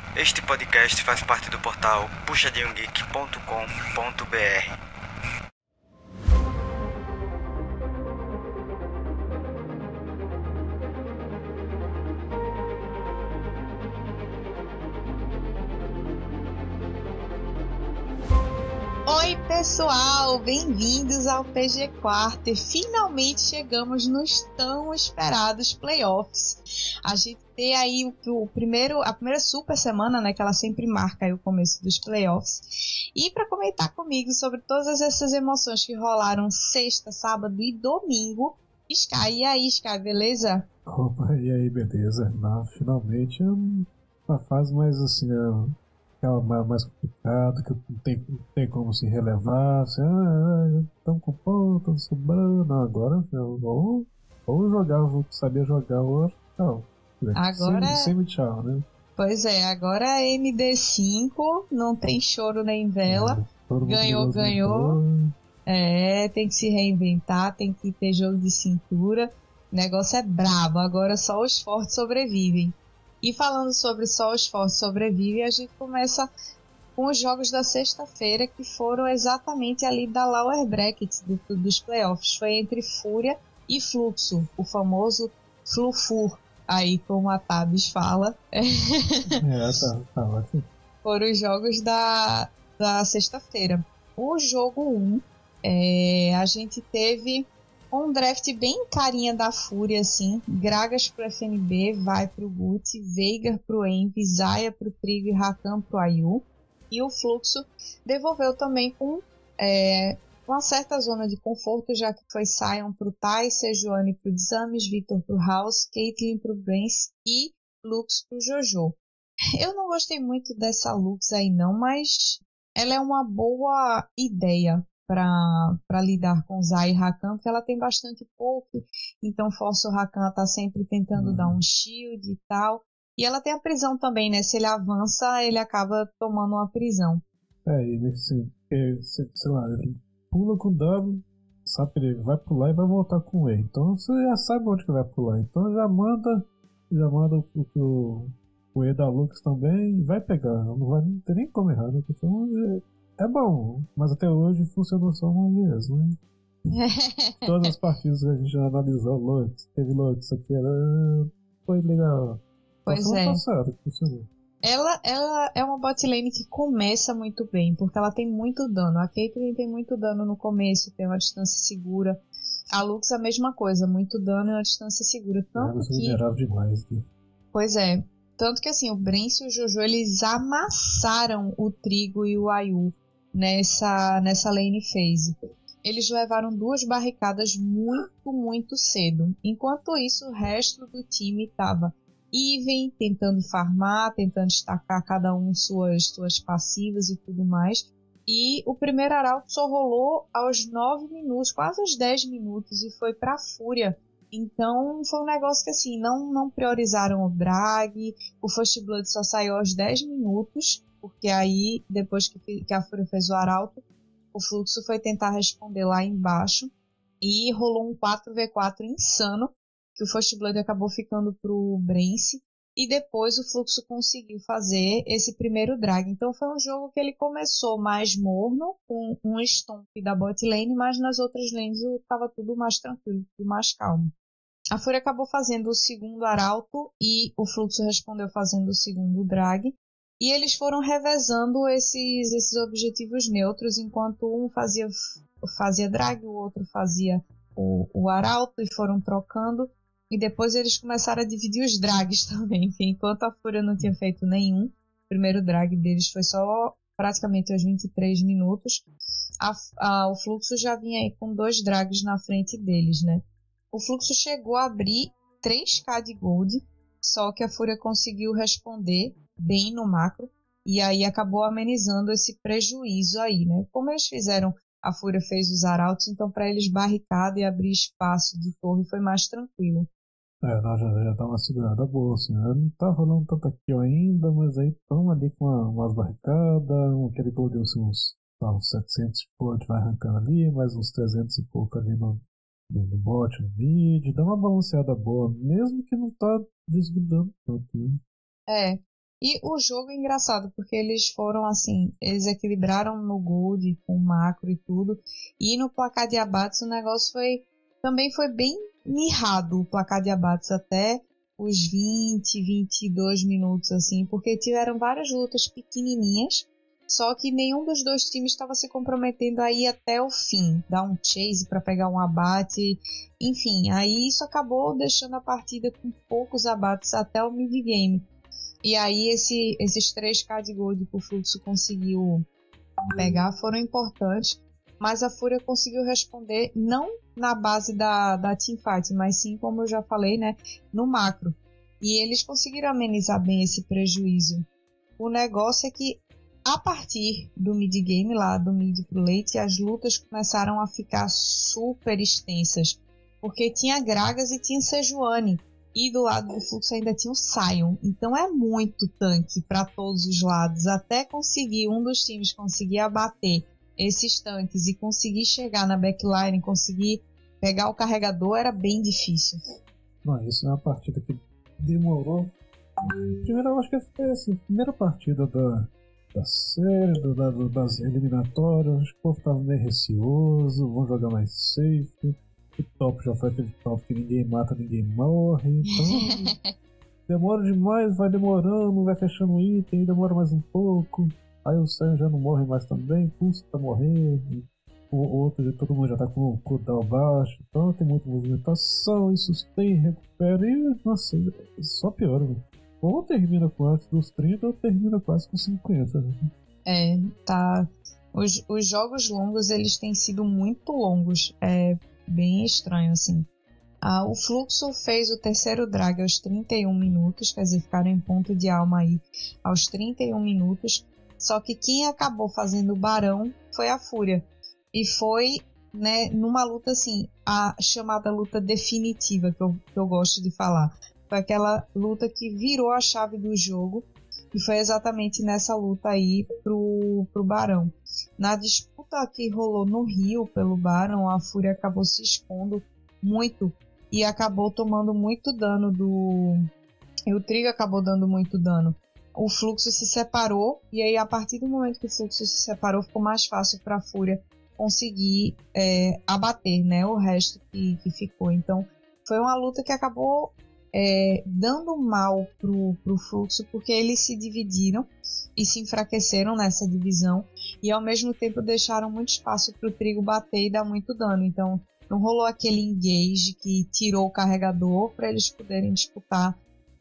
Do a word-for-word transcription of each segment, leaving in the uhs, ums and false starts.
Este podcast faz parte do portal puxa de um geek ponto com ponto b r. Oi pessoal, bem-vindos ao P G Quarto e finalmente chegamos nos tão esperados playoffs. A gente tem aí o, o primeiro, a primeira super semana, né, que ela sempre marca aí o começo dos playoffs. E para comentar comigo sobre todas essas emoções que rolaram sexta, sábado e domingo, Sky, e aí Sky, beleza? Opa, e aí, beleza? Não, finalmente é uma fase mais assim, é uma mais complicada, que não tem, não tem como se relevar, assim, ah, já estão com ponto, sobrando. Não, agora eu vou, vou jogar, vou saber jogar o não. Agora, sem, sem tchau, né? Pois é, agora a M D cinco, não tem choro nem vela, É, ganhou, ganhou. É, tem que se reinventar, tem que ter jogo de cintura. O negócio é brabo, agora só os fortes sobrevivem. E falando sobre só os fortes sobrevivem, a gente começa com os jogos da sexta-feira, que foram exatamente ali da lower bracket do, dos playoffs. Foi entre Fúria e Fluxo, o famoso Flufur, aí como a Tabs fala. É, tá, tá ótimo. Foram os jogos da, da sexta-feira. O jogo um, é, a gente teve um draft bem carinha da Fúria, assim. Gragas pro F N B, vai pro Guti, Veigar pro Envy, Zaya pro Trigo e Rakan pro Ayu. E o Fluxo devolveu também com é, uma certa zona de conforto, já que foi Sion pro Tai, Sejuani pro Exames, Victor pro House, Caitlyn pro Brance e Lux pro Jojo. Eu não gostei muito dessa Lux aí não, mas ela é uma boa ideia para lidar com Zaya e Rakan, porque ela tem bastante poke, então força o Rakan a estar sempre tentando uhum. dar um shield e tal. E ela tem a prisão também, né? Se ele avança, ele acaba tomando uma prisão. É, e nesse, sei lá, ele pula com W, sabe que ele vai pular e vai voltar com E. Então você já sabe onde que vai pular. Então já manda, já manda o, o, o E da Lux também e vai pegar. Não vai não ter nem como errar, né? Então é, é bom, mas até hoje funcionou só uma vez, né? Todas as partidas que a gente já analisou, Lux, teve Lux, isso aqui era. Foi legal. Pois é. Passado, funcionou. Ela, ela é uma bot lane que começa muito bem, porque ela tem muito dano. A Caitlyn tem muito dano no começo, tem uma distância segura. A Lux a mesma coisa, muito dano e uma distância segura. Tanto é, que... vulnerável demais, né? Pois é. Tanto que assim, o Brence e o Jojo, eles amassaram o Trigo e o Ayu nessa, nessa lane phase. Eles levaram duas barricadas muito, muito cedo. Enquanto isso, o resto do time estava even, tentando farmar, tentando destacar cada um suas, suas passivas e tudo mais. E o primeiro arauto só rolou aos nove minutos, quase aos dez minutos, e foi pra Fúria. Então foi um negócio que assim, não, não priorizaram o Brag, o First Blood só saiu aos dez minutos, porque aí, depois que, que a Fúria fez o arauto, o Fluxo foi tentar responder lá embaixo, e rolou um quatro contra quatro insano, que o First Blood acabou ficando pro Brence, e depois o Fluxo conseguiu fazer esse primeiro drag. Então foi um jogo que ele começou mais morno, com um stomp da bot lane, mas nas outras lanes estava tudo mais tranquilo, tudo mais calmo. A Fúria acabou fazendo o segundo arauto e o Fluxo respondeu fazendo o segundo drag. E eles foram revezando esses, esses objetivos neutros, enquanto um fazia, fazia drag, o outro fazia o, o arauto, e foram trocando. E depois eles começaram a dividir os drags também, que enquanto a Fúria não tinha feito nenhum, o primeiro drag deles foi só praticamente aos vinte e três minutos, a, a, o Fluxo já vinha aí com dois drags na frente deles, né? O Fluxo chegou a abrir três mil de gold, só que a Fúria conseguiu responder bem no macro, e aí acabou amenizando esse prejuízo aí, né? Como eles fizeram, a Fúria fez os arautos, então para eles barricada e abrir espaço de torre foi mais tranquilo. É, nós já, já dá uma segurada boa, assim, né? Não tá rolando tanto aqui ainda, mas aí estão ali com uma, umas barricadas, aquele gol deu assim, uns, tá, uns setecentos e pouco, vai arrancando ali, mais uns trezentos e pouco ali no, no, no bot, no mid, dá uma balanceada boa, mesmo que não tá desgrudando tanto, né? É, E o jogo é engraçado, porque eles foram assim, eles equilibraram no Gold, com o macro e tudo, e no placar de abates o negócio foi, também foi bem mirrado, o placar de abates até os vinte, vinte e dois minutos, assim, porque tiveram várias lutas pequenininhas, só que nenhum dos dois times estava se comprometendo a ir até o fim, dar um chase para pegar um abate, enfim, aí isso acabou deixando a partida com poucos abates até o mid-game. E aí esse, esses três K de Gold que o Fluxo conseguiu pegar foram importantes, mas a Fúria conseguiu responder não na base da, da teamfight, mas sim, como eu já falei, né, no macro. E eles conseguiram amenizar bem esse prejuízo. O negócio é que a partir do mid-game, lá do mid pro late, as lutas começaram a ficar super extensas, porque tinha Gragas e tinha Sejuani. E do lado do Fluxo ainda tinha o Sion. Então é muito tanque para todos os lados. Até conseguir um dos times conseguir abater esses tanques e conseguir chegar na backline, conseguir pegar o carregador, era bem difícil. Não, isso é uma partida que demorou. Primeiro, eu acho que foi assim, a primeira partida da, da série, do, da, das eliminatórias. Acho que o povo estava meio receoso, vão jogar mais safe. O top já foi aquele top que ninguém mata, ninguém morre. Então, demora demais, vai demorando, vai fechando item, demora mais um pouco. Aí o Sam já não morre mais também, custa morrer. O outro, todo mundo já tá com o cooldown baixo. Então tem muita movimentação, e sustém, recupera. E, nossa, só piora, né? Ou termina com antes dos trinta, ou termina quase com cinquenta. Né? É, tá. Os, os jogos longos, eles têm sido muito longos. É bem estranho, assim. Ah, o Fluxo fez o terceiro drag aos trinta e um minutos, quer dizer, ficaram em ponto de alma aí aos trinta e um minutos. Só que quem acabou fazendo o Barão foi a Fúria. E foi, né, numa luta assim, a chamada luta definitiva, que eu, que eu gosto de falar. Foi aquela luta que virou a chave do jogo. E foi exatamente nessa luta aí pro, pro Barão. Na disputa que rolou no Rio pelo Barão, a Fúria acabou se expondo muito e acabou tomando muito dano do... E o Trigo acabou dando muito dano. O Fluxo se separou e aí a partir do momento que o Fluxo se separou ficou mais fácil para a Fúria conseguir é, abater, né, o resto que, que ficou. Então foi uma luta que acabou é, dando mal pro, pro Fluxo, porque eles se dividiram e se enfraqueceram nessa divisão e ao mesmo tempo deixaram muito espaço pro Trigo bater e dar muito dano. Então não rolou aquele engage que tirou o carregador para eles poderem disputar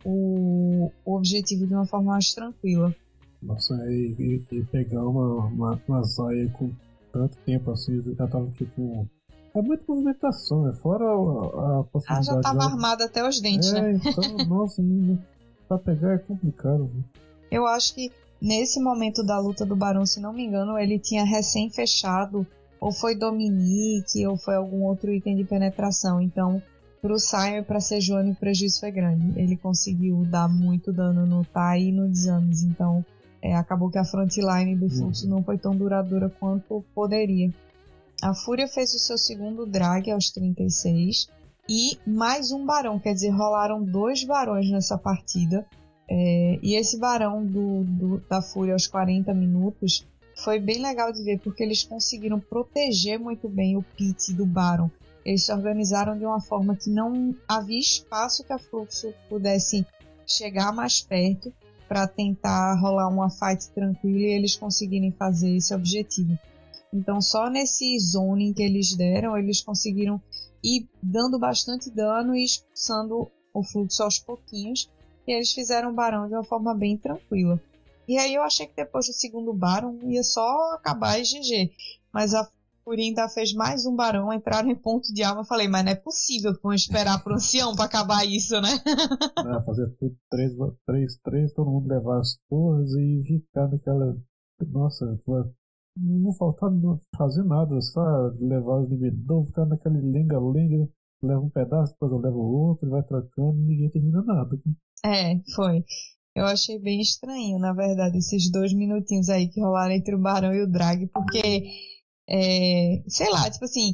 o, o objetivo de uma forma mais tranquila. Nossa, e, e, e pegar uma, uma, uma Zaya com tanto tempo assim, já tava tipo. É muita movimentação, né? Fora a, a possibilidade. Ela já tava dela... armada até os dentes, é, né? Então, nossa, não, pra pegar é complicado. Viu? Eu acho que nesse momento da luta do Barão, se não me engano, ele tinha recém fechado, ou foi Dominique, ou foi algum outro item de penetração. Então, pro Sion e pra Sejuani o prejuízo foi grande. Ele conseguiu dar muito dano no Tai e no Xames. Então, é, acabou que a frontline do Fluxo uhum. não foi tão duradoura quanto poderia. A Fúria fez o seu segundo drag aos trinta e seis e mais um barão, quer dizer, rolaram dois barões nessa partida. É, e esse barão do, do, da Fúria aos quarenta minutos foi bem legal de ver, porque eles conseguiram proteger muito bem o pit do barão. Eles se organizaram de uma forma que não havia espaço que a Fluxo pudesse chegar mais perto para tentar rolar uma fight tranquila e eles conseguirem fazer esse objetivo. Então só nesse zoning que eles deram, eles conseguiram ir dando bastante dano e expulsando o Fluxo aos pouquinhos, e eles fizeram o Barão de uma forma bem tranquila. E aí eu achei que depois do segundo Barão ia só acabar e G G, mas a Fúria ainda fez mais um Barão, entraram em ponto de alma. Eu falei, mas não é possível que vão esperar pro ancião pra acabar isso, né? Não, fazer tudo três, três, três, todo mundo levar as torres e ficar naquela. Nossa, não faltava fazer nada, só levar os inibidores, ficar naquele lenga-lenga, leva um pedaço, depois eu levo o outro, vai trocando, ninguém termina nada. É, foi. Eu achei bem estranho, na verdade, esses dois minutinhos aí que rolaram entre o Barão e o Drag, porque. É, sei lá, tipo assim,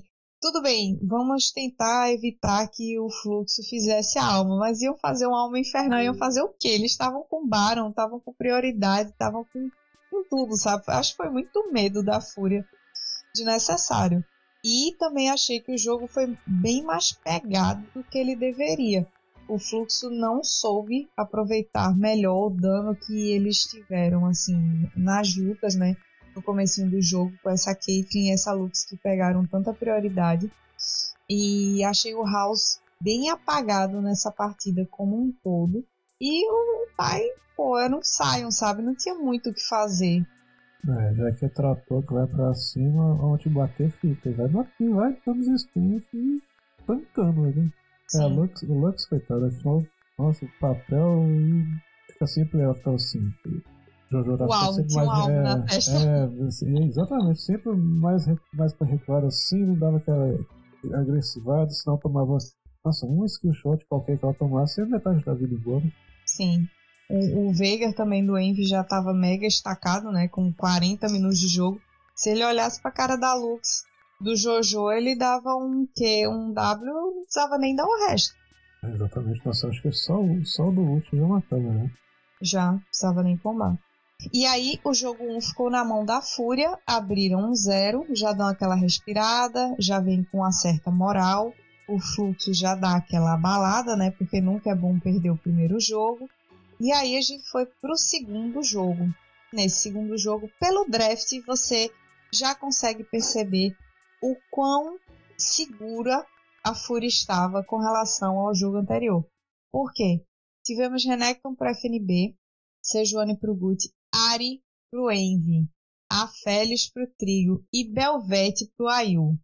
tudo bem, vamos tentar evitar que o Fluxo fizesse a alma, mas iam fazer uma alma infernal, iam fazer o quê? Eles estavam com Baron, estavam com prioridade, estavam com, com tudo, sabe? Acho que foi muito medo da Fúria desnecessário. E também achei que o jogo foi bem mais pegado do que ele deveria. O Fluxo não soube aproveitar melhor o dano que eles tiveram, assim, nas lutas, né? No comecinho do jogo, com essa Caitlyn e essa Lux que pegaram tanta prioridade. E achei o House bem apagado nessa partida como um todo. E o pai, pô, era um Sion, sabe? Não tinha muito o que fazer. É, já que é trator que vai pra cima, onde bater fica. Vai bater, vai dando os stuns e tancando, né? É, a Lux, o Lux, coitado, afinal, nossa, o papel e fica sempre, ela fica assim. Jojo tá o alvo, sempre tinha mais. um alvo É, na testa. é, assim, exatamente, sempre mais, mais pra recuar assim, não dava aquela agressivada, senão tomava. Nossa, um skill shot qualquer que ela tomasse é metade da vida embora. Sim. O, o Veigar também do Envy já estava mega estacado, né? Com quarenta minutos de jogo. Se ele olhasse pra cara da Lux, do Jojo, ele dava um Q, um W, não precisava nem dar o resto. É, exatamente. Nossa, acho que só, só do ult já matava, né? Já, não precisava nem combar. E aí, o jogo um ficou na mão da Fúria, abriram um zero, já dão aquela respirada, já vem com uma certa moral. O Fluxo já dá aquela abalada, né? Porque nunca é bom perder o primeiro jogo. E aí a gente foi pro segundo jogo. Nesse segundo jogo, pelo draft, você já consegue perceber o quão segura a Fúria estava com relação ao jogo anterior. Por quê? Tivemos Renekton pro F N B, Sejuani pro Guti, Ahri pro Envy, Aphelios pro Trigo e Belvete pro Ayu.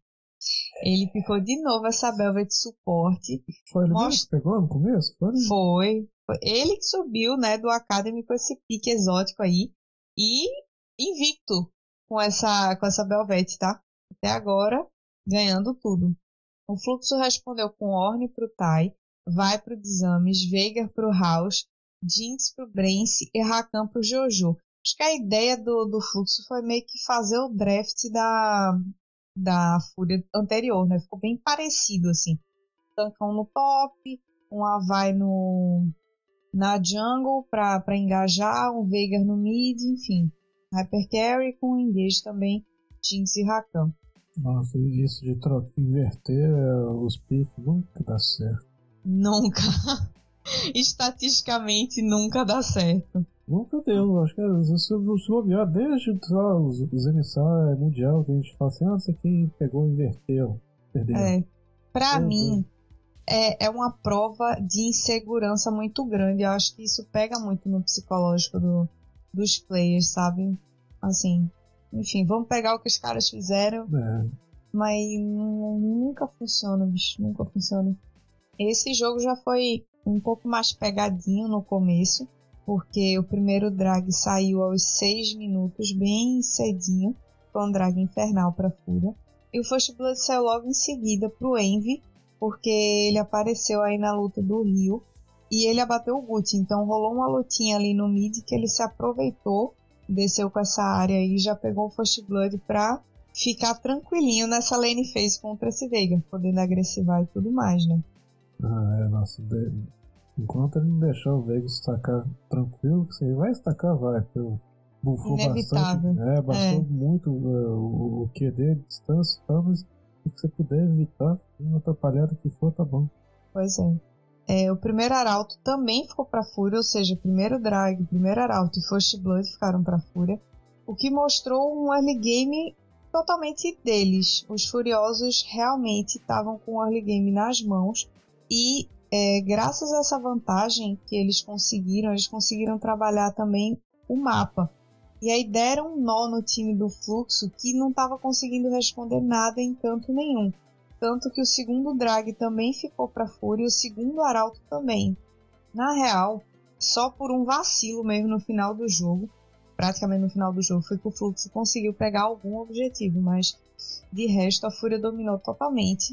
Ele picou de novo essa Belvete suporte. Foi ele Most... mesmo que pegou no começo? Foi? Foi. Foi ele que subiu, né, do Academy com esse pique exótico aí. E invicto com essa, com essa Belvete, tá? Até agora, ganhando tudo. O Fluxo respondeu com Ornn pro Tai, Vai pro Exames, Veigar pro House, Jinx pro Brence e Rakan pro Jojo. Acho que a ideia do, do Fluxo foi meio que fazer o draft da, da Fúria anterior, né? Ficou bem parecido, assim. Tancão no top, um Avai no, na jungle pra, pra engajar, um Veigar no mid, enfim. Hypercarry com engage também, Jinx e Rakan. Nossa, isso de trocar, inverter os picos nunca dá certo. Nunca. Estatisticamente nunca dá certo. Nunca deu, acho que se bobear desde só, os, os M S A mundial que a gente fala assim, ah, isso aqui pegou e inverteu, perdeu. É, pra Meu mim é, é uma prova de insegurança muito grande. Eu acho que isso pega muito no psicológico do, dos players, sabe? Assim, enfim, vamos pegar o que os caras fizeram, É. mas nunca funciona, bicho, nunca funciona. Esse jogo já foi um pouco mais pegadinho no começo, porque o primeiro drag saiu aos seis minutos, bem cedinho, foi um drag infernal para Fúria. E o First Blood saiu logo em seguida pro Envy, porque ele apareceu aí na luta do Rio e ele abateu o Guti, então rolou uma lutinha ali no mid que ele se aproveitou, desceu com essa área e já pegou o First Blood pra ficar tranquilinho nessa lane phase contra esse Veigar, podendo agressivar e tudo mais, né? Ah, é, nossa, de... enquanto ele não deixar o Veigar estacar tranquilo, que você vai estacar, vai, porque bufou Inevitável. bastante, é, bastou É. muito uh, o, o Q D, distância e tal, mas o que você puder evitar, uma atrapalhada que for, tá bom. Pois é. É, o primeiro arauto também ficou pra Fúria, ou seja, primeiro drag, primeiro arauto e First Blood ficaram pra Fúria, o que mostrou um early game totalmente deles. Os Furiosos realmente estavam com o early game nas mãos e é, graças a essa vantagem que eles conseguiram, eles conseguiram trabalhar também o mapa. E aí deram um nó no time do Fluxo que não estava conseguindo responder nada em canto nenhum. Tanto que o segundo drag também ficou para Fúria e o segundo arauto também. Na real, só por um vacilo mesmo no final do jogo, praticamente no final do jogo, foi que o Fluxo conseguiu pegar algum objetivo, mas de resto a Fúria dominou totalmente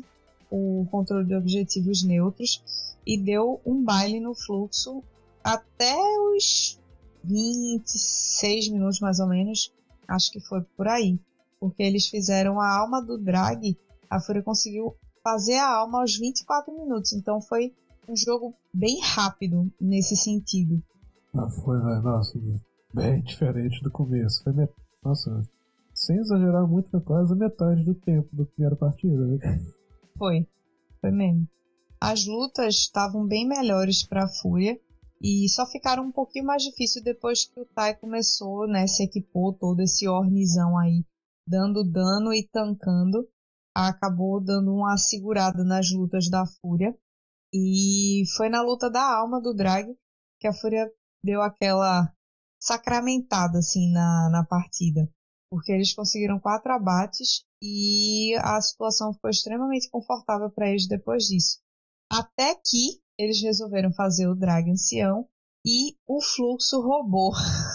o controle de objetivos neutros e deu um baile no Fluxo até os vinte e seis minutos mais ou menos, acho que foi por aí, porque eles fizeram a alma do drag A Fúria conseguiu fazer a alma aos vinte e quatro minutos. Então foi um jogo bem rápido nesse sentido. Ah, foi, né? Nossa, bem diferente do começo. Foi met... Nossa, sem exagerar muito, foi quase a metade do tempo da primeira partida, né? Foi, foi mesmo. As lutas estavam bem melhores para a Fúria e só ficaram um pouquinho mais difícil depois que o Tai começou, né, se equipou todo esse Ornzão aí, dando dano e tancando. Acabou dando uma segurada nas lutas da Fúria. E foi na luta da alma do Drag que a Fúria deu aquela sacramentada assim na, na partida. Porque eles conseguiram quatro abates e a situação ficou extremamente confortável para eles depois disso. Até que eles resolveram fazer o Drag ancião e o Fluxo roubou.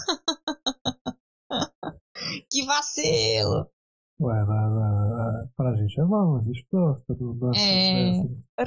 Que vacilo! Ué, na, na, pra gente é mal, a gente gosta do nosso. É,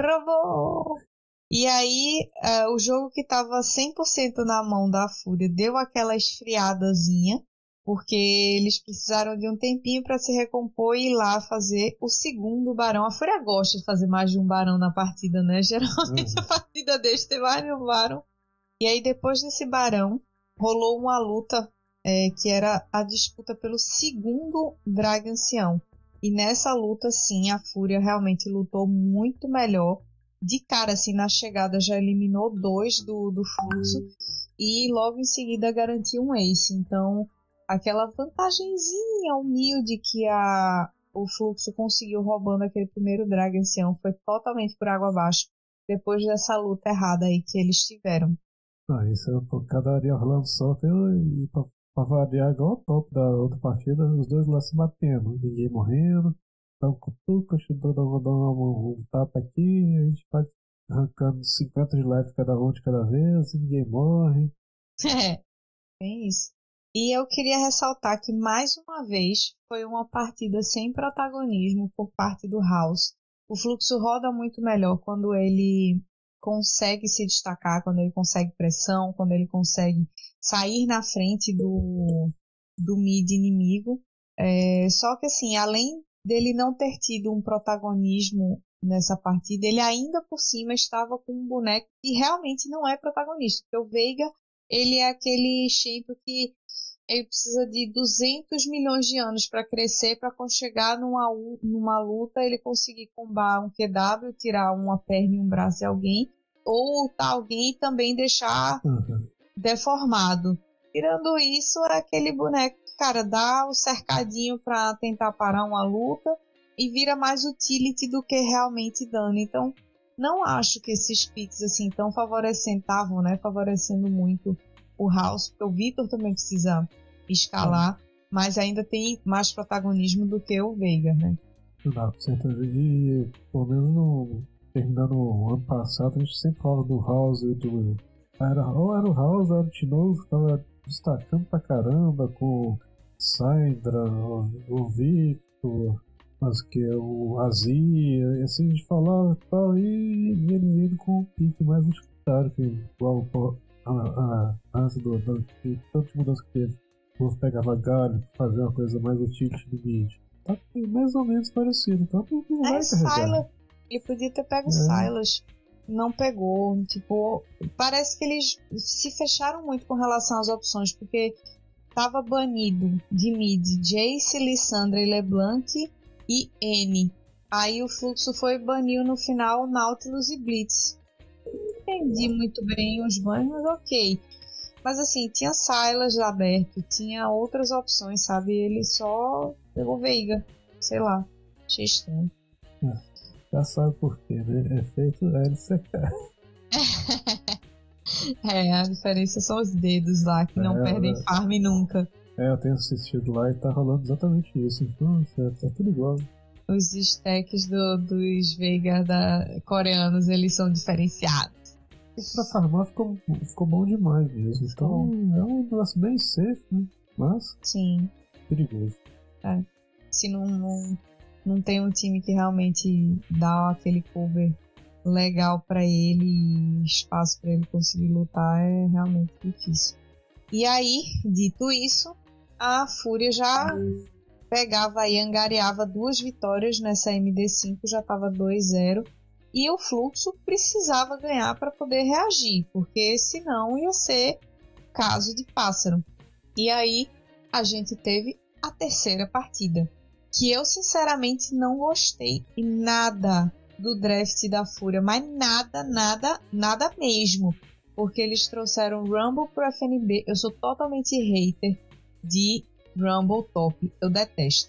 roubou! E aí, uh, o jogo que estava cem por cento na mão da Fúria deu aquela esfriadazinha, porque eles precisaram de um tempinho para se recompor e ir lá fazer o segundo barão. A Fúria gosta de fazer mais de um barão na partida, né? Geralmente uhum. A partida deles tem mais de um barão. E aí, depois desse barão, rolou uma luta é, que era a disputa pelo segundo Drag Ancião. E nessa luta, sim, a Fúria realmente lutou muito melhor. De cara, assim, na chegada já eliminou dois do, do Fluxo e logo em seguida garantiu um ace. Então, aquela vantagenzinha humilde que a, o Fluxo conseguiu roubando aquele primeiro Drag Ancião foi totalmente por água abaixo depois dessa luta errada aí que eles tiveram. Ah, isso é por cada área Orlando solta e pra, pra variar igual o top da outra partida, os dois lá se batendo, ninguém morrendo. Dá um cutuco, dá um, um tapa aqui, a gente vai arrancando cinquenta de life cada um de cada vez, e ninguém morre. É, é isso. E eu queria ressaltar que mais uma vez foi uma partida sem protagonismo por parte do House. O Fluxo roda muito melhor quando ele consegue se destacar, quando ele consegue pressão, quando ele consegue sair na frente do, do mid inimigo. É, só que assim, além dele não ter tido um protagonismo nessa partida, ele ainda por cima estava com um boneco que realmente não é protagonista, porque o Veiga, ele é aquele champion que ele precisa de duzentos milhões de anos para crescer, para quando chegar numa, numa luta ele conseguir combar um Q W, tirar uma perna e um braço de alguém, ou ultar alguém e também deixar uhum. deformado. Tirando isso, é aquele boneco que, cara, dá o cercadinho para tentar parar uma luta e vira mais utility do que realmente dano. Então, não acho que esses picks assim estão favorecendo, estavam, né, favorecendo muito o House, porque o Vitor também precisa escalar, uhum. mas ainda tem mais protagonismo do que o Veiga, né? Não, e pelo menos no, terminando o ano passado, a gente sempre fala do House e do... Era, ou era o House, ou era o Tinoz, que tava destacando pra caramba com Syndra, o, o Victor, mas que é o Azir, e assim a gente falava e tal, e ele vindo com o pique mais utilitário, que igual a, a, a antes do, do que tanto de mudança que teve. O povo pegava galho pra fazer uma coisa mais utility do mid. Tá mais ou menos parecido, então não vai é, Sylas, ele podia ter pego o é. Sylas. Não pegou, tipo, parece que eles se fecharam muito com relação às opções, porque tava banido de mid Jace, Lissandra e LeBlanc e N. Aí o Fluxo foi e baniu no final Nautilus e Blitz. Não entendi muito bem os bans, mas ok. Mas assim, tinha Sylas aberto, tinha outras opções, sabe? Ele só pegou Veiga, sei lá, achei estranho. É. Já sabe por quê, né? É feito L C K. É, a diferença são os dedos lá, que não é, perdem é, farm nunca. É, eu tenho assistido lá e tá rolando exatamente isso. Então, é, tá tudo igual. Os stacks do, dos Veiga da, coreanos, eles são diferenciados. E pra farmar ficou, ficou bom demais mesmo. Então, é um negócio bem safe, né? Mas, sim, perigoso. É. Se não... não... não tem um time que realmente dá aquele cover legal pra ele e espaço pra ele conseguir lutar, é realmente difícil. E aí, dito isso, a Fúria já pegava e angariava duas vitórias nessa M D cinco, já estava dois a zero. E o Fluxo precisava ganhar para poder reagir, porque senão ia ser caso de pássaro. E aí a gente teve a terceira partida, que eu sinceramente não gostei nada do draft da Fúria, mas nada, nada, nada mesmo. Porque eles trouxeram Rumble pro F N B. Eu sou totalmente hater de Rumble Top. Eu detesto.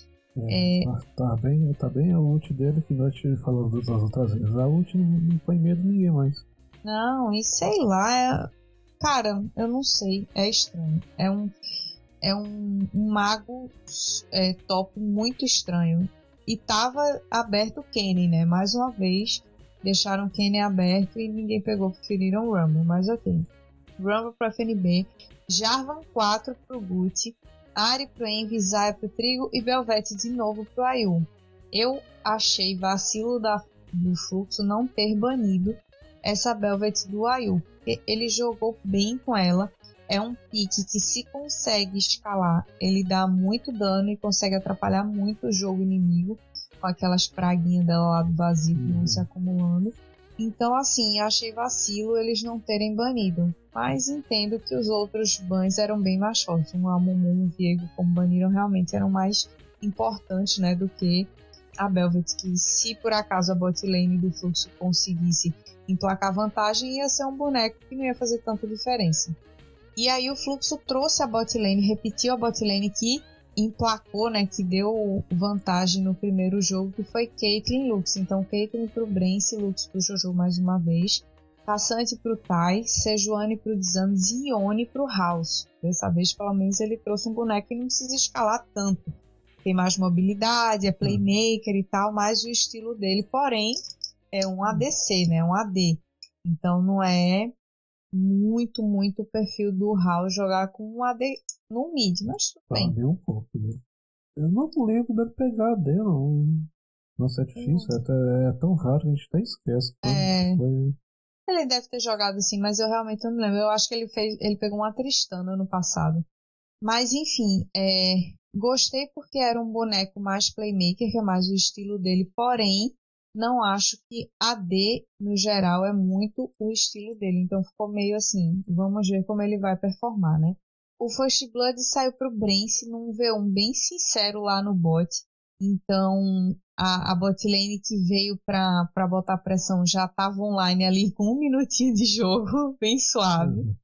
É, É... Tá, tá bem, tá bem a ult dele que nós te falamos das outras vezes. A ult não, não põe medo de ninguém mais. Não, e sei lá. É... Cara, eu não sei. É estranho. É um, é um, um mago é, top muito estranho. E tava aberto o Kenny, né? Mais uma vez. Deixaram o Kenny aberto e ninguém pegou, preferiram o Rumble, mas ok. Rumble pro F N B, Jarvan quatro pro Gucci, Ahri pro Envy, Zaya pro Trigo e Belvete de novo pro Ayu. Eu achei vacilo da, do Fluxo não ter banido essa Belvete do Ayu, porque ele jogou bem com ela. É um pick que, se consegue escalar, ele dá muito dano e consegue atrapalhar muito o jogo inimigo, com aquelas praguinhas dela lá do vazio que vão se acumulando. Então, assim, achei vacilo eles não terem banido. Mas entendo que os outros bans eram bem mais fortes. O Amumu e o Viego, como baniram, realmente eram mais importantes, né, do que a Belvet, que se por acaso a bot lane do Fluxo conseguisse emplacar vantagem, ia ser um boneco que não ia fazer tanta diferença. E aí o Fluxo trouxe a bot lane, repetiu a bot lane que emplacou, né, que deu vantagem no primeiro jogo, que foi Caitlyn e Lux. Então Caitlyn pro Brence, Lux pro Jojo mais uma vez, Cassante pro Tai, Sejuani pro Dzan, Zione pro House. Dessa vez, pelo menos, ele trouxe um boneco que não precisa escalar tanto. Tem mais mobilidade, é playmaker e tal, mas o estilo dele, porém, é um A D C, né, um A D. Então não é muito, muito o perfil do House jogar com um A D no mid, mas tudo bem. Valeu um pouco, né? Eu não lembro dele pegar a D, não. Nossa, é difícil, é, até- é tão raro que a gente até esquece. É. Foi... Ele deve ter jogado assim, mas eu realmente não me lembro. Eu acho que ele fez, ele pegou uma Tristana no passado. Mas enfim, é, gostei porque era um boneco mais playmaker, que é mais o estilo dele, porém, não acho que A D, no geral, é muito o estilo dele. Então ficou meio assim, vamos ver como ele vai performar, né? O First Blood saiu pro Brence num V um bem sincero lá no bot. Então a, a bot lane que veio pra, pra botar pressão já estava online ali com um minutinho de jogo, bem suave. Uhum.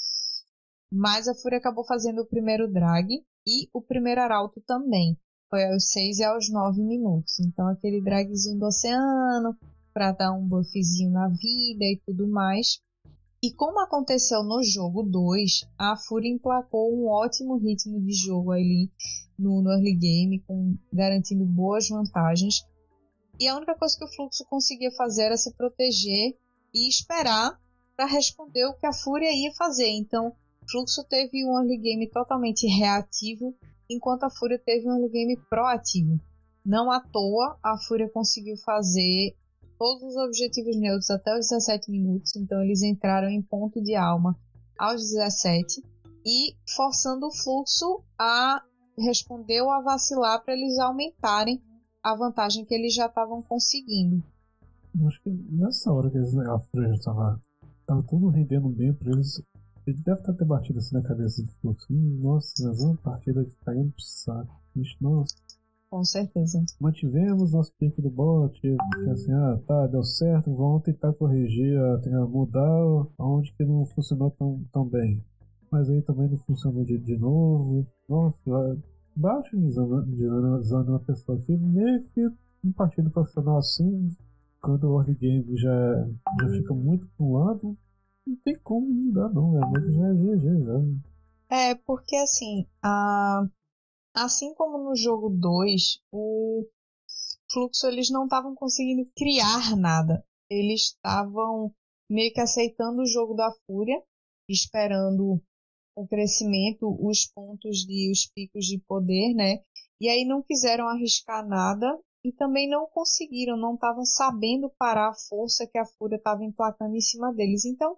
Mas a Fúria acabou fazendo o primeiro drag e o primeiro arauto também. Foi aos seis e aos nove minutos. Então aquele dragzinho do oceano para dar um buffzinho na vida e tudo mais. E como aconteceu no jogo dois, a Fúria emplacou um ótimo ritmo de jogo ali no, no early game, com, garantindo boas vantagens. E a única coisa que o Fluxo conseguia fazer era se proteger e esperar para responder o que a Fúria ia fazer. Então, o Fluxo teve um early game totalmente reativo, enquanto a Fúria teve um early game proativo. Não à toa, a Fúria conseguiu fazer todos os objetivos neutros até os dezessete minutos, então eles entraram em ponto de alma aos dezessete e forçando o Fluxo a responder ou a vacilar para eles aumentarem a vantagem que eles já estavam conseguindo. Acho que nessa hora que eles, a Fúria já tava, tava tudo rendendo bem pra eles, ele deve estar ter batido assim na cabeça do Fluxo. Hum, nossa, mas é uma partida que tá indo pro saco. Bicho, nossa. Com certeza. Mantivemos nosso pique do bot, que assim, ah, tá, deu certo, vamos tentar corrigir, a, mudar onde que não funcionou tão, tão bem. Mas aí também não funcionou de, de novo. Nossa, baixo desanimando uma pessoa aqui, meio que um partido profissional assim, quando o early game já, já fica muito pro lado, não tem como mudar não, é meio que já é G G já. É, porque assim, a... assim como no jogo dois, o Fluxo eles não estavam conseguindo criar nada. Eles estavam meio que aceitando o jogo da Fúria, esperando o crescimento, os pontos de os picos de poder, né? E aí não quiseram arriscar nada e também não conseguiram, não estavam sabendo parar a força que a Fúria estava emplacando em cima deles. Então,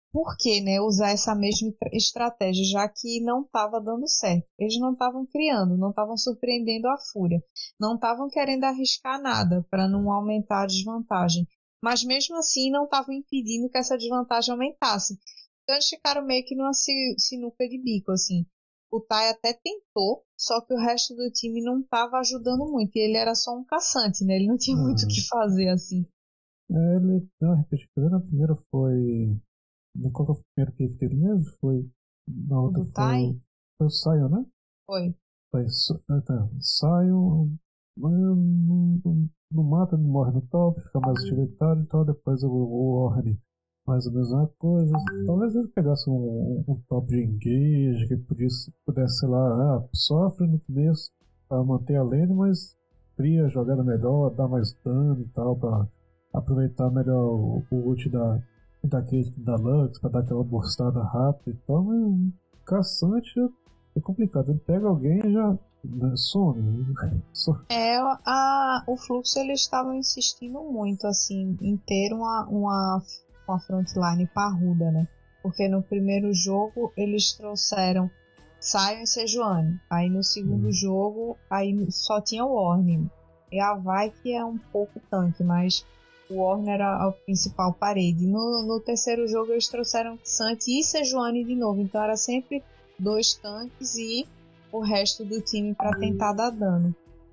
por que, né, usar essa mesma estratégia, já que não estava dando certo. Eles não estavam criando, não estavam surpreendendo a Fúria, não estavam querendo arriscar nada para não aumentar a desvantagem, mas mesmo assim não estavam impedindo que essa desvantagem aumentasse. Então eles ficaram meio que numa sinuca de bico, assim. O Tai até tentou, só que o resto do time não estava ajudando muito, e ele era só um caçante, né, ele não tinha muito o Uhum. que fazer, assim. É, ele deu uma repetida. Na primeira foi. No qual que foi o primeiro pick dele mesmo? Foi. Na O outra do foi Tai o. Foi o Sion, né? foi. Foi Sa- ah, tá. Sion. Mas não, não, não mata, não morre no top, fica mais utilitário e tal. Depois o, o Orne, mais ou menos uma coisa. Talvez ele pegasse um, um top de engage que pudesse, pudesse sei lá, ah, sofre no começo para manter a lane, mas cria a jogada melhor, dá mais dano e tal, para aproveitar melhor o, o ult da, da Caitlyn, da Lux, para dar aquela burstada rápida e tal. Mas caçante é complicado, ele pega alguém e já né, some. So- É, a, o Fluxo eles estavam insistindo muito assim em ter uma, uma, uma frontline parruda, né? Porque no primeiro jogo eles trouxeram Sion e Sejuani. Aí no segundo Hum. jogo aí só tinha o Ornn. E a Vi que é um pouco tanque, mas o Ornn era a principal parede. No, no terceiro jogo eles trouxeram Xante e Sejuani de novo. Então era sempre dois tanques e o resto do time para tentar dar dano.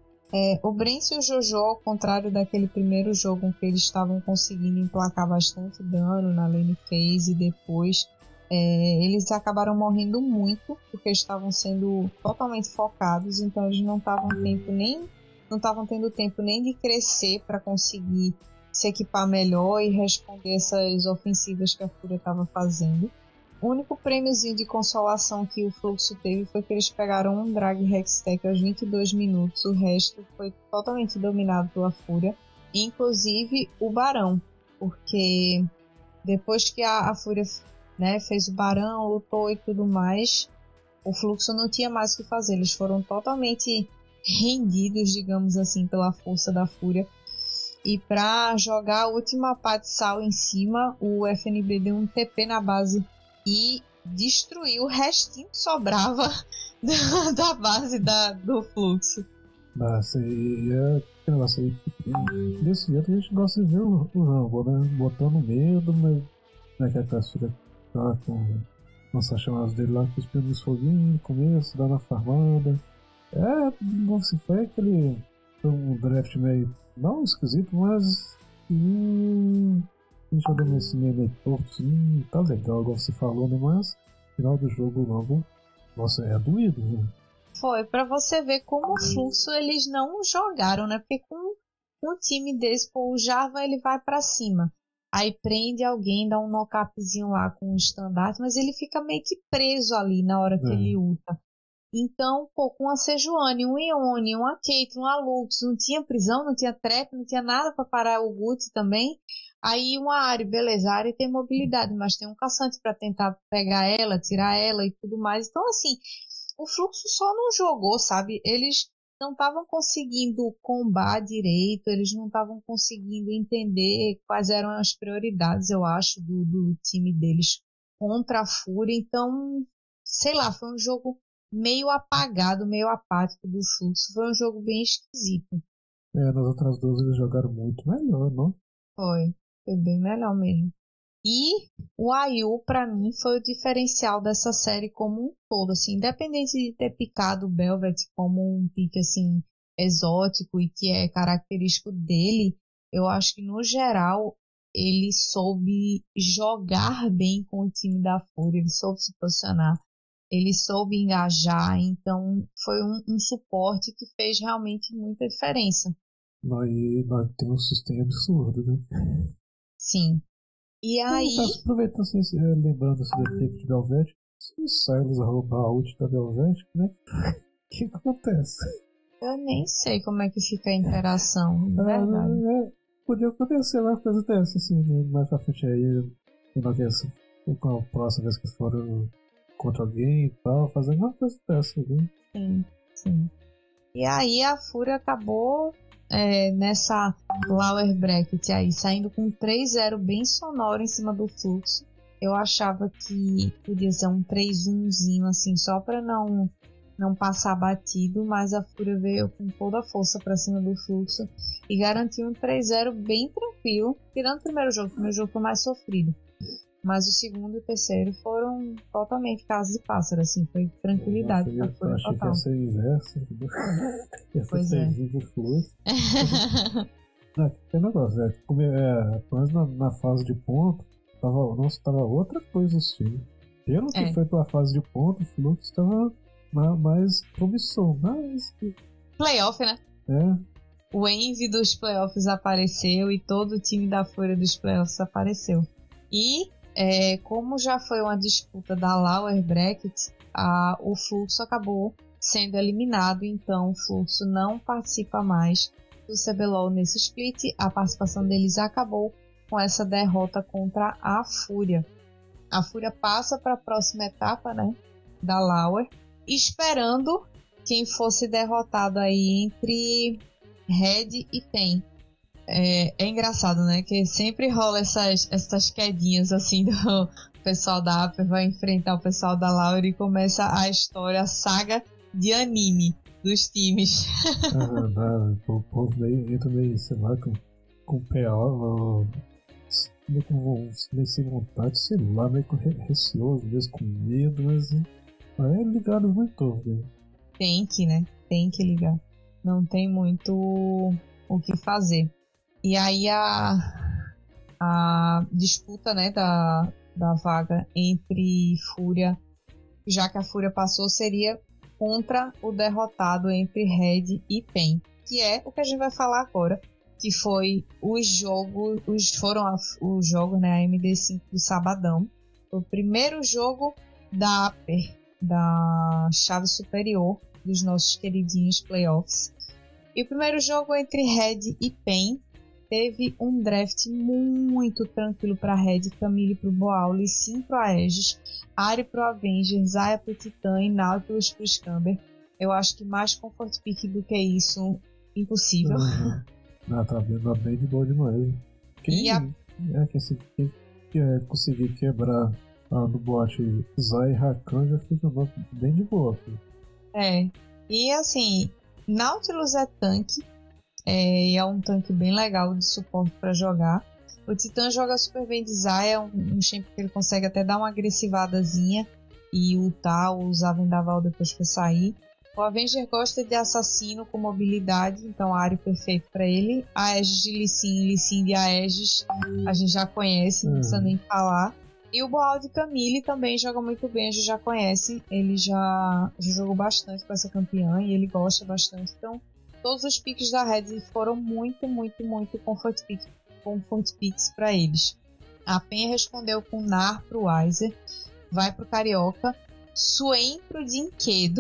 É, o Brence e o Jojo, ao contrário daquele primeiro jogo em que eles estavam conseguindo emplacar bastante dano na lane phase e depois, é, eles acabaram morrendo muito porque estavam sendo totalmente focados, então eles não estavam tempo nem não estavam tendo tempo nem de crescer para conseguir se equipar melhor e responder essas ofensivas que a Fúria estava fazendo. O único prêmiozinho de consolação que o Fluxo teve foi que eles pegaram um Drag Hextech aos vinte e dois minutos. O resto foi totalmente dominado pela Fúria. Inclusive o Barão. Porque depois que a, a Fúria, né, fez o Barão, lutou e tudo mais, o Fluxo não tinha mais o que fazer. Eles foram totalmente rendidos, digamos assim, pela força da Fúria. E para jogar a última pá de sal em cima, o F N B deu um T P na base e destruiu o restinho que sobrava da, da base da, do Fluxo. Nossa, e é aquele negócio aí. e Desse jeito a gente gosta de ver o, o Rumble, né? Botando medo, mas. Né, que a Cassura tá com. Nossa, chamadas dele lá, cuspindo os foguinhos no começo, dando a farmada. É, não se foi aquele. Foi um draft meio. Não esquisito, mas. Hum, a gente olhando esse meio meio torto, assim, tá legal, igual você falou, né? Mas. Final do jogo, o Rumble. Nossa, é doído, né? Foi, pra você ver como o Fluxo eles não jogaram, né? Porque com um time desse, pô, o Jarvan ele vai pra cima. Aí prende alguém, dá um knock-upzinho lá com um estandarte, mas ele fica meio que preso ali na hora que É. ele ulta. Então, pô, com a Sejuani, um Ione, uma Caitlyn, uma Lux, não tinha prisão, não tinha trap, não tinha nada pra parar o Guts também. Aí uma Ahri, beleza, a Ahri tem mobilidade, mas tem um caçante pra tentar pegar ela, tirar ela e tudo mais. Então, assim, o Fluxo só não jogou, sabe? Eles não estavam conseguindo combar direito, eles não estavam conseguindo entender quais eram as prioridades, eu acho, do, do time deles contra a Fúria. Então, sei lá, foi um jogo meio apagado, meio apático do Fluxo. Foi um jogo bem esquisito. É, nas outras duas eles jogaram muito melhor, não? Foi, foi bem melhor mesmo. E o Ayu, pra mim, foi o diferencial dessa série como um todo, assim, independente de ter picado o Belvet como um pique, assim, exótico e que é característico dele, eu acho que, no geral, ele soube jogar bem com o time da Fúria, ele soube se posicionar, ele soube engajar, então foi um, um suporte que fez realmente muita diferença. Nós, nós temos um sustento absurdo, né? Sim. E aí... Então, tá aproveitando assim, esse- é, lembrando esse defeito de Belvet, se o Silas roubar a ult da Belvet, né? O que acontece? Eu nem sei como é que fica a interação, de Ah, verdade. é, podia acontecer uma coisa dessa, assim, né? Mais pra frente aí, na vez, com a próxima vez que foram contra alguém e tal, fazendo uma coisa dessa, né? Sim, sim. E aí a Fúria acabou é, nessa lower bracket aí, saindo com três zero bem sonoro em cima do Fluxo. eu achava que podia ser um três a umzinho, assim, só pra não, não passar batido, mas a Fúria veio com toda a força pra cima do Fluxo e garantiu um três a zero bem tranquilo, tirando o primeiro jogo. O primeiro jogo foi mais sofrido, mas o segundo e o terceiro foram totalmente casa de pássaro, assim, foi tranquilidade pra Fúria eu achei total. que ia ser o inverso, entendeu? Ia ser Pois é. do Fluxo. Não, que negócio, é, como é, mas na, na fase de ponto, tava, nossa, tava outra coisa os times. Pelo que É. foi pra fase de ponto, o Fluxo tava ma- mais promissor, mas Playoff, né? é, O Envy dos playoffs apareceu e todo o time da Fúria dos playoffs apareceu. E é, como já foi uma disputa da Lower Bracket, a, o Fluxo acabou sendo eliminado, então o Fluxo não participa mais do C B L O L nesse split. A participação deles acabou com essa derrota contra a Fúria. A Fúria passa para a próxima etapa, né, da Lower, esperando quem fosse derrotado aí entre Red e P E N. É, é engraçado, né? Que sempre rola essas, essas quedinhas assim do pessoal da Upper vai enfrentar o pessoal da Lower e começa a história, a saga de anime dos times. é verdade, o povo meio, entra meio, sei lá, com, com o pé ó, meio, com, meio sem vontade, sei lá, meio com re- receoso, mesmo com medo, mas mas é ligado muito, né? Tem que, né? Tem que ligar. Não tem muito o que fazer. E aí a, a disputa, né, da, da vaga entre Fúria, já que a Fúria passou, seria contra o derrotado entre Red e P E N, que é o que a gente vai falar agora, que foi os jogos, os, foram a, os jogos, né, a M D cinco do sabadão. O primeiro jogo da Upper, da chave superior dos nossos queridinhos playoffs. E o primeiro jogo entre Red e P E N teve um draft muito tranquilo para Red, Camille pro Boal, Lissin pro Aegis, Ari pro Avenger, Zaya pro Titã e Nautilus pro Scamber. Eu acho que mais comfort pick do que isso, impossível. Uhum. Ah, tá bem, tá bem de boa demais. Quem E a- é que esse, quem, que é, conseguir quebrar ah, no bot Zay e Rakan já fica bem de boa. Filho. É, e assim, Nautilus é tanque, é, e é um tanque bem legal de suporte para jogar. O Titã joga super bem de Zaya, é um, um champion que ele consegue até dar uma agressivadazinha e ultar ou usar vendaval depois que sair. O Avenger gosta de assassino com mobilidade, então a área perfeita para ele. A Aegis de Lissin, Lissin de Aegis, a gente já conhece, não precisa nem falar. E o Boal de Camille também joga muito bem, a gente já conhece. Ele já, já jogou bastante com essa campeã e ele gosta bastante. Então, todos os picks da Red foram muito, muito, muito comfort, pick, comfort picks para eles. A Pen respondeu com Nar pro Weiser, vai pro Carioca, Swain pro Dinquedo.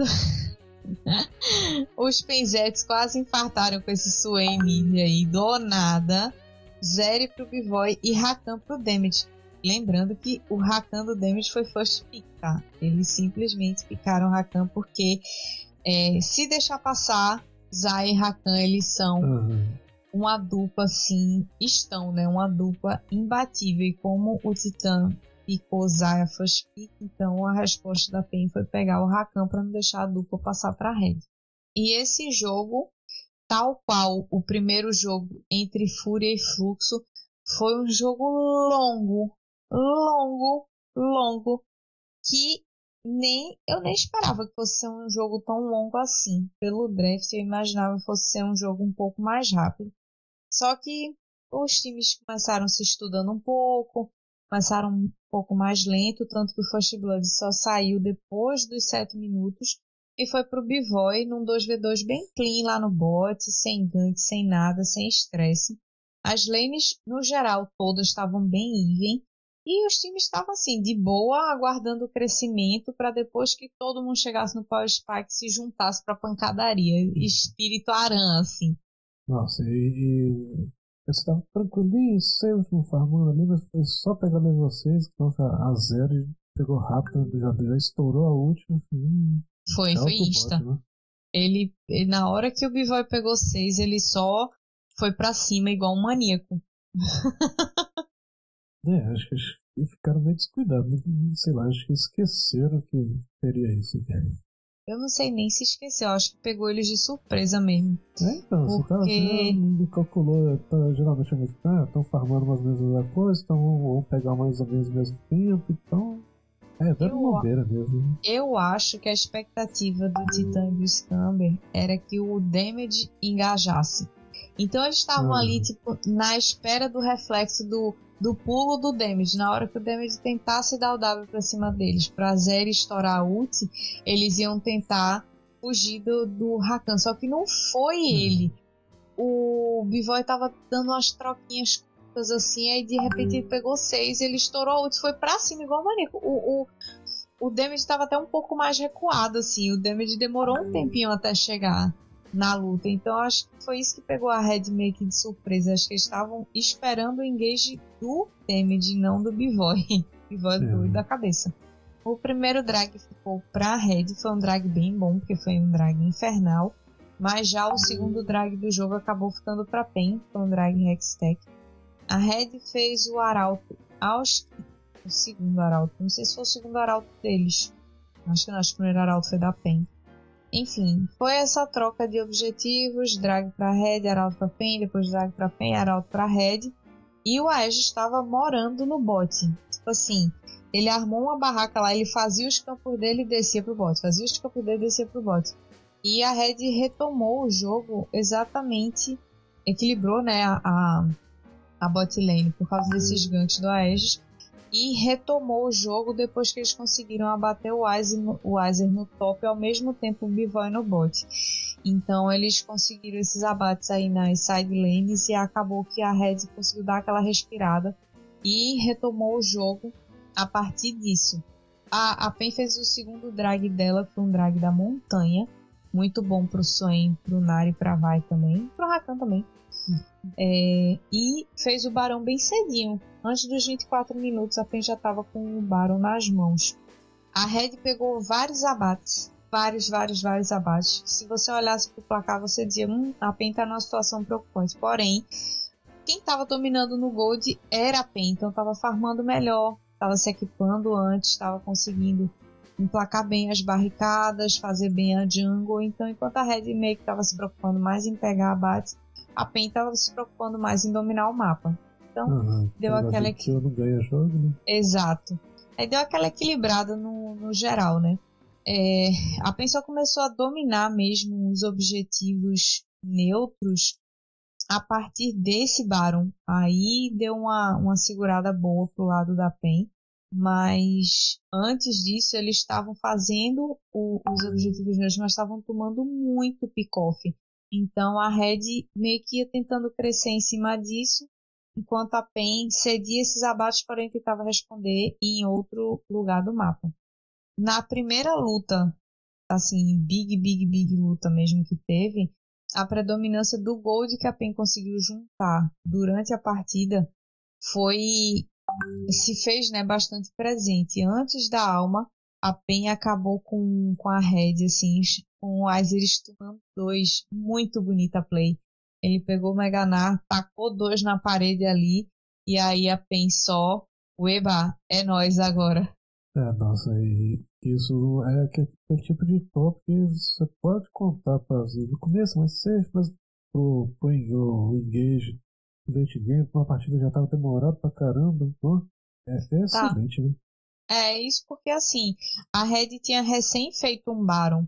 Os Penzetes quase infartaram com esse Swain mid aí, do nada. Zeri pro Bivoy e Rakan pro Damage. Lembrando que o Rakan do Damage foi first pick, tá? Eles simplesmente picaram o Rakan porque é, se deixar passar, Zay e Rakan, eles são Uhum. uma dupla, assim, estão, né? Uma dupla imbatível. E como o Titã picou Zaya first pick, então a resposta da P E N foi pegar o Rakan para não deixar a dupla passar para a Red. E esse jogo, tal qual o primeiro jogo entre Fúria e Fluxo, foi um jogo longo, longo, longo, que nem eu nem esperava que fosse ser um jogo tão longo assim. Pelo draft eu imaginava que fosse ser um jogo um pouco mais rápido. Só que os times começaram se estudando um pouco, começaram um pouco mais lento, tanto que o First Blood só saiu depois dos sete minutos e foi pro Bivoy num dois contra dois bem clean lá no bot, sem gank, sem nada, sem estresse. As lanes, no geral, todas estavam bem even. E os times estavam assim, de boa, aguardando o crescimento para depois que todo mundo chegasse no Power Spike se juntasse pra pancadaria. Espírito Aran, assim. Nossa, e, e você tava tranquilinho, sempre farmando ali, mas foi só pegar level seis, nossa, a zero e pegou rápido, já, já estourou a última. Hum, Foi, foi insta. Bot, né? Ele, ele, na hora que o Bivoy pegou seis, ele só foi pra cima igual um maníaco. É, acho que e ficaram meio descuidados. Sei lá, acho que esqueceram que teria isso. Eu não sei nem se esqueceu, acho que pegou eles de surpresa mesmo. É, então, porque... você, tá, você não calculou, tá, geralmente estão ah, farmando mais ou menos a coisa, então vão pegar mais ou menos o mesmo tempo, então é, dando bobeira mesmo. Eu acho que a expectativa do Titã e do Scamber era que o Damage engajasse. Então eles estavam uhum. ali, tipo, na espera do reflexo do, do pulo do Damage. Na hora que o Damage tentasse dar o W pra cima deles, pra Zeri estourar a ult, eles iam tentar fugir do, do Rakan. Só que não foi uhum. ele. O Bivoy tava dando umas troquinhas curtas assim, aí de repente ele pegou seis, ele estourou a ult, foi pra cima igual o maníaco. O, o, o Damage estava até um pouco mais recuado, assim. O Damage demorou um tempinho até chegar na luta. Então acho que foi isso que pegou a Red meio que de surpresa. Acho que eles estavam esperando o engage do Damage, não do Bivoy. Bivoy é doido da cabeça. O primeiro drag ficou pra Red. Foi um drag bem bom, porque foi um drag infernal. Mas já o segundo drag do jogo acabou ficando pra Pen. Foi um drag Hextech. A Red fez o Arauto aos... O segundo Arauto. Não sei se foi o segundo Arauto deles. Acho que não. Acho que o primeiro Arauto foi da Pen. Enfim, foi essa troca de objetivos. Drag pra Red, Arauto pra Pen. Depois drag pra Pen, Arauto pra Red. E o Aegis estava morando no bot. Tipo assim, ele armou uma barraca lá. Ele fazia os campos dele e descia pro bot. Fazia os campos dele e descia pro bot. E a Red retomou o jogo exatamente. Equilibrou, né, a, a, a bot lane por causa desses ganks do Aegis. E retomou o jogo depois que eles conseguiram abater o Weiser no, o Weiser no top e ao mesmo tempo o Bivoy no bot. Então eles conseguiram esses abates aí nas side lanes e acabou que a Red conseguiu dar aquela respirada e retomou o jogo a partir disso. A, a Pen fez o segundo drag dela, foi um drag da montanha. Muito bom pro Swain, pro Nari e pra Vai também. Pro Rakan também. É, e fez o Barão bem cedinho. Antes dos vinte e quatro minutos, a Pen já estava com o Barão nas mãos. A Red pegou vários abates. Vários, vários, vários abates. Se você olhasse pro placar, você dizia, hum, a Pen tá numa situação preocupante. Porém, quem estava dominando no Gold era a Pen. Então estava farmando melhor, estava se equipando antes, estava conseguindo emplacar bem as barricadas, fazer bem a jungle. Então, enquanto a Red meio que estava se preocupando mais em pegar abates, a Pen estava se preocupando mais em dominar o mapa. Então, uhum, deu aquela... Que eu não ganho jogo, né? Exato. Aí deu aquela equilibrada no, no geral, né? É, a Pen só começou a dominar mesmo os objetivos neutros a partir desse Baron. Aí deu uma, uma segurada boa pro lado da Pen. Mas antes disso eles estavam fazendo o, os objetivos neutros, mas estavam tomando muito pick-off. Então a Red meio que ia tentando crescer em cima disso, enquanto a Pen cedia esses abates, porém tentava responder em outro lugar do mapa. Na primeira luta, assim, big, big, big luta mesmo que teve, a predominância do Gold que a Pen conseguiu juntar durante a partida foi... se fez, né, bastante presente. Antes da Alma, a Pen acabou com, com a Red, assim, com o Weiser stunando dois. Muito bonita a play. Ele pegou o Meganar, tacou dois na parede ali, e aí a Pen só, ueba, é nóis agora. É, nossa, e isso é aquele, aquele tipo de top que você pode contar pra assim, no começo, mas safe, mas pro, pro engage late game, uma partida já tava demorada pra caramba, pô. É, é excelente, tá. Né? É isso porque assim, a Red tinha recém feito um Baron,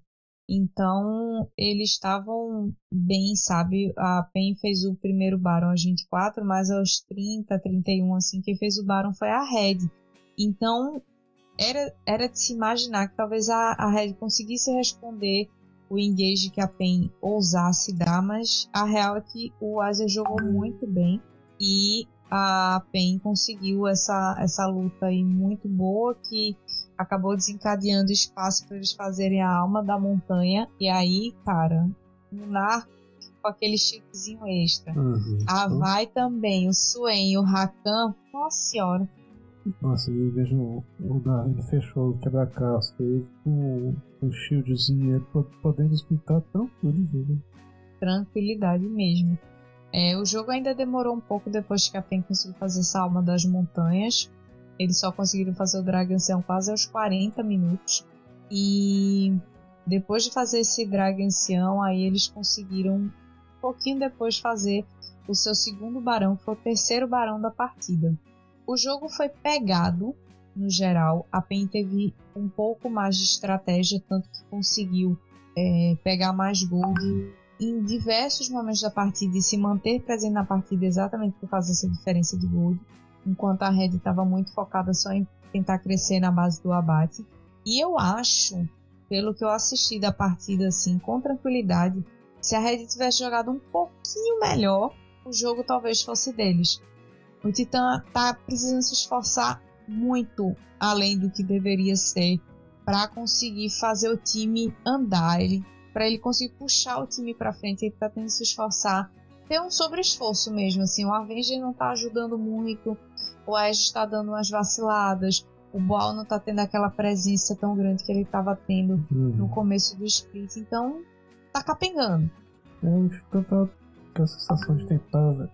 então eles estavam bem, sabe? A Pen fez o primeiro Baron aos vinte e quatro, mas aos trinta, trinta e um, assim, quem fez o Baron foi a Red. Então era, era de se imaginar que talvez a, a Red conseguisse responder o engage que a Pen ousasse dar, mas a real é que o Asia jogou muito bem e a Pen conseguiu essa, essa luta aí muito boa que acabou desencadeando espaço para eles fazerem a Alma da Montanha. E aí, cara, o Narco com aquele chipzinho extra. Uhum. A Vai também, o Swain e o Rakan, nossa senhora. Nossa, e mesmo o Narco, ele fechou o quebra-casco aí com o shieldzinho, ele podendo explicar tranquilo, né? Tranquilidade mesmo. É, o jogo ainda demorou um pouco depois que a Pen conseguiu fazer essa Alma das Montanhas, Eles só conseguiram fazer o drag ancião quase aos quarenta minutos. E depois de fazer esse drag ancião, aí eles conseguiram um pouquinho depois fazer o seu segundo barão, que foi o terceiro barão da partida. O jogo foi pegado, no geral. A PEN teve um pouco mais de estratégia, tanto que conseguiu é, pegar mais gold em diversos momentos da partida e se manter presente na partida exatamente por causa dessa diferença de gold, enquanto a Red estava muito focada só em tentar crescer na base do abate. E eu acho, pelo que eu assisti da partida assim, com tranquilidade, se a Red tivesse jogado um pouquinho melhor, o jogo talvez fosse deles. O Titã tá precisando se esforçar muito além do que deveria ser para conseguir fazer o time andar, ele, para ele conseguir puxar o time para frente. Ele tá tendo que se esforçar, ter um sobre-esforço mesmo, assim. O Avenger não tá ajudando muito, o Aegis está dando umas vaciladas, o Boal não tá tendo aquela presença tão grande que ele estava tendo uhum. no começo do split, então tá capengando. É, o Titã tá com a sensação de tentar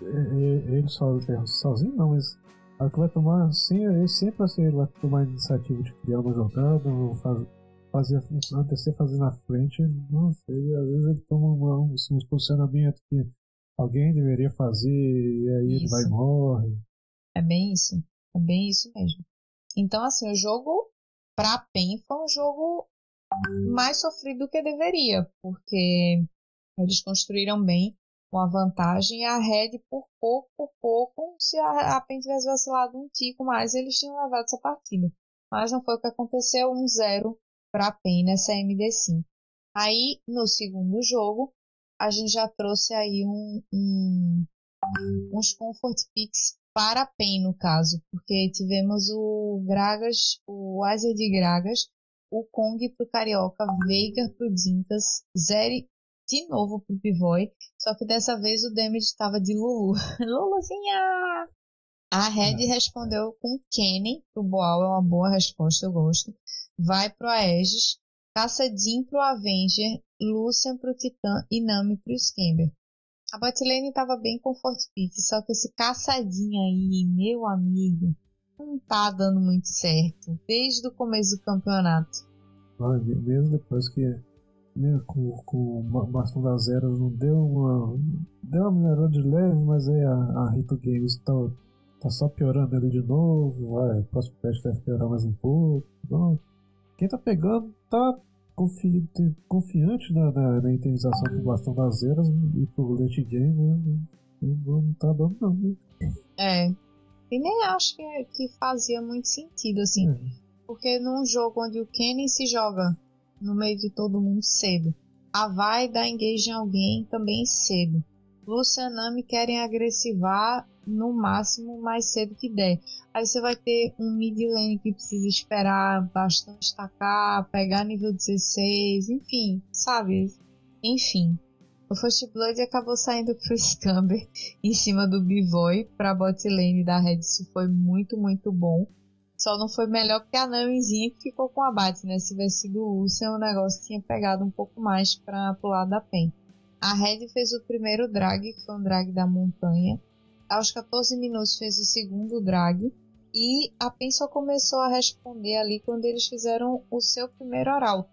ele sozinho, sozinho não, mas a que vai tomar, sim, ele sempre assim, ele vai tomar a iniciativa de criar uma jogada, ou faz, fazer acontecer, fazer na frente. Nossa, ele, às vezes ele toma uma, um, um posicionamento que alguém deveria fazer, e aí isso. Ele vai e morre. É bem isso, é bem isso mesmo. Então, assim, o jogo pra PEN foi um jogo mais sofrido do que deveria, porque eles construíram bem uma vantagem, e a Red, por pouco, por pouco, se a, a PEN tivesse vacilado um tico mais, eles tinham levado essa partida. Mas não foi o que aconteceu, um zero para a PEN nessa M D cinco. Aí, no segundo jogo, a gente já trouxe aí um, um, uns comfort picks para a PEN, no caso, porque tivemos o Gragas, o Azer de Gragas, o Kong pro Carioca, Veigar pro Dinkas, Zeri de novo pro Pivoy, só que dessa vez o damage estava de Lulu. Luluzinha! A Red respondeu com Kennen pro Boal, é uma boa resposta, eu gosto. Vai pro Aegis, Cassadin pro Avenger, Lucian pro Titã e Nami pro Scamber. A botlane tava bem comfort pick, só que esse Cassadin aí, meu amigo, não tá dando muito certo, desde o começo do campeonato. Ah, mesmo depois que né, com, com o bastão das eras não deu uma deu uma melhorada de leve, mas aí a, a Rito Games tá, tá só piorando ele de novo. Vai, o próximo patch deve piorar mais um pouco. Então, quem tá pegando tá confi, confiante na, na, na intensização do bastão das eras e pro late game, né? Não, não tá dando não, né? É, e nem acho que, que fazia muito sentido assim, é. Porque num jogo onde o Kennen se joga no meio de todo mundo cedo, a vai dar engage em alguém também cedo, Lucian e Nami querem agressivar no máximo mais cedo que der, aí você vai ter um mid lane que precisa esperar bastante estacar, pegar nível dezesseis, enfim, sabe, enfim, o First Blood acabou saindo pro Scamber em cima do Bivoy pra bot lane da Red. Isso foi muito, muito bom. Só não foi melhor porque a Namizinha que ficou com o abate, né? Se tivesse sido o Lucian, o negócio tinha pegado um pouco mais para pro lado da PEN. A Red fez o primeiro drag, que foi um drag da montanha. Aos catorze minutos fez o segundo drag. E a PEN só começou a responder ali quando eles fizeram o seu primeiro oral.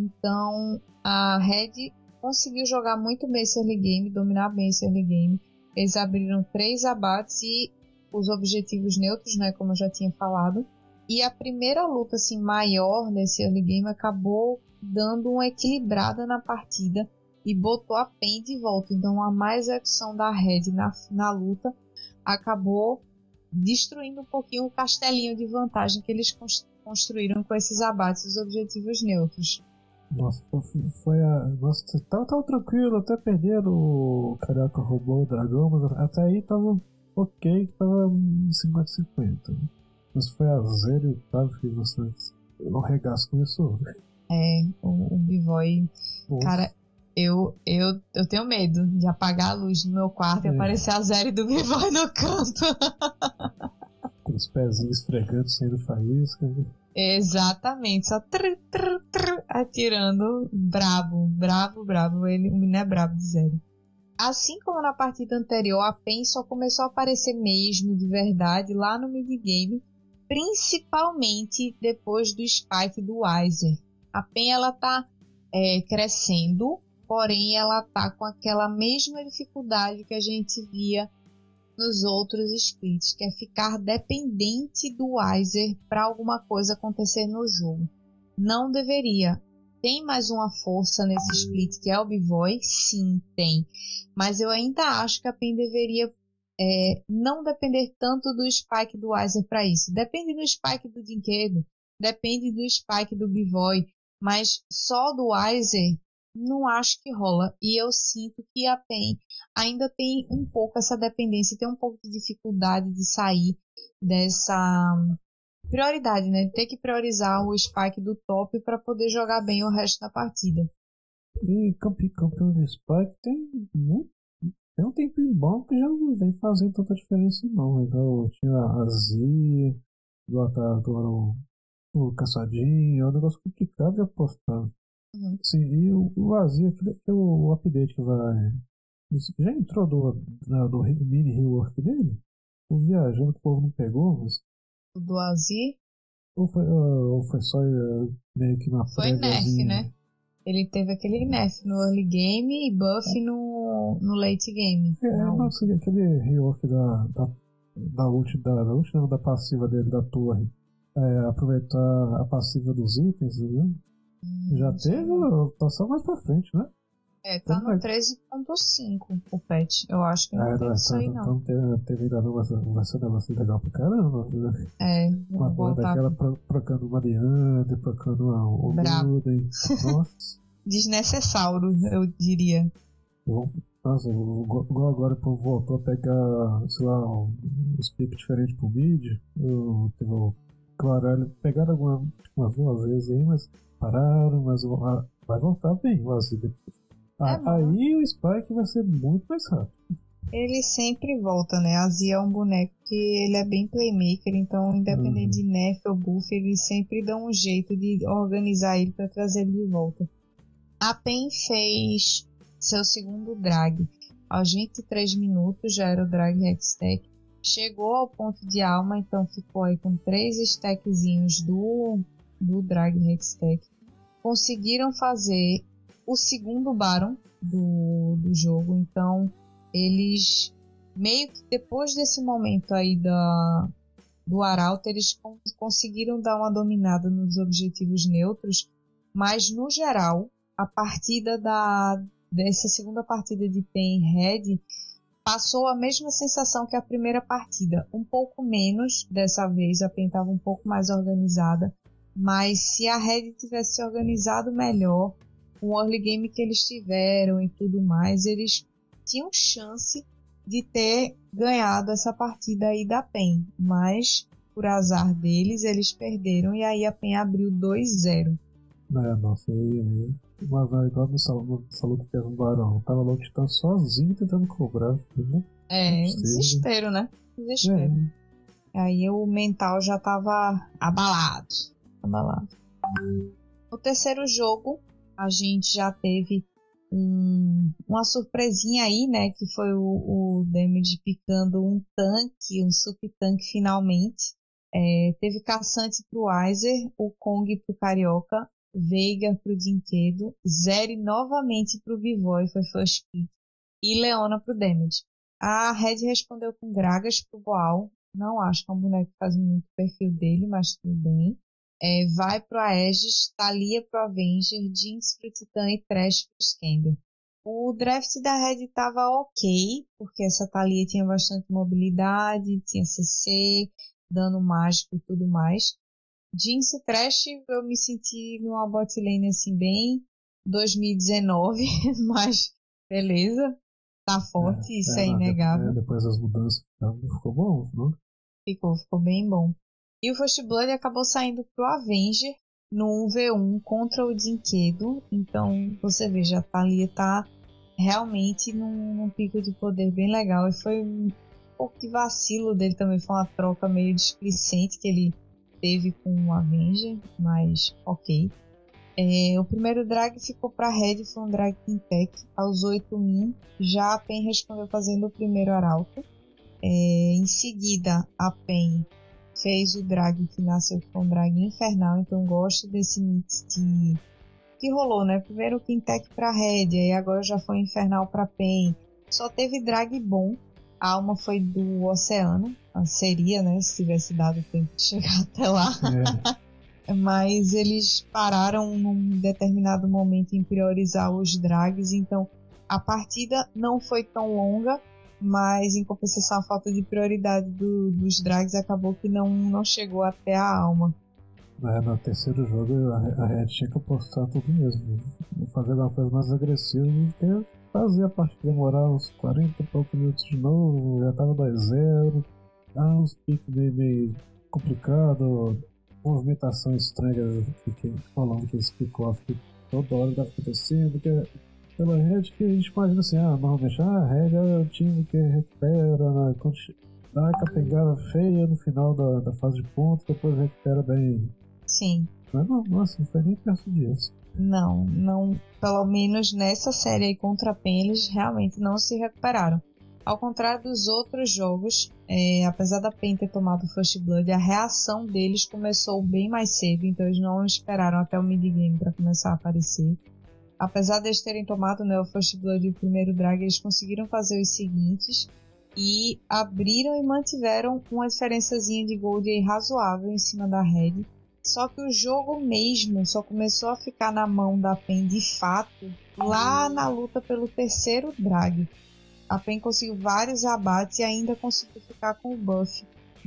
Então a Red conseguiu jogar muito bem esse early game, dominar bem esse early game. Eles abriram três abates e os objetivos neutros, né, como eu já tinha falado. E a primeira luta assim, maior nesse early game acabou dando uma equilibrada na partida e botou a PEN de volta. Então a má execução da Red na, na luta acabou destruindo um pouquinho o castelinho de vantagem que eles construíram com esses abates dos objetivos neutros. Nossa, foi a. Nossa, tava, tava tranquilo, até perderam o Carioca roubou o dragão, mas até aí tava ok, tava cinquenta a cinquenta. Né? Mas foi a zero e oitavo que você. O regaço começou. É, o, o Bivoy. Cara, eu, eu, eu tenho medo de apagar a luz no meu quarto é. e aparecer a zero do Bivoy no canto. Aqueles pezinhos esfregando, saindo faísca. Né? Exatamente, só tr, tr, tr, atirando, brabo, bravo, bravo, ele, o menino é brabo de zero. Assim como na partida anterior, a PEN só começou a aparecer mesmo, de verdade, lá no mid-game, principalmente depois do spike do Weiser. A Pen ela tá é, crescendo, porém ela tá com aquela mesma dificuldade que a gente via nos outros splits, que é ficar dependente do Weiser para alguma coisa acontecer no jogo. Não deveria. Tem mais uma força nesse split que é o B-Boy? Sim, tem. Mas eu ainda acho que a Pen deveria é, não depender tanto do spike do Weiser para isso. Depende do spike do Dinquedo, depende do spike do B-Boy, mas só do Weiser não acho que rola. E eu sinto que a Pen ainda tem um pouco essa dependência, tem um pouco de dificuldade de sair dessa prioridade, né? Ter que priorizar o spike do top para poder jogar bem o resto da partida. E campe, campeão de Spike tem, muito, tem um tempinho bom que já não vem fazendo tanta diferença não. Então, tinha a Zia, agora o, o Caçadinho, é um negócio complicado de apostar. Uhum. Sim, e o, o Azir, o, o update que vai. Já entrou do, do, do mini rework dele? O viajando que o povo não pegou, mas. O do Azir? Ou foi, uh, ou foi só uh, meio que uma Foi nerf, préviazinha? né? Ele teve aquele nerf no early game e buff no, no late game. É, Não. nossa, aquele rework da, da, da ult, da, da ult, não, da passiva dele, da torre. É, aproveitar a passiva dos itens, viu? Hum, Já teve, tá só mais pra frente, né? É, tá Então, no treze ponto cinco o patch. Eu acho que não Ah, tem não, isso aí, não. então teve, teve ainda não, mas vai ser um negócio legal pra caramba. Né? É, Uma vou coisa voltar. daquela pro- trocando uma Leandre, trocando uma, o Brabo. Golden. Nossa. Desnecessário, eu diria. Bom, nossa, igual agora o povo voltou a pegar, sei lá, um, uns picos diferentes pro mid. Eu, teve o Clarelli, pegaram alguma, umas duas vezes aí, mas pararam, mas ah, vai voltar bem o Azir depois. Ah, É, mano. aí o Spike vai ser muito mais rápido. Ele sempre volta, né? A Zia é um boneco que ele é bem playmaker, então independente Uhum. de nerf ou buff, eles sempre dão um jeito de organizar ele para trazer ele de volta. A Pen fez seu segundo drag aos vinte e três minutos, já era o drag Hextech. Chegou ao ponto de alma, então ficou aí com três stackzinhos do, do drag Hextech. Conseguiram fazer o segundo Baron do, do jogo, então eles meio que depois desse momento aí da, do Arauto, eles conseguiram dar uma dominada nos objetivos neutros, mas no geral a partida da, dessa segunda partida de Pen Red passou a mesma sensação que a primeira partida, um pouco menos dessa vez, a Pen estava um pouco mais organizada, mas se a Red tivesse se organizado melhor, com o early game que eles tiveram e tudo mais, eles tinham chance de ter ganhado essa partida aí da Pen, mas por azar deles, eles perderam e aí a Pen abriu dois a zero. É, nossa, aí, aí mas é igual no salão que fez um barão. Tava lá o Titã sozinho tentando cobrar. Né? É, Não sei, desespero, né? Desespero. É. Aí o mental já tava abalado. Abalado. No terceiro jogo, a gente já teve um, uma surpresinha aí, né? Que foi o, o Damage picando um tanque, um sub-tanque finalmente. É, teve Caçante pro Weiser, o Kong pro Carioca, Veiga pro Dinquedo, Zeri novamente pro Vivoy, foi first pick, e Leona pro Damage. A Red respondeu com Gragas pro Boal, não acho que é um boneco que faz muito o perfil dele, mas tudo bem. É, vai pro Aegis, Thalia pro Avenger, Jinx pro Titã e Trash pro Skender. O draft da Red tava ok, porque essa Thalia tinha bastante mobilidade, tinha C C, dano mágico e tudo mais. Jinx e Trash, eu me senti numa bot lane assim bem dois mil e dezenove, mas beleza, tá forte, É, isso é, é inegável. É, depois das mudanças ficou bom, não? Ficou, ficou bem bom. E o First Blood acabou saindo pro Avenger no um v um contra o Dinquedo, então você vê, já tá ali, tá realmente num, num pico de poder bem legal, e foi um pouco de vacilo dele também, foi uma troca meio displicente que ele teve com o Avenger, mas ok. É, o primeiro drag ficou para Red, foi um drag Tech aos oito min. Já a Pen respondeu fazendo o primeiro arauto. É, em seguida, a Pen fez o drag que nasceu com um drag infernal, então gosto desse mix de que rolou, né? Primeiro o Quintec pra Red, aí agora já foi infernal pra Pen. Só teve drag bom. A alma foi do Oceano, seria, né? Se tivesse dado tempo de chegar até lá. É. Mas eles pararam num determinado momento em priorizar os drags, então a partida não foi tão longa, mas em compensação a falta de prioridade do, dos drags acabou que não, não chegou até a alma. É, no terceiro jogo a Red tinha que apostar tudo mesmo, fazer uma coisa mais agressiva e ter, fazer a partida demorar uns quarenta e poucos minutos de novo, já tava dois a zero, ah, uns piques meio, meio complicado, movimentação estranha que, que falando que esse pick-off que toda hora tá acontecendo, que é pela Red que a gente imagina assim, ah, normalmente ah, a Red é o time que recupera, né, dá a capengada feia no final da, da fase de pontos, depois recupera bem. Sim. Mas não, nossa, não foi nem perto disso. Não, não, pelo menos nessa série aí contra a Pen, eles realmente não se recuperaram. Ao contrário dos outros jogos, é, apesar da Pen ter tomado o First Blood, a reação deles começou bem mais cedo, então eles não esperaram até o mid-game para começar a aparecer. Apesar de eles terem tomado, né, o First Blood e o primeiro drag, eles conseguiram fazer os seguintes e abriram e mantiveram uma diferençazinha de gold aí razoável em cima da Red. Só que o jogo mesmo só começou a ficar na mão da Pen de fato lá na luta pelo terceiro drag. A Pen conseguiu vários abates e ainda conseguiu ficar com o buff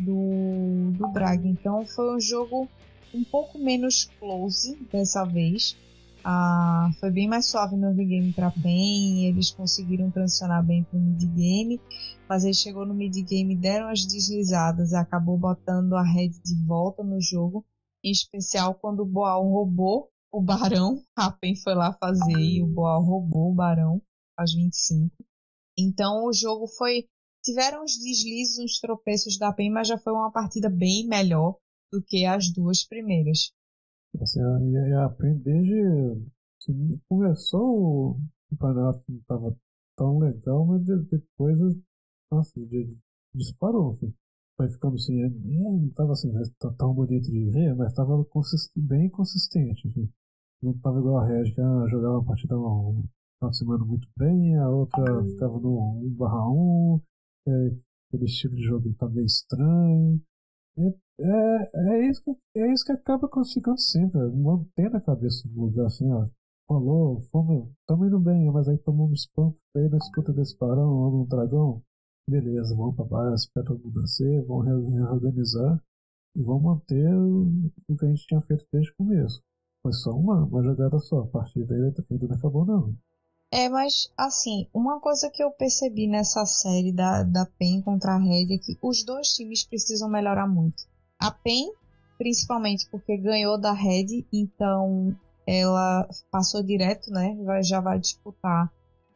do, do drag. Então foi um jogo um pouco menos close dessa vez. Ah, foi bem mais suave no early game para a Pen, eles conseguiram transicionar bem para o mid game, mas ele chegou no mid game, deram as deslizadas e acabou botando a Red de volta no jogo, em especial quando o Boal roubou o Barão. A Pen foi lá fazer e o Boal roubou o Barão às vinte e cinco. Então o jogo foi, tiveram uns deslizes, uns tropeços da Pen, mas já foi uma partida bem melhor do que as duas primeiras. Assim, a, a Pen desde que começou o campeonato não estava tão legal, mas depois, nossa, disparou. Filho. Foi ficando assim, não estava assim, tão bonito de ver, mas estava consist, bem consistente. Filho. Não estava igual a Red, que ah, jogava uma partida um final de semana muito bem, a outra ficava no um barra um, é, aquele estilo de jogo tá meio estranho. É, é, é, isso que, é isso que acaba ficando sempre, mantendo a cabeça no lugar assim, ó. Falou, fomos, estamos indo bem, mas aí tomamos spam aí na disputa desse barão ou no dragão. Beleza, vamos pra base, espera todo mundo nascer, vamos reorganizar e vamos manter o, o que a gente tinha feito desde o começo. Foi só uma, uma jogada só, a partida ainda, ainda não acabou não. É, mas assim, uma coisa que eu percebi nessa série da, da Pen contra a Red é que os dois times precisam melhorar muito. A Pen, principalmente porque ganhou da Red, então ela passou direto, né? Vai, já vai disputar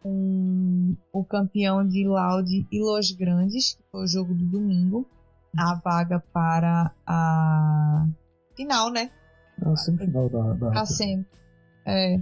com o campeão de Loud e Los Grandes, que foi o jogo do domingo, a vaga para a final, né? A semifinal da... da... A sem... É...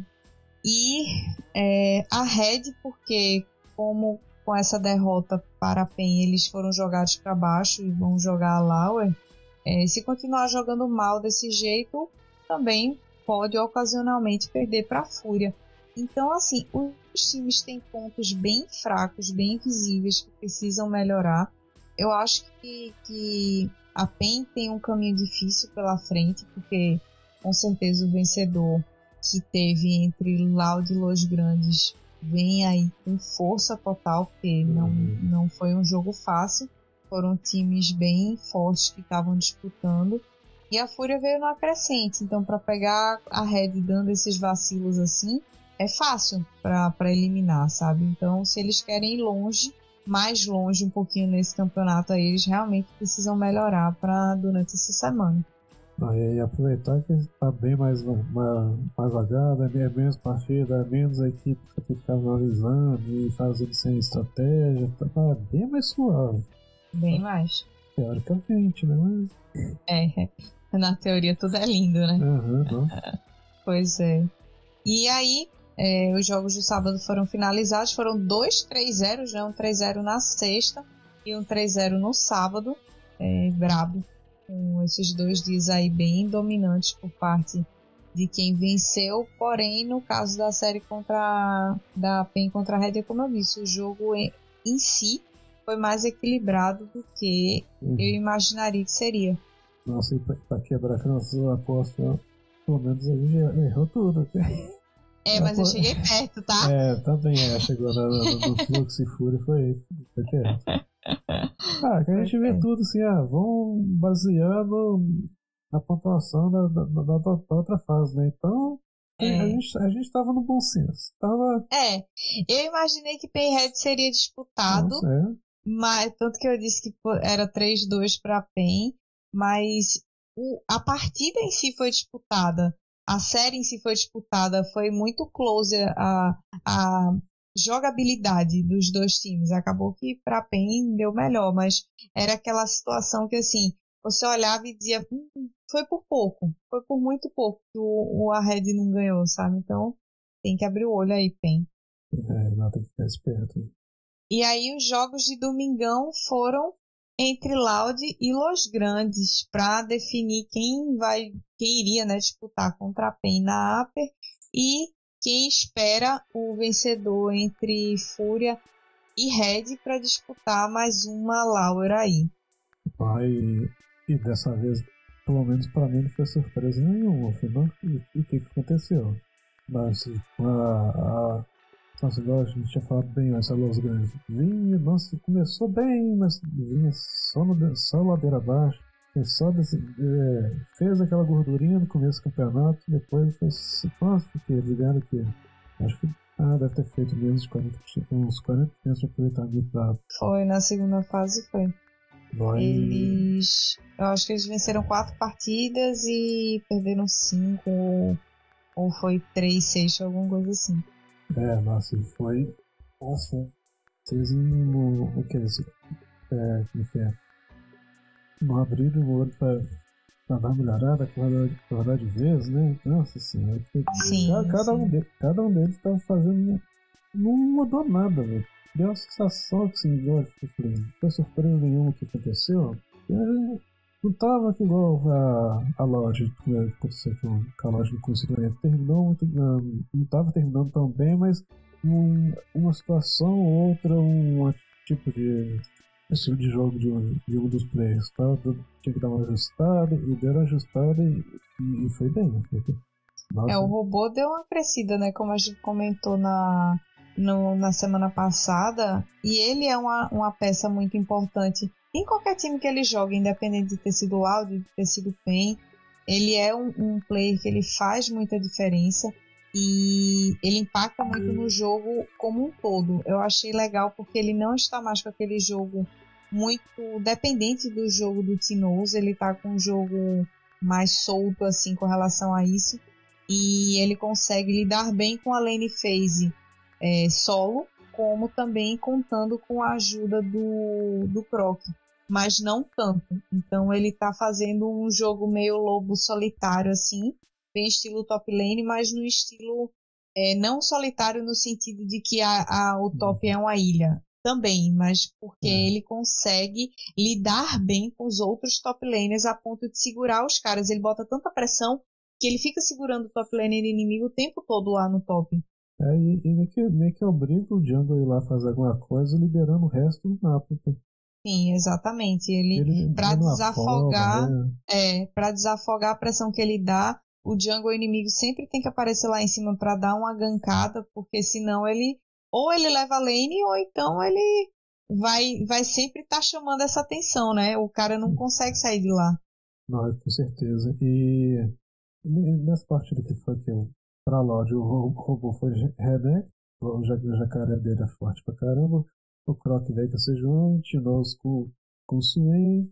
E é, a Red, porque como com essa derrota para a Pen eles foram jogados para baixo e vão jogar a Lauer, é, se continuar jogando mal desse jeito, também pode ocasionalmente perder para a Fúria. Então, assim, os times têm pontos bem fracos, bem visíveis, que precisam melhorar. Eu acho que, que a Pen tem um caminho difícil pela frente, porque com certeza o vencedor que teve entre Loud e Los Grandes vem aí com força total, porque não, não foi um jogo fácil, foram times bem fortes que estavam disputando, e a Fúria veio no acrescente, então para pegar a Red dando esses vacilos assim, é fácil para eliminar, sabe? Então se eles querem ir longe, mais longe um pouquinho nesse campeonato aí, eles realmente precisam melhorar para durante essa semana. E aproveitar que está bem mais, mais, mais vagado, é menos partida, é menos a equipe que tem que ficar analisando e fazendo sem estratégia, tá bem mais suave. Bem mais. Teoricamente, né? Mas... É, na teoria tudo é lindo, né? Uhum, pois é. E aí, é, os jogos do sábado foram finalizados, foram dois três a zero, né? Um três a zero na sexta e um três a zero no sábado. É, brabo. com esses dois dias aí bem dominantes por parte de quem venceu, porém no caso da série contra da PEN contra a Red, como eu disse, o jogo em, em si foi mais equilibrado do que uhum. eu imaginaria que seria. Nossa, e pra, pra quebrar aquelas apostas, pelo menos a gente errou tudo. É, mas eu cheguei perto, tá? É, também é, chegou no, no, no fluxo e fúria e foi, foi perto. Ah, que a gente vê tudo assim, ah, vão baseando na pontuação da, da, da, da outra fase, né? Então, é. a, gente, a gente tava no bom senso. Tava... É, eu imaginei que PEN e Red seria disputado, Nossa, é. mas, tanto que eu disse que era três a dois pra PEN, mas o, a partida em si foi disputada. A série em si foi disputada, foi muito close a, a jogabilidade dos dois times. Acabou que para a PEN deu melhor, mas era aquela situação que assim, você olhava e dizia, hum, foi por pouco, foi por muito pouco que o, o a Red não ganhou, sabe? Então tem que abrir o olho aí, PEN. É, não, tem que ficar esperto. E aí os jogos de domingão foram entre Loud e Los Grandes para definir quem vai, quem iria, né, disputar contra a PEN na Upper e quem espera o vencedor entre Fúria e Red para disputar mais uma Laura aí. Ah, e, e dessa vez, pelo menos para mim, não foi surpresa nenhuma. Afinal, e o que, que aconteceu? Mas a, a Nossa, igual a gente tinha falado bem antes, a Los Grandes vinha, nossa, começou bem, mas vinha só, no, só ladeira abaixo, só desse, é, fez aquela gordurinha no começo do campeonato, depois foi, nossa, porque eles ganharam o quê? Acho que ah, deve ter feito menos de quarenta, uns quarenta por cento de aproveitamento da... Foi, na segunda fase foi. Nós... Eles, eu acho que eles venceram quatro partidas e perderam cinco, ou, ou foi três, seis, alguma coisa assim. É, nossa, foi. Nossa, vocês não. O que é isso? É, como que é? Não abriram o olho pra, pra dar uma melhorada, acordar de vez, né? Nossa senhora. Sim, cada, cada, sim. Um deles, cada um deles tava fazendo. Não mudou nada, velho. Deu uma sensação que, assim, igual eu falei, não foi surpresa nenhuma o que aconteceu. É, não tava aqui igual a, a loja que aconteceu com, com a loja que conseguiu. Terminou muito. Não, não tava terminando tão bem, mas um, uma situação ou outra, um tipo de estilo de jogo de um, de um dos players. Tá? Tinha que dar uma ajustada e deram uma ajustada e, e, e foi bem. É, o robô deu uma crescida, né? Como a gente comentou na, no, na semana passada. E ele é uma, uma peça muito importante em qualquer time que ele joga, independente de ter sido Loud, de ter sido PEN. Ele é um, um player que ele faz muita diferença e ele impacta muito no jogo como um todo. Eu achei legal porque ele não está mais com aquele jogo muito dependente do jogo do T-Nose. Ele está com um jogo mais solto assim com relação a isso. E ele consegue lidar bem com a lane phase é, solo, como também contando com a ajuda do, do Croc, mas não tanto. Então ele tá fazendo um jogo meio lobo solitário assim, bem estilo top lane, mas no estilo é, não solitário no sentido de que a, a, o top é uma ilha também, mas porque é. ele consegue lidar bem com os outros top laners a ponto de segurar os caras. Ele bota tanta pressão que ele fica segurando o top laner inimigo o tempo todo lá no top. É, e, e meio, que, meio que obriga o jungle a ir lá fazer alguma coisa, liberando o resto do mapa. Sim, exatamente. Ele, ele para desafogar, afoga, né? é, para desafogar a pressão que ele dá, o jungle inimigo sempre tem que aparecer lá em cima para dar uma gankada, porque senão ele ou ele leva a lane ou então ele vai, vai sempre estar tá chamando essa atenção, né? O cara não consegue sair de lá. Não, com certeza. E nessa partida que foi que eu pra Loud, o robô foi Redneck, o jacaré dele é forte pra caramba, o Croc veio com a Sejuante, nós com, com o Swain,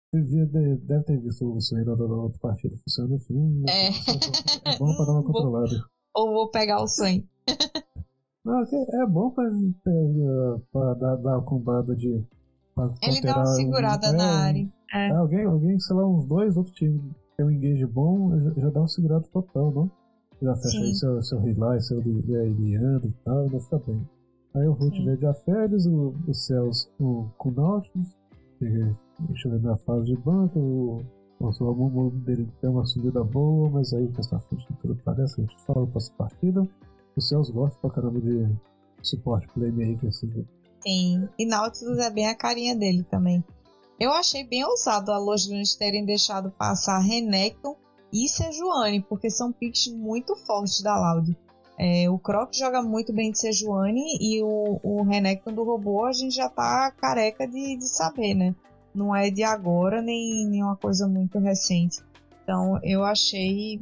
deve ter visto o Swain da outra partida funcionando assim, é. é bom pra dar uma controlada. Ou vou pegar o Swain. Não, é bom pra, pra, pra dar, dar uma combada de... Ele dá uma segurada um, na é, área. É. Alguém, alguém, sei lá, uns dois outros times tem um engage bom, já, já dá um segurado total, não? Já fecha aí seu, seu relay, seu Eliando e tal, vai ficar bem. Aí o Root veio de Aférios, o, o Cells o, com o Nautilus, deixa eu ver na fase de banco, o, Nossa, o Amumu dele tem uma subida boa, mas aí que essa frente de tudo parece, a gente fala pra essa partida. O Celso gosta pra caramba de suporte playmaker, assim. Sim, e Nautilus é bem a carinha dele também. Eu achei bem ousado a Los Grandes terem deixado passar Renekton e Sejuani, porque são picks muito fortes da Loud. É, o Croc joga muito bem de Sejuani e o, o Renekton do robô a gente já tá careca de, de saber, né? Não é de agora, nem, nem uma coisa muito recente. Então eu achei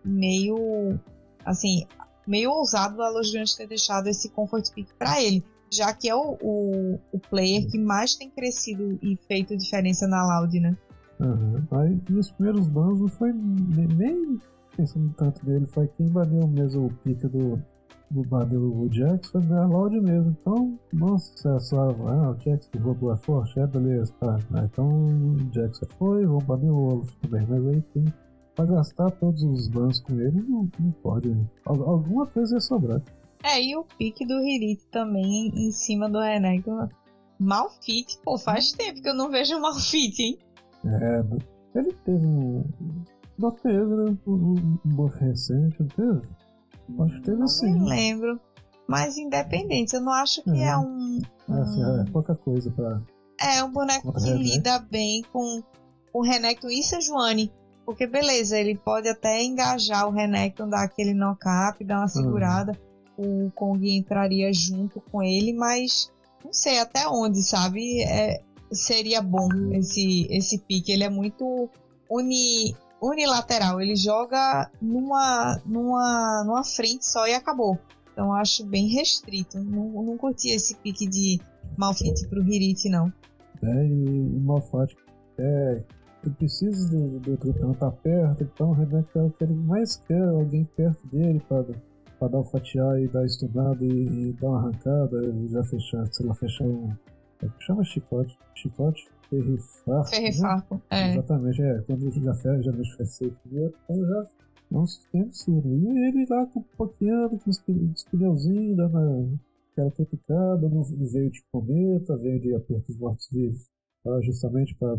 meio, assim, meio ousado a Los Grandes ter deixado esse comfort pick pra ele, já que é o, o, o player que mais tem crescido e feito diferença na Loud, né? Uhum. Aí, e os primeiros bans não foi nem, nem pensando tanto nele, foi quem baniu mesmo o pick do, do baniu o Jax, foi a Loud mesmo. Então, nossa, você achava, ah, o Jax que roubou é forte, é beleza, tá. Ah, então o Jax foi, vamos banir o Olaf também, mas aí tem pra gastar todos os bans com ele, não, não pode. Al- alguma coisa ia sobrar. É, e o pique do Hirit também em cima do Renekton. Malfit, pô, faz tempo que eu não vejo Malfit, hein? É, ele teve um. Não teve, né? Um, um buff recente, não teve? Acho que teve Não sim. me lembro. Mas independente, eu não acho que é, É. um. É, assim, um é pouca coisa pra. é um boneco Contra que Renekton. lida bem com o Renekton e Sejuani. Porque beleza, ele pode até engajar o Renekton, dar aquele knock-up, dar uma segurada. O Kong entraria junto com ele, mas não sei até onde, sabe? É, seria bom esse, esse pique. Ele é muito uni, unilateral. Ele joga numa, numa, numa frente só e acabou. Então eu acho bem restrito. Não, não curti esse pique de Malfit pro Hirit, não. É, e o Malfatti é. Ele precisa do, do Tritão estar perto, então o Renekton é o que ele mais quer, alguém perto dele pra, pra dar o fatiar e dar estudado e, e dar uma arrancada, e já fechar, sei lá, fechar um. É que chama chicote. Chicote? Ferrifarco. Ferrifarco, Né? é. Exatamente, é. Quando já fecha, já deixa feio primeiro, então já é um sistema absurdo. E ele lá com pokeando, com os, os pneuzinhos, dando aquela cutucada, não veio de cometa, veio de apertos mortos-vivos, justamente para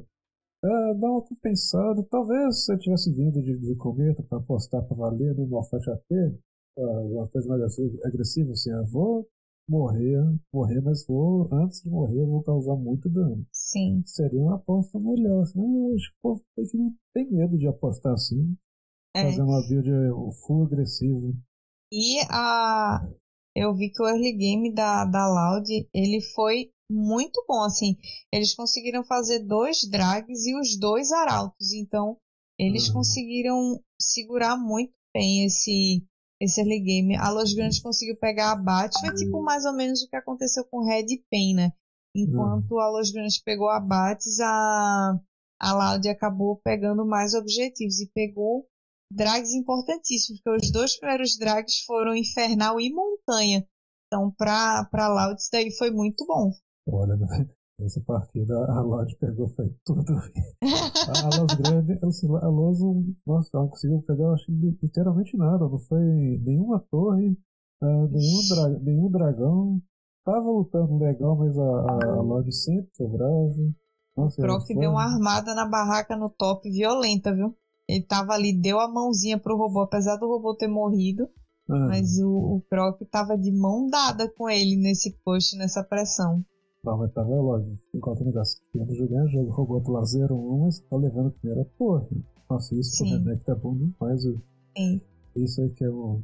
é, dar uma compensada. Talvez se eu tivesse vindo de, de cometa para apostar para valer no Malfatti A P, uma coisa mais agressiva, assim, eu vou morrer, morrer, mas vou, antes de morrer, eu vou causar muito dano. Sim. Seria uma aposta melhor. Senão eu acho que o povo tem que não tem medo de apostar assim. É. Fazer uma build full agressivo. E a, eu vi que o early game da, da Loud, ele foi muito bom, assim. Eles conseguiram fazer dois drags e os dois arautos. Então, eles Uhum. conseguiram segurar muito bem esse, esse early game. A Los Grandes conseguiu pegar abate. Foi tipo mais ou menos o que aconteceu com Red e Pain, né? Enquanto a Los Grandes pegou abates, a, a Loud acabou pegando mais objetivos e pegou drags importantíssimos, porque os dois primeiros drags foram Infernal e Montanha. Então, pra, pra Loud, isso daí foi muito bom. Olha, nessa partida a Loud pegou, foi tudo. A, a Los Grandes, assim, a Los, nossa, ela não conseguiu pegar, eu acho, literalmente nada. Não foi nenhuma torre, uh, nenhum, dra, nenhum dragão. Tava lutando legal, mas a, a, a Loud sempre sobrava. Nossa, o Croc foi... deu uma armada na barraca no top violenta, viu? Ele tava ali, deu a mãozinha pro robô, apesar do robô ter morrido. Ah. Mas o, o Croc tava de mão dada com ele nesse push, nessa pressão. Não, mas tava lógico. Enquanto o negócio querendo jogar jogo, o robô do zero um, mas tá levando a primeira torre. Nossa, isso pro Renekton é bom demais. Sim. Isso aí que é o.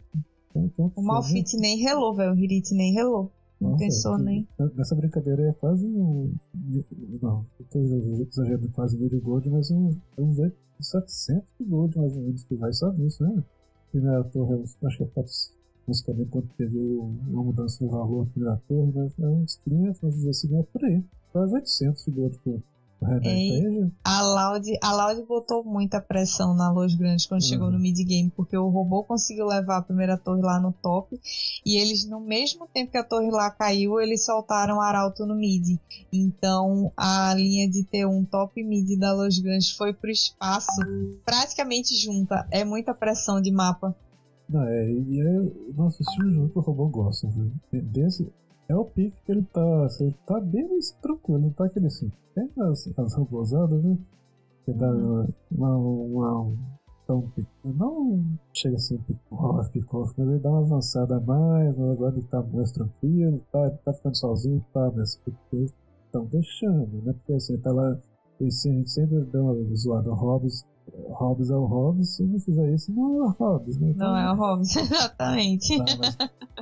O Malfit nem relou, velho. O Hirit nem relou. Não Nossa, pensou que, nem. Nessa brincadeira é quase um. Não, eu tô exagerando quase mil de gold, mas um, um setecentos de gold mais ou menos que vai só nisso, né? Primeira torre, acho que é musicalmente quando teve uma mudança no valor da primeira torre, mas é uns quinhentos, vamos dizer assim, é por aí. Quase oitocentos de gold por. Ei, a Loud, a Loud botou muita pressão na Los Grandes quando uhum. chegou no mid-game, porque o robô conseguiu levar a primeira torre lá no top, e eles, no mesmo tempo que a torre lá caiu, eles soltaram Arauto no mid. Então, a linha de T um top mid da Los Grandes foi pro espaço praticamente junta. É muita pressão de mapa. Não, é, e é, nossa, esse jogo que o robô gosta, viu? Desse... É o pique que ele tá. Ele tá bem mais tranquilo, não tá aquele assim. Tem as, as robosadas, né? Que dá uma, uma, uma tão pequeno, não chega a ser pick-off, pick-off, mas ele dá uma avançada a mais, mas agora ele tá mais tranquilo, tá, ele tá ficando sozinho, tá, mas estão deixando, né? Porque assim, tá lá, a gente sempre dá uma zoada, o Hobbes, Hobbes é o Hobbes, se não fizer isso, não é o Hobbes, né? Então, não é o Hobbes, exatamente. Tá, mas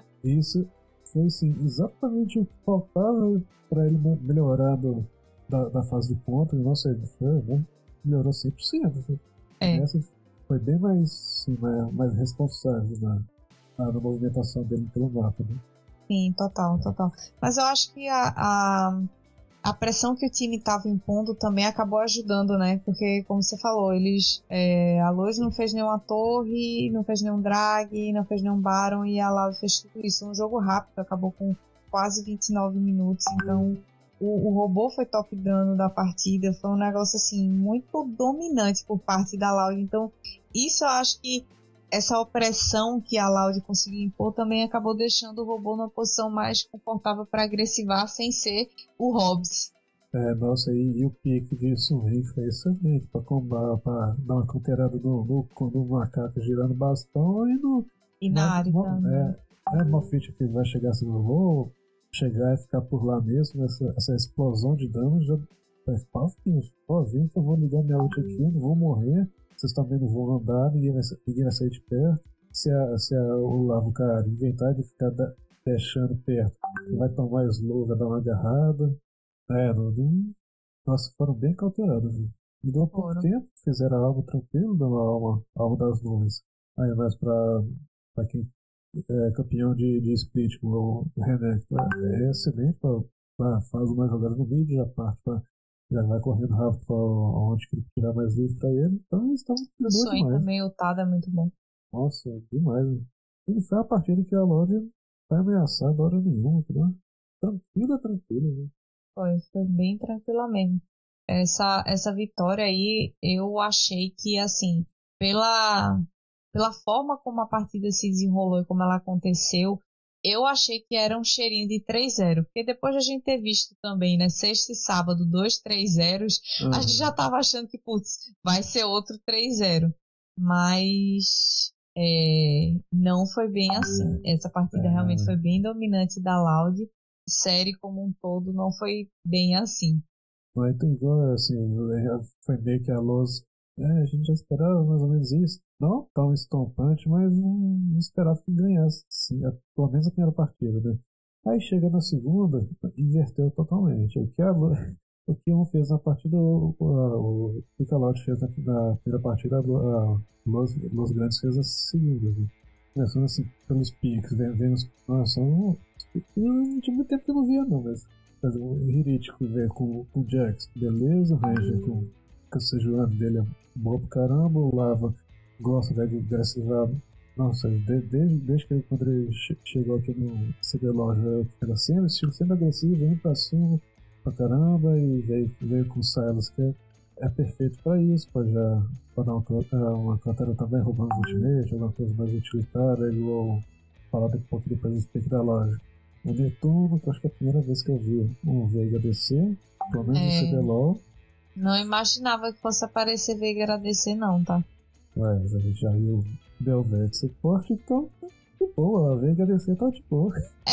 isso foi assim, exatamente o que faltava para ele melhorar do, da, da fase de ponta, e nossa, ele foi, né? Melhorou cem por cento. É. Essa foi bem mais, sim, mais, mais responsável na, na, na movimentação dele pelo mapa, né? Sim, total, total. Mas eu acho que a, a, a pressão que o time estava impondo também acabou ajudando, né? Porque, como você falou, eles é, a Luz não fez nenhuma torre, não fez nenhum drag, não fez nenhum Baron, e a Loud fez tudo isso. Um jogo rápido, acabou com quase vinte e nove minutos, então o, o robô foi top dano da partida, foi um negócio assim, muito dominante por parte da Loud. Então, isso eu acho que essa opressão que a Loud conseguiu impor também acabou deixando o robô numa posição mais confortável para agressivar sem ser o Hobbes. É, nossa, e, e o pique de Sunrei foi excelente para combar, para dar uma counterada no, no, no macaco girando bastão e no. E na área também. É, é uma ficha que vai chegar assim, eu vou chegar e ficar por lá mesmo, essa, essa explosão de dano já faz pauzinho, sozinho que eu vou ligar minha ult aqui, não vou morrer. Vocês também não vão andar, ninguém vai, ninguém vai sair de perto. Se, a, se a, o Lavo cara inventar de ficar da, deixando perto, vai tomar slow, vai dar uma agarrada. É, não, não, nossa, foram bem cautelados. Me deu pouco Foram. tempo, fizeram algo tranquilo, dando algo, algo das nuvens. Aí, mas pra, pra quem é campeão de, de split, como o René, é excelente, pra, pra, faz uma jogada no mid, já parte pra. Já vai correndo rápido para onde que tirar mais luz para ele. Então eles estão O boa Swain demais. também, o Tada é muito bom. Nossa, demais. Né? E não foi a partida que a Lorde vai ameaçar de hora nenhuma, né? Tranquila, tranquila. Né? Foi, foi bem tranquila mesmo. Essa, essa vitória aí, eu achei que, assim, pela, pela forma como a partida se desenrolou e como ela aconteceu, eu achei que era um cheirinho de três zero. Porque depois de a gente ter visto também, né, sexta e sábado, dois três zeros, uhum. A gente já tava achando que, putz, vai ser outro três zero. Mas é, não foi bem assim. Essa partida é. realmente foi bem dominante da Loud. Série como um todo não foi bem assim. Mas então, igual, assim, foi meio que a Loz. É, a gente já esperava mais ou menos isso. Não tão estompante, mas não, não esperava que ganhasse, sim, pelo menos a primeira partida, né? Aí chega na segunda, inverteu totalmente. O que a Loz, o que um fez na partida, o, o, o que a Loud fez na, na primeira partida, a Los, Los Grandes fez na segunda, né? Começando assim, pelos piques, vendo, vendo os. Nossa, um, não tinha muito tempo que eu não via, não, mas. Fazer um Hirítico ver com, com o Jax, beleza, o Ranger com, com o Sejuani dele é bom pra caramba, o Lava gosta de agressivar. Nossa, de, desde, desde que quando ele che, chegou aqui no C B L O já era sempre, estilo sempre agressivo, vem pra cima pra caramba e veio, veio com o Silas, que é, é perfeito pra isso, pra já pra dar uma, uma cantera também roubando os ultimates, alguma coisa mais utilitária, igual falar um pouco depois do speak da loja. O Netuno, que eu acho que é a primeira vez que eu vi um Veiga descer, pelo menos no É, C B L O. não imaginava que fosse aparecer Veiga a descer não, tá? Mas a gente já viu Belvete ser forte, então de boa, a Veiga descer tá de boa.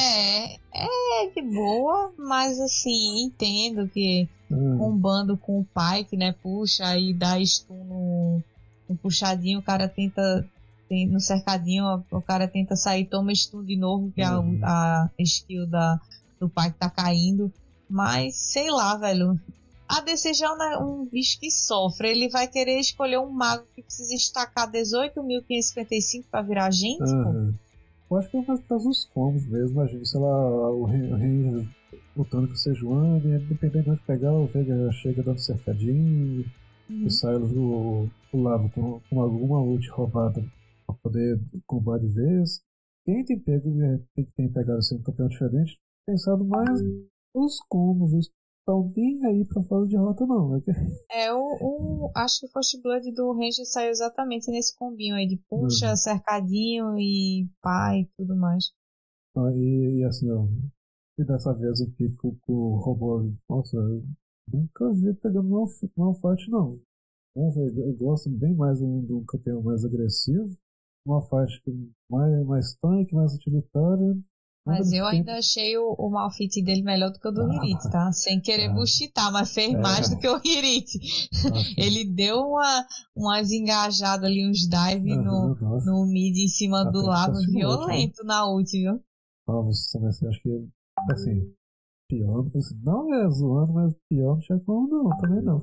É, é de boa, mas assim, entendo que Hum. combando com o Pyke, né, puxa e dá stun no, no puxadinho, o cara tenta, tem, no cercadinho, o cara tenta sair, toma stun de novo, que uhum. a, a skill da, do Pyke tá caindo, mas sei lá, velho, a D C já é um, um bicho que sofre, ele vai querer escolher um mago que precisa estacar dezoito mil quinhentos e cinquenta e cinco pra virar gente, uhum. pô. Eu acho que é mais por causa dos combos mesmo, imagina, sei lá, o Ranger lutando com o Sejuani, dependendo de onde pegar, o Veiga já chega dando cercadinho, uhum. O Silas o, o Lava com, com alguma ult roubada pra poder combar de vez. Quem tem pego, tem, tem pegado assim, um campeão diferente, pensado mais uhum. os combos, os estão bem aí pra fase de rota não. É, o, o acho que o First Blood do Ranger saiu exatamente nesse combinho aí de puxa, uhum. cercadinho e pá e tudo mais. Ah, e, e assim, ó, e dessa vez o pico com o robô, nossa, eu nunca vi pegando uma, uma fight não. Eu, eu gosto bem mais de um, de um campeão mais agressivo, uma faixa mais, mais tanque, mais utilitária. Mas eu ainda achei o, o Malfit dele melhor do que o do ah, Hirit, tá? Sem querer ah, buchitar, mas fez é, mais do que o Hirit. Ele deu uma, umas engajadas ali, uns dive no, no mid em cima Até do lado, violento ult, né? Na ult, viu? Ah, você também acha que, assim, pior, não é zoando, mas pior não tinha como não, também não.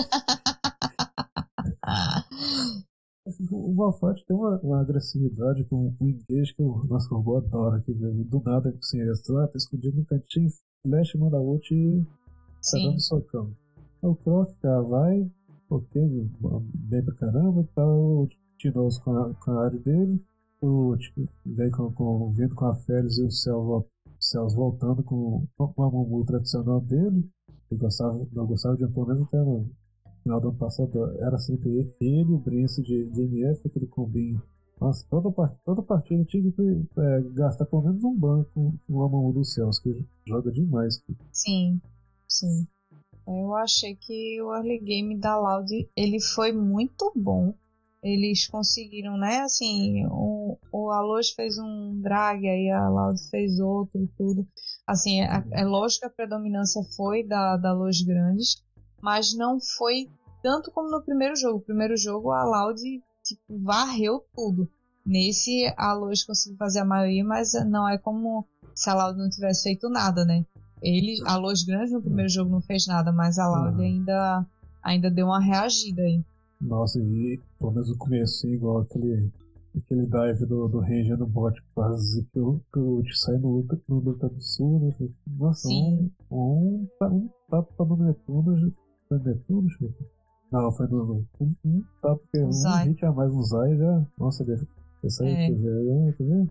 O Malfatti tem uma, uma agressividade com o engage que o nosso robô adora aqui, velho. Do nada, assim, ele tá escondido no cantinho, flash, manda ult e tá dando socão. O Croc, cara, vai, ok, bem pra caramba, tá o Tinoz com a, com a área dele, o tipo, vem com, com, vindo com a Félix e o Céus, Céus voltando com, com a Mumu tradicional dele. Ele gostava, não gostava de pelo menos até no final do ano passado, era sempre ele, o Brince de, de M F, aquele combinho. Nossa, toda, toda partida tinha que é, gastar pelo menos um banco com a mão do Celso, que joga demais. Sim, sim. Eu achei que o early game da Loud, ele foi muito bom. Eles conseguiram, né, assim, o, o Aloy fez um drag, aí a Loud fez outro e tudo. Assim, é, é lógico que a predominância foi da, da Lois Grandes, mas não foi tanto como no primeiro jogo. No primeiro jogo a Loud tipo, varreu tudo. Nesse a Lois conseguiu fazer a maioria, mas não é como se a Loud não tivesse feito nada, né? Ele, a Lois Grande no primeiro jogo não fez nada, mas a Loud ainda, ainda deu uma reagida aí. Nossa, e pelo menos no começo, igual aquele, aquele dive do, do Ranger no bot, quase que o ult sai no luta, no luta absurdo. Nossa, um, um, um tapa no Netuno. Foi Netuno, Chico? Não, foi no. Um, um tapa, porque um hit a mais no Zay já. Nossa, essa aí é. que já. Quer ver?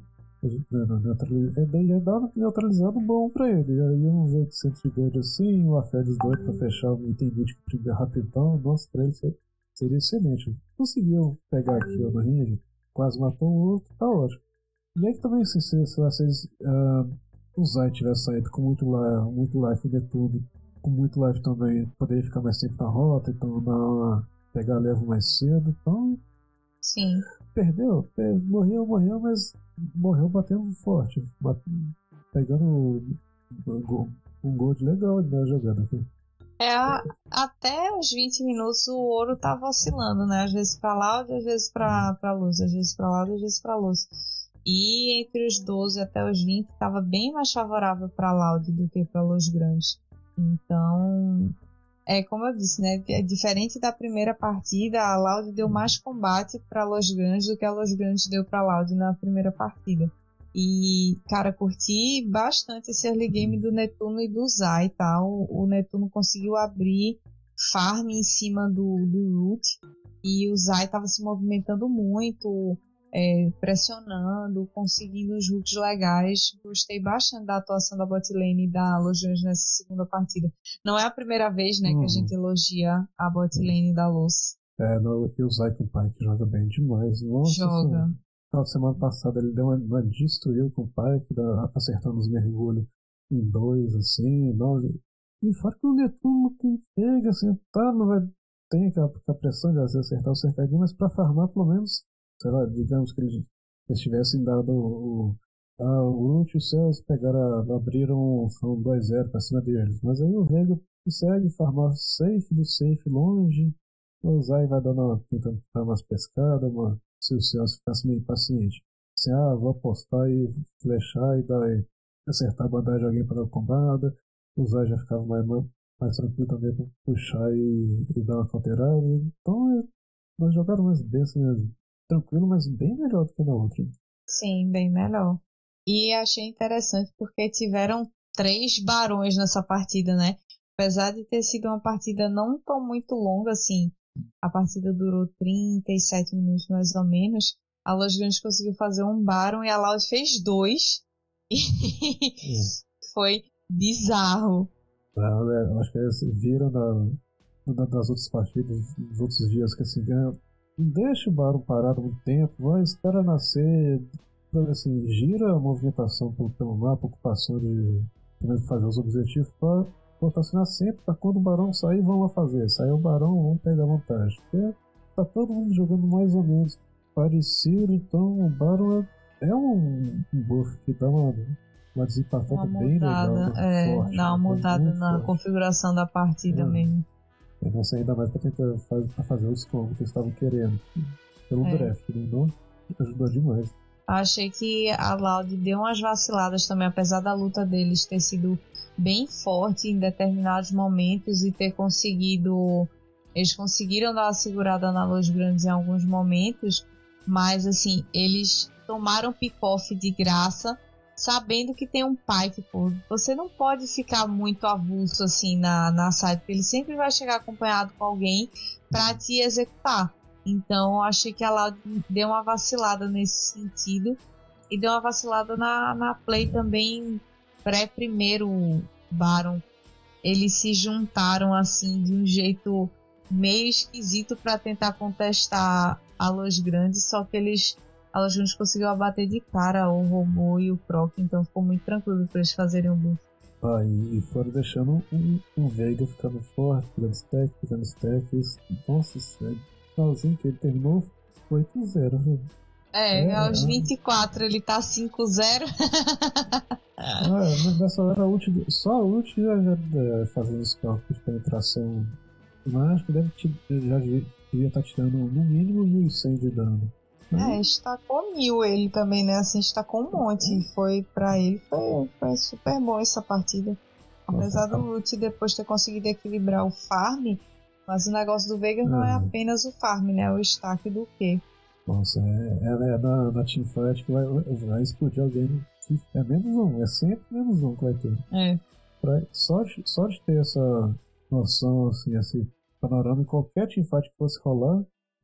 Daí já dava neutralizado bom pra ele. Já ia uns oitocentos de gold assim, uma fé dos dois pra fechar o item de rapidão. Nossa, pra ele seria excelente. Conseguiu pegar aqui o do range, quase matou o outro, tá ótimo. E aí que também, se, se, se vocês uh, o Zay tivesse saído com muito, la, muito life de tudo, com muito life também, poderia ficar mais tempo na rota, então não pegar level mais cedo, então. Sim. Perdeu, morreu, morreu, mas morreu batendo forte, batendo, pegando um, um gold legal, né, jogando aqui. É, até os vinte minutos o ouro tava oscilando, né? Às vezes pra Loud, às vezes pra, pra Luz, às vezes pra Loud, às vezes pra Luz. E entre os doze até os vinte tava bem mais favorável pra Loud do que pra Luz Grande. Então, é como eu disse, né? É diferente da primeira partida, a Loud deu mais combate pra Luz Grande do que a Luz Grande deu pra Loud na primeira partida. E, cara, curti bastante esse early game do Netuno e do Zay, tá? O, o Netuno conseguiu abrir farm em cima do, do Root e o Zay tava se movimentando muito, é, pressionando, conseguindo os hooks legais. Gostei bastante da atuação da botlane e da Lojans nessa segunda partida. Não é a primeira vez, né, uhum. que a gente elogia a botlane da Luz. É, não, e o Zay com o pai que joga bem demais. Nossa, joga. Senhora. Na semana passada ele deu uma, uma destruiu com o pai, acertando os mergulhos em dois, assim, nove. E fora que o Netuno pega, assim, tá, não vai. Tem aquela, aquela pressão de acertar o cercadinho, mas pra farmar, pelo menos, sei lá, digamos que eles, eles tivessem dado o. Ah, o Ult e o Celso pegaram, abriram um dois zero pra cima deles. Mas aí o Vega consegue farmar safe do safe longe. O Zay vai dando uma, tentando dar umas pescadas, uma. Se o Celso ficasse meio impaciente, assim, ah, vou apostar e flechar e dar, e acertar a bandagem de alguém para dar combada, o Zay já ficava mais, mais tranquilo também para puxar e, e dar uma counterada. Então, nós jogaram mais bem, assim, tranquilo, mas bem melhor do que na outra. Sim, bem melhor. E achei interessante porque tiveram três barões nessa partida, né? Apesar de ter sido uma partida não tão muito longa assim, a partida durou trinta e sete minutos mais ou menos. A Los Grandes conseguiu fazer um Baron e a Loud fez dois. E é. Foi bizarro. Não, é, acho que eles viram na, na, das outras partidas, nos outros dias que assim, não deixa o Baron parado muito tempo, vai, espera nascer, assim, gira a movimentação pelo, pelo mapa, ocupação de fazer os objetivos para rotacionar sempre pra quando o Barão sair, vão lá fazer. Sair o Barão, vão pegar vantagem. Porque tá todo mundo jogando mais ou menos parecido, então o Barão é, é um, um buff que dá uma, uma desempatada uma bem mudada, legal. Né? É, Forte, dá uma né? mudada na forte. configuração da partida é. mesmo. Eu não sei ainda mais pra tentar faz, pra fazer os combos que eles estavam querendo. Pelo É. draft, né? Não ajudou demais. Achei que a Loud deu umas vaciladas também, apesar da luta deles ter sido bem forte em determinados momentos e ter conseguido... Eles conseguiram dar uma segurada na Los Grandes em alguns momentos, mas assim, eles tomaram pick-off de graça, sabendo que tem um pipe, pô. Você não pode ficar muito avulso assim na, na side, porque ele sempre vai chegar acompanhado com alguém pra te executar. Então eu achei que a Loud deu uma vacilada nesse sentido, e deu uma vacilada na, na play também pré-primeiro Baron. Eles se juntaram assim de um jeito meio esquisito para tentar contestar a Los Grandes, só que eles a Los Grandes conseguiu abater de cara o robô e o Croc, então ficou muito tranquilo para eles fazerem o buff. Ah, e, e foram deixando um, um Veiga ficando forte, pegando stack, pegando stack. Isso, nossa, sério. Finalzinho que ele terminou oito a zero. Viu? É, É, aos é. vinte e quatro ele tá cinco a zero. Ah, mas nessa hora a ult, só a ult já, já é, fazendo os cálculos de penetração. Mas acho que deve já devia estar tirando no mínimo mil e cem de dano. É, estacou mil ele também, né? Assim, estacou um monte. Foi pra ele, foi, foi super bom essa partida. Apesar do Lute depois ter conseguido equilibrar o farm, mas o negócio do Veigar não é apenas o farm, né? É o stack do quê? Nossa, é, é, é na, na teamfight que vai, vai explodir alguém. É menos um, é sempre menos um que vai ter. É. Pra, só, de, só de ter essa noção, assim, esse panorama em qualquer teamfight que fosse rolar,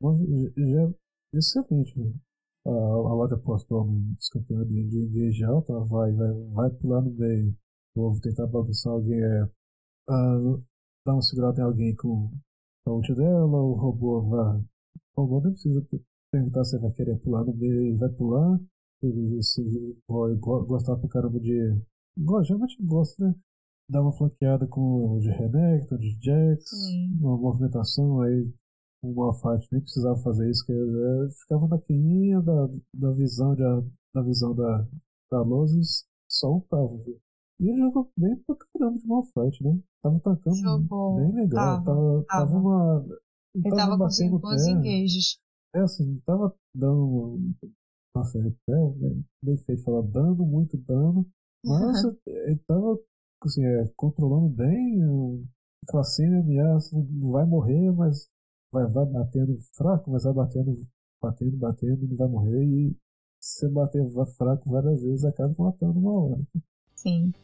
já é excelente. Né? A, a Loud apostou nos campeões de, de engage alta, vai, vai, vai pular no meio. Vou tentar bagunçar alguém, é, uh, dar uma segurada em alguém com a ult dela, o robô vai. O robô não precisa perguntar se ele vai querer pular no meio, ele vai pular. Ele se, vai gostar pra caramba de. Geralmente gosta, né? Dar uma flanqueada com o de Renekton, de Jax, Sim. uma movimentação aí. O Malphite nem precisava fazer isso, que é, ficava na quininha da, da visão, de, da visão da, da Luz e só ultava. E ele jogou bem pra caramba de Malphite, né? Tava tacando Jogou. bem legal. Tava, tava, tava. tava uma. Ele tava, tava batendo conseguindo bons engages. É assim, tava dando. Nossa, é bem feito falar, dando muito dano, mas ele tava assim, é, controlando bem. Aquela cena ameaça, não vai morrer, mas vai, vai batendo fraco, mas vai batendo, batendo, batendo, não vai morrer. E se você bater fraco várias vezes, acaba matando uma hora. Sim.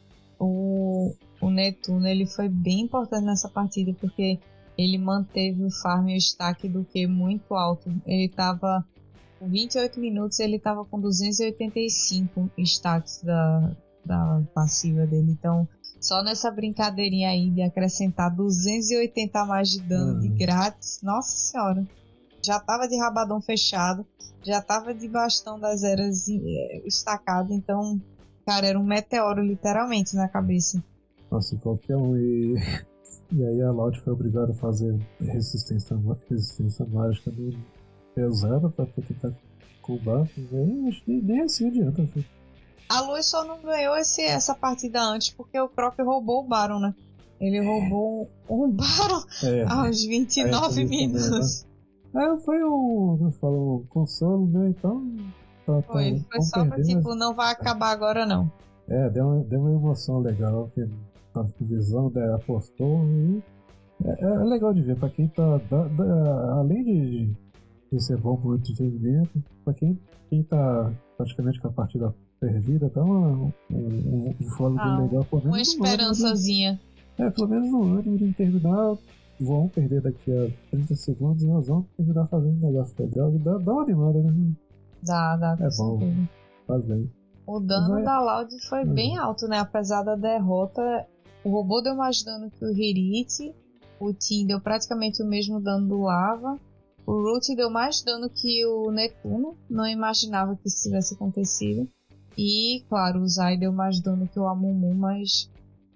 O, o Netuno ele foi bem importante nessa partida porque ele manteve o farm e o stack do Q muito alto. Ele estava com vinte e oito minutos, ele estava com duzentos e oitenta e cinco stacks da, da passiva dele. Então, só nessa brincadeirinha aí de acrescentar duzentos e oitenta a mais de dano uhum. de grátis, nossa senhora, já tava de rabadão fechado, já tava de bastão das eras estacado, então, cara, era um meteoro literalmente na cabeça. Nossa, qualquer um e... E aí a Loud foi obrigada a fazer resistência, resistência mágica no pesado pra tentar combar. Nem, nem assim adianta. Filho. A Luz só não ganhou esse, essa partida antes porque o Croc roubou o Baron, né? Ele roubou um Baron é, aos vinte e nove minutos. Também, né? É, foi o, como falo, o consolo, né? Então. Tá, foi, tá, foi só perder, pra tipo, mas... não vai acabar agora não. É, deu uma, deu uma emoção legal. Que tava com visão, né, apostou e. É, é legal de ver, pra quem tá. Da, da, além de, de ser bom pro entretenimento, pra quem, quem tá praticamente com a partida perdida, tá uma, um, um, um fôlego ah, legal. Pelo menos uma esperançazinha. De, é, pelo menos no ânimo de terminar. Vão perder daqui a trinta segundos e nós vamos terminar fazendo um negócio legal. E dá, dá uma animada, né? Dá, dá. É bom, certeza. Faz bem. O dano vai... da Loud foi uhum. bem alto, né? Apesar da derrota, o robô deu mais dano que o Hirit. O Tim deu praticamente o mesmo dano do Lava. O Root deu mais dano que o Netuno. Não imaginava que isso tivesse acontecido. E, claro, o Zai deu mais dano que o Amumu, mas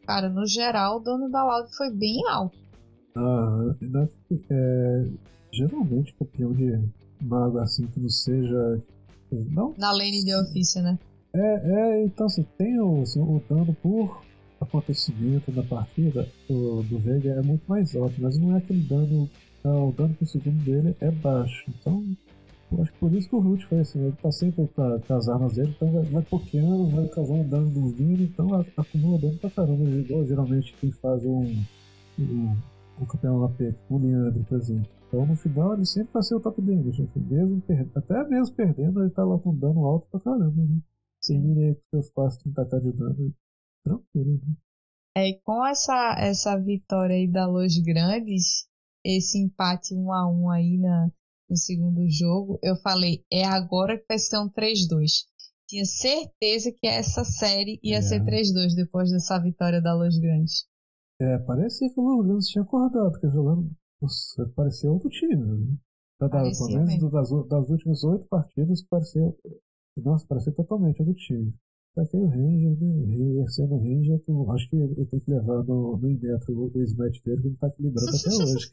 cara, no geral, o dano da Loud foi bem alto. Ah, ainda, é, geralmente campeão de mago assim que não seja. Não. Na lane de ofício, né? É, é, então assim, tem o, assim, o dano por acontecimento na partida do, do Veiga é muito mais alto, mas não é aquele dano. Não, o dano por segundo dele é baixo. Então, eu acho que por isso que o Root foi assim, ele tá sempre com, a, com as armas dele, então vai, vai pokeando, vai causando dano dos minions, então a- acumula dano pra caramba, igual geralmente quem faz um, um, um campeão A P, o Leandro, por exemplo. Então no final ele sempre vai ser o top damage, assim, mesmo per- até mesmo perdendo, ele tá lá com dano alto pra caramba, né? Termina aí com seus quase trinta k de dano, tranquilo, né? É, e com essa, essa vitória aí da Los Grandes, esse empate um a um aí na, no segundo jogo, eu falei, é agora que vai ser um três dois. Tinha certeza que essa série ia É. ser três dois depois dessa vitória da Los Grandes. É, parecia que o Luganos tinha acordado, porque jogando. Nossa, parecia outro time, né? Da, da, pelo Parecia menos mesmo. das, das últimas oito partidas, parecia. Nossa, parecia totalmente outro time. Só que o Ranger, né? O Ranger sendo Ranger, eu acho que ele tem que levar no, no Inmetro o, o Smash dele, que ele tá equilibrando até hoje.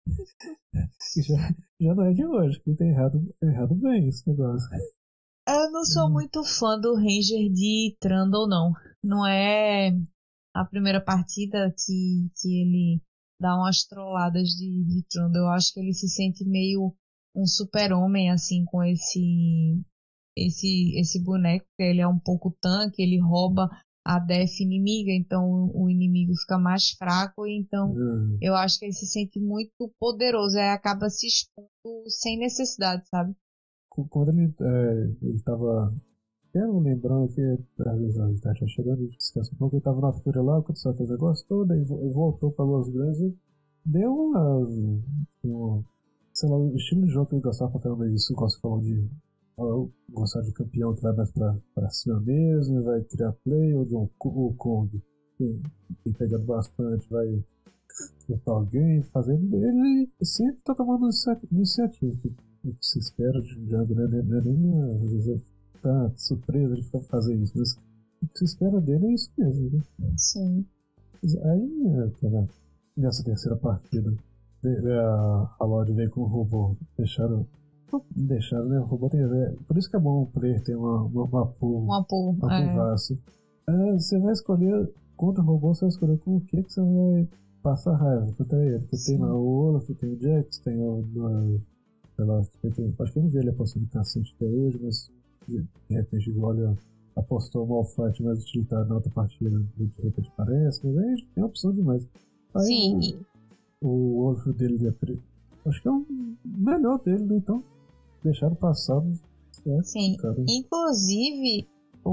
Que já, já não é de hoje, que ele tem errado, errado bem esse negócio. Eu não sou muito fã do Ranger de Trundle, não. Não é a primeira partida que, que ele dá umas trolladas de, de Trundle. Eu acho que ele se sente meio um super-homem, assim, com esse, esse, esse boneco, porque ele é um pouco tanque, ele rouba a def inimiga, então o inimigo fica mais fraco, então Hum, eu acho que ele se sente muito poderoso, aí acaba se expondo sem necessidade, sabe? Quando ele, é, ele tava. Eu lembrando que às vezes a gente tá chegando e esquece um pouco, ele tava na fúria lá, aconteceu aquele negócio todo, aí vo- voltou pra Los Grandes e deu uma. Um, sei lá, o estilo de jogo que ele gostava pra caramba disso, igual você falou de ó, gostar de campeão que vai mais pra, pra cima mesmo, vai criar play, ou de um Ko- o Kong, que tem pegado bastante, vai tentar alguém, fazendo ele sempre tá tomando inicia- iniciativa. Que, o que se espera de um Django, né? Não é nem às vezes tá surpresa de ficar fazer isso, mas o que se espera dele é isso mesmo, né? Sim. Mas aí, é, cara, nessa terceira partida, ve- a, a Lorde veio com o robô, deixaram. Não deixaram, né? O robô tem. É, por isso que é bom o player ter uma, uma, uma pool, Um apoio. uma pool É, vasta. É, você vai escolher, contra o robô, você vai escolher com o que, que você vai passar raiva contra ele. Porque tem lá sim. o Olaf, tem o Jax, tem o. o sei lá, tem, acho que eu não vi ele apostando em cacete até hoje, mas de, de repente igual ele apostou no Malfight mais utilitário na outra partida, de repente parece, mas aí tem opção demais. Aí Sim, o, e- o Olaf dele, de, apre- acho que é o melhor dele, né? Então deixaram passar, é sim. complicado. Inclusive,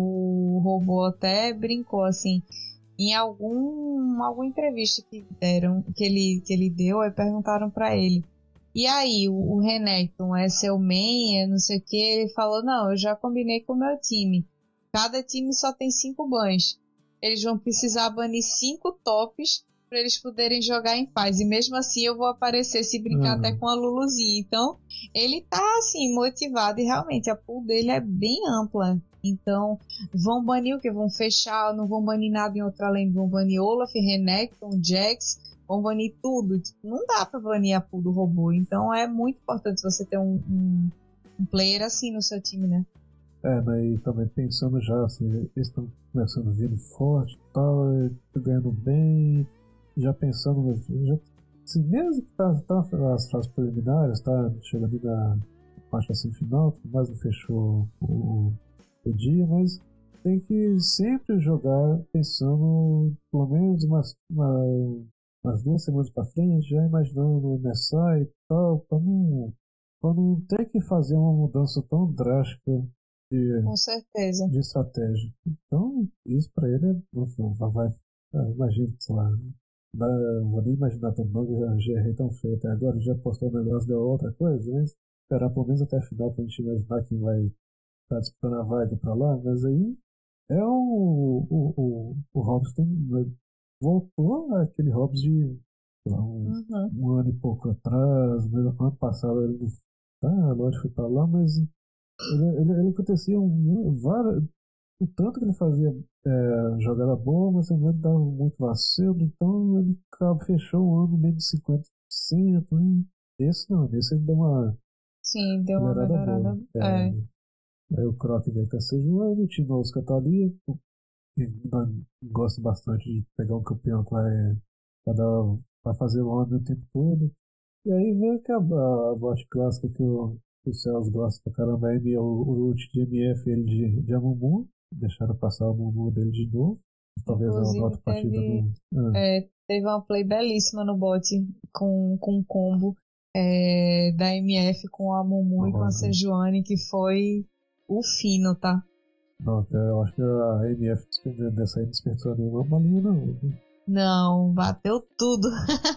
o robô até brincou assim, em algum alguma entrevista que deram, que ele que ele deu, aí perguntaram pra ele. E aí, o, o Renekton é seu main, é não sei o que, ele falou, não, eu já combinei com o meu time. Cada time só tem cinco bans. Eles vão precisar banir cinco tops para eles poderem jogar em paz. E mesmo assim eu vou aparecer se brincar até Ah, com a Luluzinha. Então, ele tá assim, motivado e realmente a pool dele é bem ampla. Então, vão banir o que? Vão fechar, não vão banir nada em outra lane, vão banir Olaf, Renekton, Jax, vão banir tudo. Tipo, não dá pra banir a pool do robô. Então é muito importante você ter um, um, um player assim no seu time, né? é, mas também pensando já, assim, eles estão começando vindo forte e tal, e ganhando bem, já pensando, no- já, assim, mesmo que tá, tá nas fases preliminares, tá chegando ali na parte da semifinal, tudo mais não fechou o, o dia, mas tem que sempre jogar pensando pelo menos umas, uma, umas duas semanas pra frente, já imaginando o M S I e tal, pra não, pra não ter que fazer uma mudança tão drástica de, Com certeza. de estratégia. Então, isso pra ele é. Nossa, vai, vai, ah, imagina, sei lá. Dá, não vou nem imaginar tanto não, que eu já, já errei tão feio até agora, já postou um negócio, deu outra coisa, mas esperar pelo menos até a final pra gente imaginar quem vai estar disputando a vaga pra lá, mas aí é o, o, o, o Hobbs tem, voltou àquele Hobbs de sei lá, um, Uhum. um ano e pouco atrás, né? Ano passado ele não tá, lógico que foi pra lá, mas ele, ele, ele acontecia um, várias, o tanto que ele fazia é, jogada boa, mas também ele dava muito vacilo, então ele acaba, fechou o ano meio de cinquenta por cento. Né? Esse não, esse ele deu uma Sim, deu uma melhorada boa. melhorada. É, É. aí o Croc veio com a Sejuani, o Tinoska tá ali, gosto bastante de pegar um campeão que vai, vai, dar, vai fazer o ano o tempo todo. E aí vem a, a, a bot clássica que o, que o Celso gosta pra caramba, aí o, o ult de M F ele de, de Amumu, deixaram passar o Amumu dele de novo. Talvez é uma Inclusive, outra partida teve, do. Ah, é, teve uma play belíssima no bot com, com um combo é, da M F com a Mumu e com a uhum. Sejuani, que foi o fino, tá? Não, eu acho que a M F dessa aí não despertou nenhuma balinha, não. Né? Não, bateu tudo.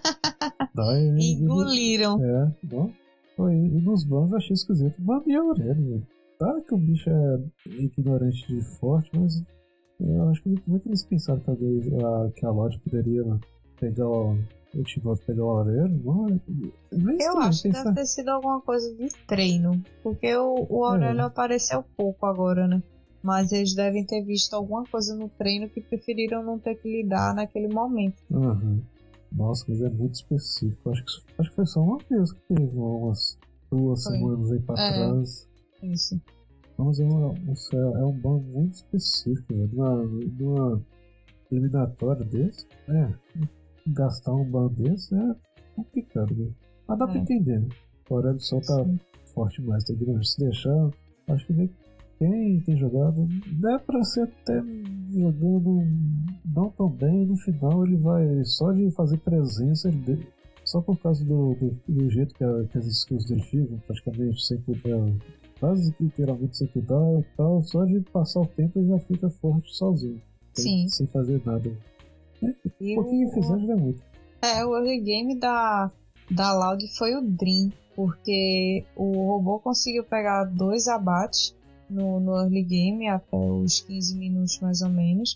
Não, e, Engoliram. É, não. Foi, e nos bans eu achei esquisito. Mandei a Aurélio. Tá que o bicho é ignorante de forte, mas eu acho que como é que eles pensaram que, alguém, a, que a Lorde poderia pegar o, o Tinoto, pegar o Aurélio? Não, é, é meio Eu estranho acho que pensar. deve ter sido alguma coisa de treino, porque o, o Aurélio É. apareceu pouco agora, né? Mas eles devem ter visto alguma coisa no treino que preferiram não ter que lidar naquele momento. Uhum. Nossa, mas é muito específico. Acho que, acho que foi só uma vez que teve, umas duas Foi. semanas aí pra É. trás. Isso. Mas é, uma, isso é, é um ban muito específico, velho. Numa, numa eliminatória desse, é, gastar um ban desse é complicado, velho. Mas dá É. pra entender, né? O Aurélio Sol tá Sim. forte demais, tem que se deixar. Acho que nem quem tem jogado, dá pra ser até jogando não tão bem, no final ele vai, só de fazer presença, ele de, só por causa do, do, do jeito que, a, que as skills dele ficam, praticamente sem cuidar, quase literalmente sem cuidar e tal, só de passar o tempo ele já fica forte sozinho, sem, Sim. sem fazer nada. É, E um pouquinho o, que fizer já é muito. é, o early game da, da Loud foi o Dream, porque o robô conseguiu pegar dois abates no, no early game, até os quinze minutos mais ou menos.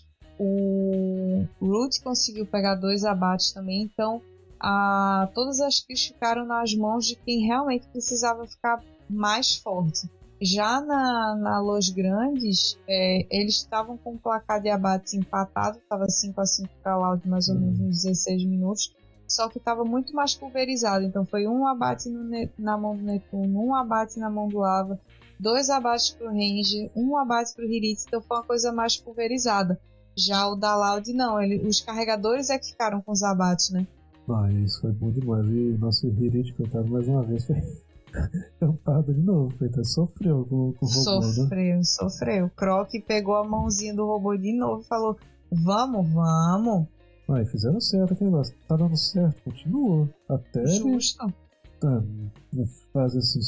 O Root conseguiu pegar dois abates também, então a, todas as kills ficaram nas mãos de quem realmente precisava ficar mais forte. Já na, na Los Grandes, é, eles estavam com o placar de abates empatado, estava cinco a cinco para a Loud mais ou menos nos dezesseis minutos, só que estava muito mais pulverizado, então foi um abate no net, na mão do Netuno, um abate na mão do Lava, dois abates pro Range, um abate pro Hirit, então foi uma coisa mais pulverizada. Já o da Loud não, ele, os carregadores é que ficaram com os abates, né? Ah, isso foi bom demais. E nosso Hirit, coitado, mais uma vez foi campado de novo, coitado, sofreu com, com o robô, Sofreu, né? sofreu. Croc pegou a mãozinha do robô de novo e falou: Vamos, vamos. Ah, e fizeram certo aquele negócio. Tá dando certo, continuou. Até Justo. ele tá, fazer assim,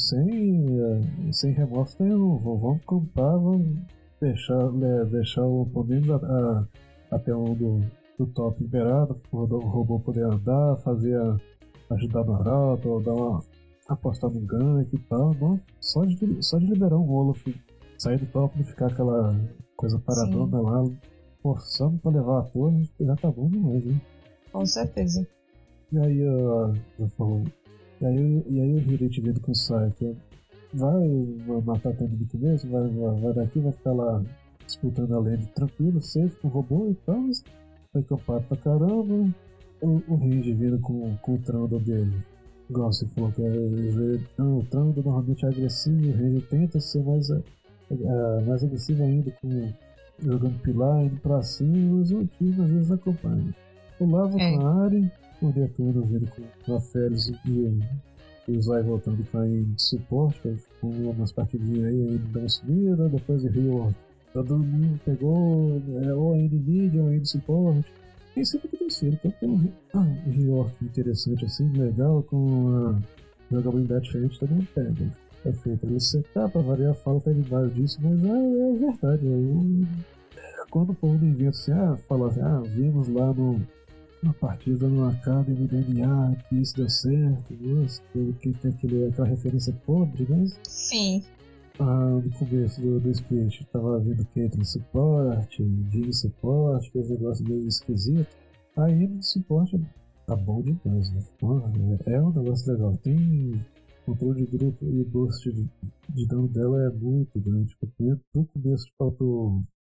sem, sem remorso nenhum. Vamos comprar, vamos deixar, né, deixar o oponente a, a, até um do, do top liberado, o robô poder andar, fazer a, ajudar no arauto, dar uma apostar no gank e tal. Não? Só, de, só de liberar um Olaf, sair do top e ficar aquela coisa paradona Sim. lá, forçando pra levar a torre, já tá bom demais, hein? Com certeza. E aí, uh, eu falo, e aí, e aí o Hirit vindo com o Saika vai matar tudo do começo, vai, vai, vai daqui, vai ficar lá disputando a lane tranquilo, safe com o robô e tal, mas foi campado pra caramba. O, o Range vindo com, com o Trundle dele. Igual você falou que é, não, o Trundle normalmente é agressivo, o Range tenta ser mais, é, mais agressivo ainda, com, jogando pilar, indo pra cima, mas o time às vezes acompanha. O Lava É. com a Ari, o Netuno vindo com a Félix e, e o Zay voltando com a de suporte, que ficou umas partidinhas aí, aí dá uma subida, depois o Rio todo mundo pegou, é, ou a N mid ou a N suporte. Tem sempre acontecido, então tem um, ah, um Rio interessante assim, legal, com a jogabilidade diferente, todo mundo pega. É feito ele secar pra variar, falta demais disso, mas é, é verdade. É, quando o povo não inventa assim, ah, fala assim, ah, vimos lá no uma partida no Academy D N A que isso deu certo, nossa, que, que tem aquele, aquela referência podre, mas Sim. ah, no começo do, do Split tava vindo Caitlyn suporte, Jin suporte, que é um negócio meio esquisito. Aí no suporte tá bom demais, né? É, é um negócio legal. Tem controle de grupo e burst de, de dano dela é muito grande. Porque no começo faltou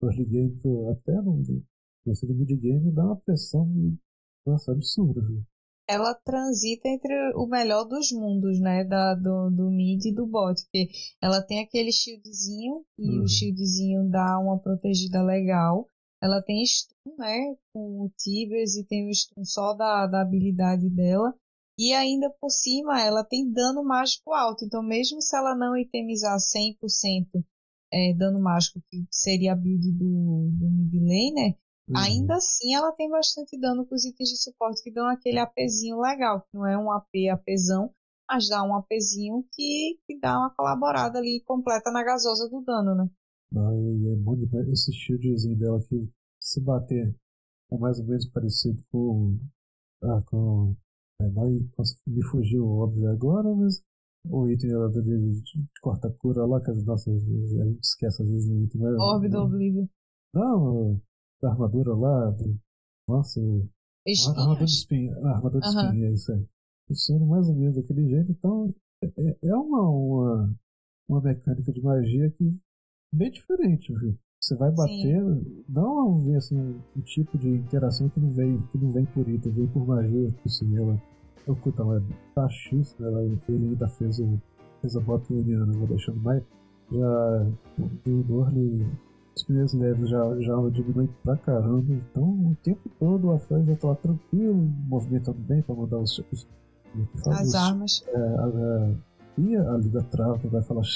early game, pro- até no, no, no mid-game, dá uma pressão, nossa, absurda, viu? Ela transita entre o melhor dos mundos, né? Da, do, do mid e do bot. Porque ela tem aquele shieldzinho, e o Uhum. shieldzinho dá uma protegida legal. Ela tem stun, né? Com o Tibers e tem o stun só da, da habilidade dela. E ainda por cima, ela tem dano mágico alto. Então, mesmo se ela não itemizar cem por cento é, dano mágico, que seria a build do, do mid laner, ainda Uhum. assim ela tem bastante dano com os itens de suporte que dão aquele APzinho legal, que não é um A P APzão, mas dá um APzinho que, que dá uma colaborada ali completa na gasosa do dano, né? Não, e é bom demais. Esse shieldzinho dela que, se bater, é mais ou menos parecido com. Ah, com. É, vai, me fugiu óbvio agora, mas o item lá do- de, de corta-cura lá, que as nossas. A gente esquece às vezes o item, mas. Orb do Oblivion. Não, da armadura lá. Do, nossa, o- a armadura de Espinhos? espinha. A armadura de Aham. espinha, é isso aí. Funciona mais ou menos daquele jeito, então. É, é é uma, uma, uma mecânica de magia que bem diferente, viu? Você vai Sim. bater, não vê assim um, um tipo de interação que não vem, que não vem por item, vem por magia, por assim, ela. Eu curto, ela tá X, ela, ele ainda fez, o, fez a bota indiana, vou deixando mais. Já do Dorley, os primeiros levels já, já diminui pra caramba, então o tempo todo a Fran já tá lá tranquilo, movimentando bem pra mandar os. os, As os armas. é, a, a, e a Liga Trava, que vai falar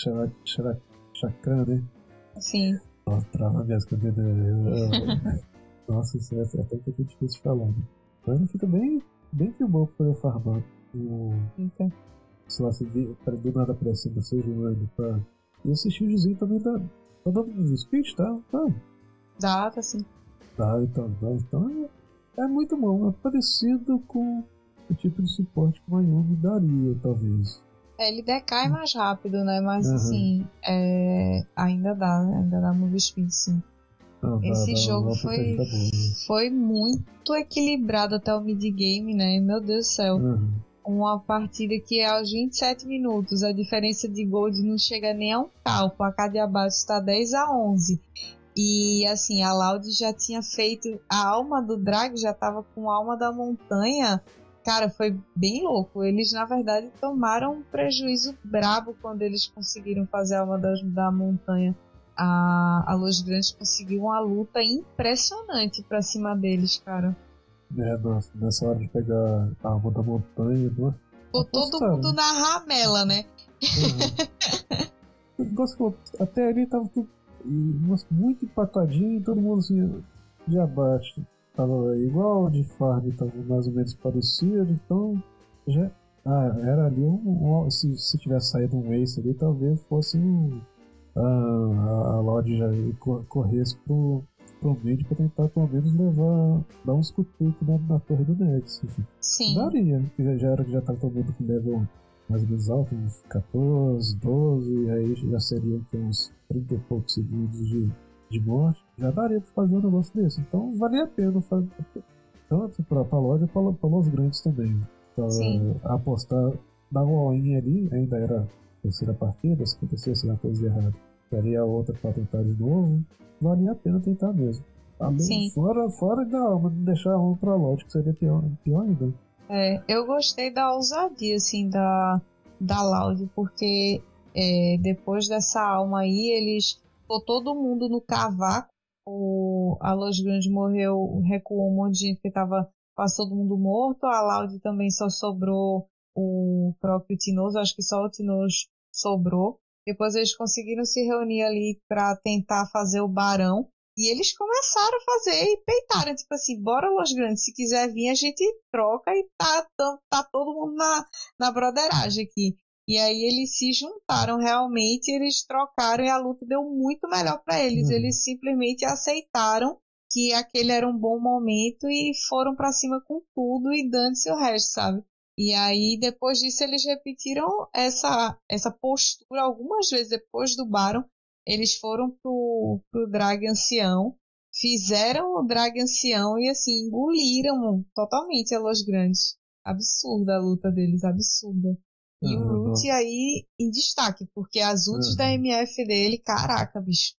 chakra, né? Sim. Nossa, trava mesmo com o dedo. eu- eu- Nossa, isso é até um pouquinho difícil de falar, né? Mas ele fica bem, bem que bom pra poder farmar. O, Fica. sei lá, se vê, pra- do nada aparecendo você jogando pra. E esse shieldzinho também dá. Tá dando uns speed, tá? Tá. Dá, tá assim. Dá, então, dá. Então é, é muito bom. É parecido com o tipo de suporte que o Mayumi daria, talvez. É, ele decai mais rápido, né? Mas Aham. assim, é, ainda dá, ainda dá move speed, sim. Não, dá, Esse dá jogo uma foi, protegida boa. Né? foi muito equilibrado até o mid-game, né? Meu Deus do céu. Aham. Uma partida que é aos vinte e sete minutos, a diferença de gold não chega nem a um K. O placar de abaixo está dez a onze. E assim, a Loud já tinha feito. A alma do Drag já estava com a alma da montanha. Cara, foi bem louco. Eles, na verdade, tomaram um prejuízo brabo quando eles conseguiram fazer a alma da, da montanha. A, a Los Grandes conseguiu uma luta impressionante pra cima deles, cara. É, nossa, nessa hora de pegar a arma da montanha, nossa, Ficou todo apostaram, mundo né? na ramela, né? Uhum. O negócio falou, até ali tava tudo nossa, muito empatadinho, todo mundo assim, de abate tava igual, de farm tava mais ou menos parecido, então já. Ah, era ali um. um se, se tivesse saído um Ace ali, talvez fosse um. Ah, a, a Lorde já cor- corresse pro, pro mid pra tentar pelo menos levar. Dar uns cutucos na, na torre do Nexus. Enfim. Sim, Daria, porque já, já era que já tava todo mundo com level mais ou menos alto, uns catorze, doze, e aí já seriam que uns trinta e poucos segundos de, de morte. Já daria pra fazer um negócio desse. Então valia a pena fazer. Tanto pra, pra loja quanto pra Los Grandes também. Então, sim, apostar, dar um all-in ali, ainda era a terceira partida, se acontecesse uma coisa de errada, daria a outra pra tentar de novo. Valia a pena tentar mesmo. Além, sim. fora, fora da alma, não deixar um pra loja, que seria pior, pior ainda. É, eu gostei da ousadia, assim, da, da Loud, porque é, depois dessa alma aí, eles. Ficou todo mundo no cavaco. O, a Los Grandes morreu, recuou um monte de gente que tava quase todo mundo morto. A Loud também só sobrou o próprio Tinoz, acho que só o Tinoz sobrou. Depois eles conseguiram se reunir ali para tentar fazer o Barão. E eles começaram a fazer e peitaram, tipo assim, bora Los Grandes, se quiser vir a gente troca e tá, tá, tá todo mundo na, na broderagem aqui. E aí eles se juntaram realmente, eles trocaram e a luta deu muito melhor para eles. Uhum. Eles simplesmente aceitaram que aquele era um bom momento e foram para cima com tudo e dando-se o resto, sabe? E aí depois disso eles repetiram essa, essa postura algumas vezes depois do Baron. Eles foram pro, pro Drag Ancião, fizeram o Drag Ancião e assim, engoliram totalmente a Los Grandes. Absurda a luta deles, absurda. E o Uhum, Root nossa. aí em destaque, porque as ults da Uhum. M F dele, caraca, bicho.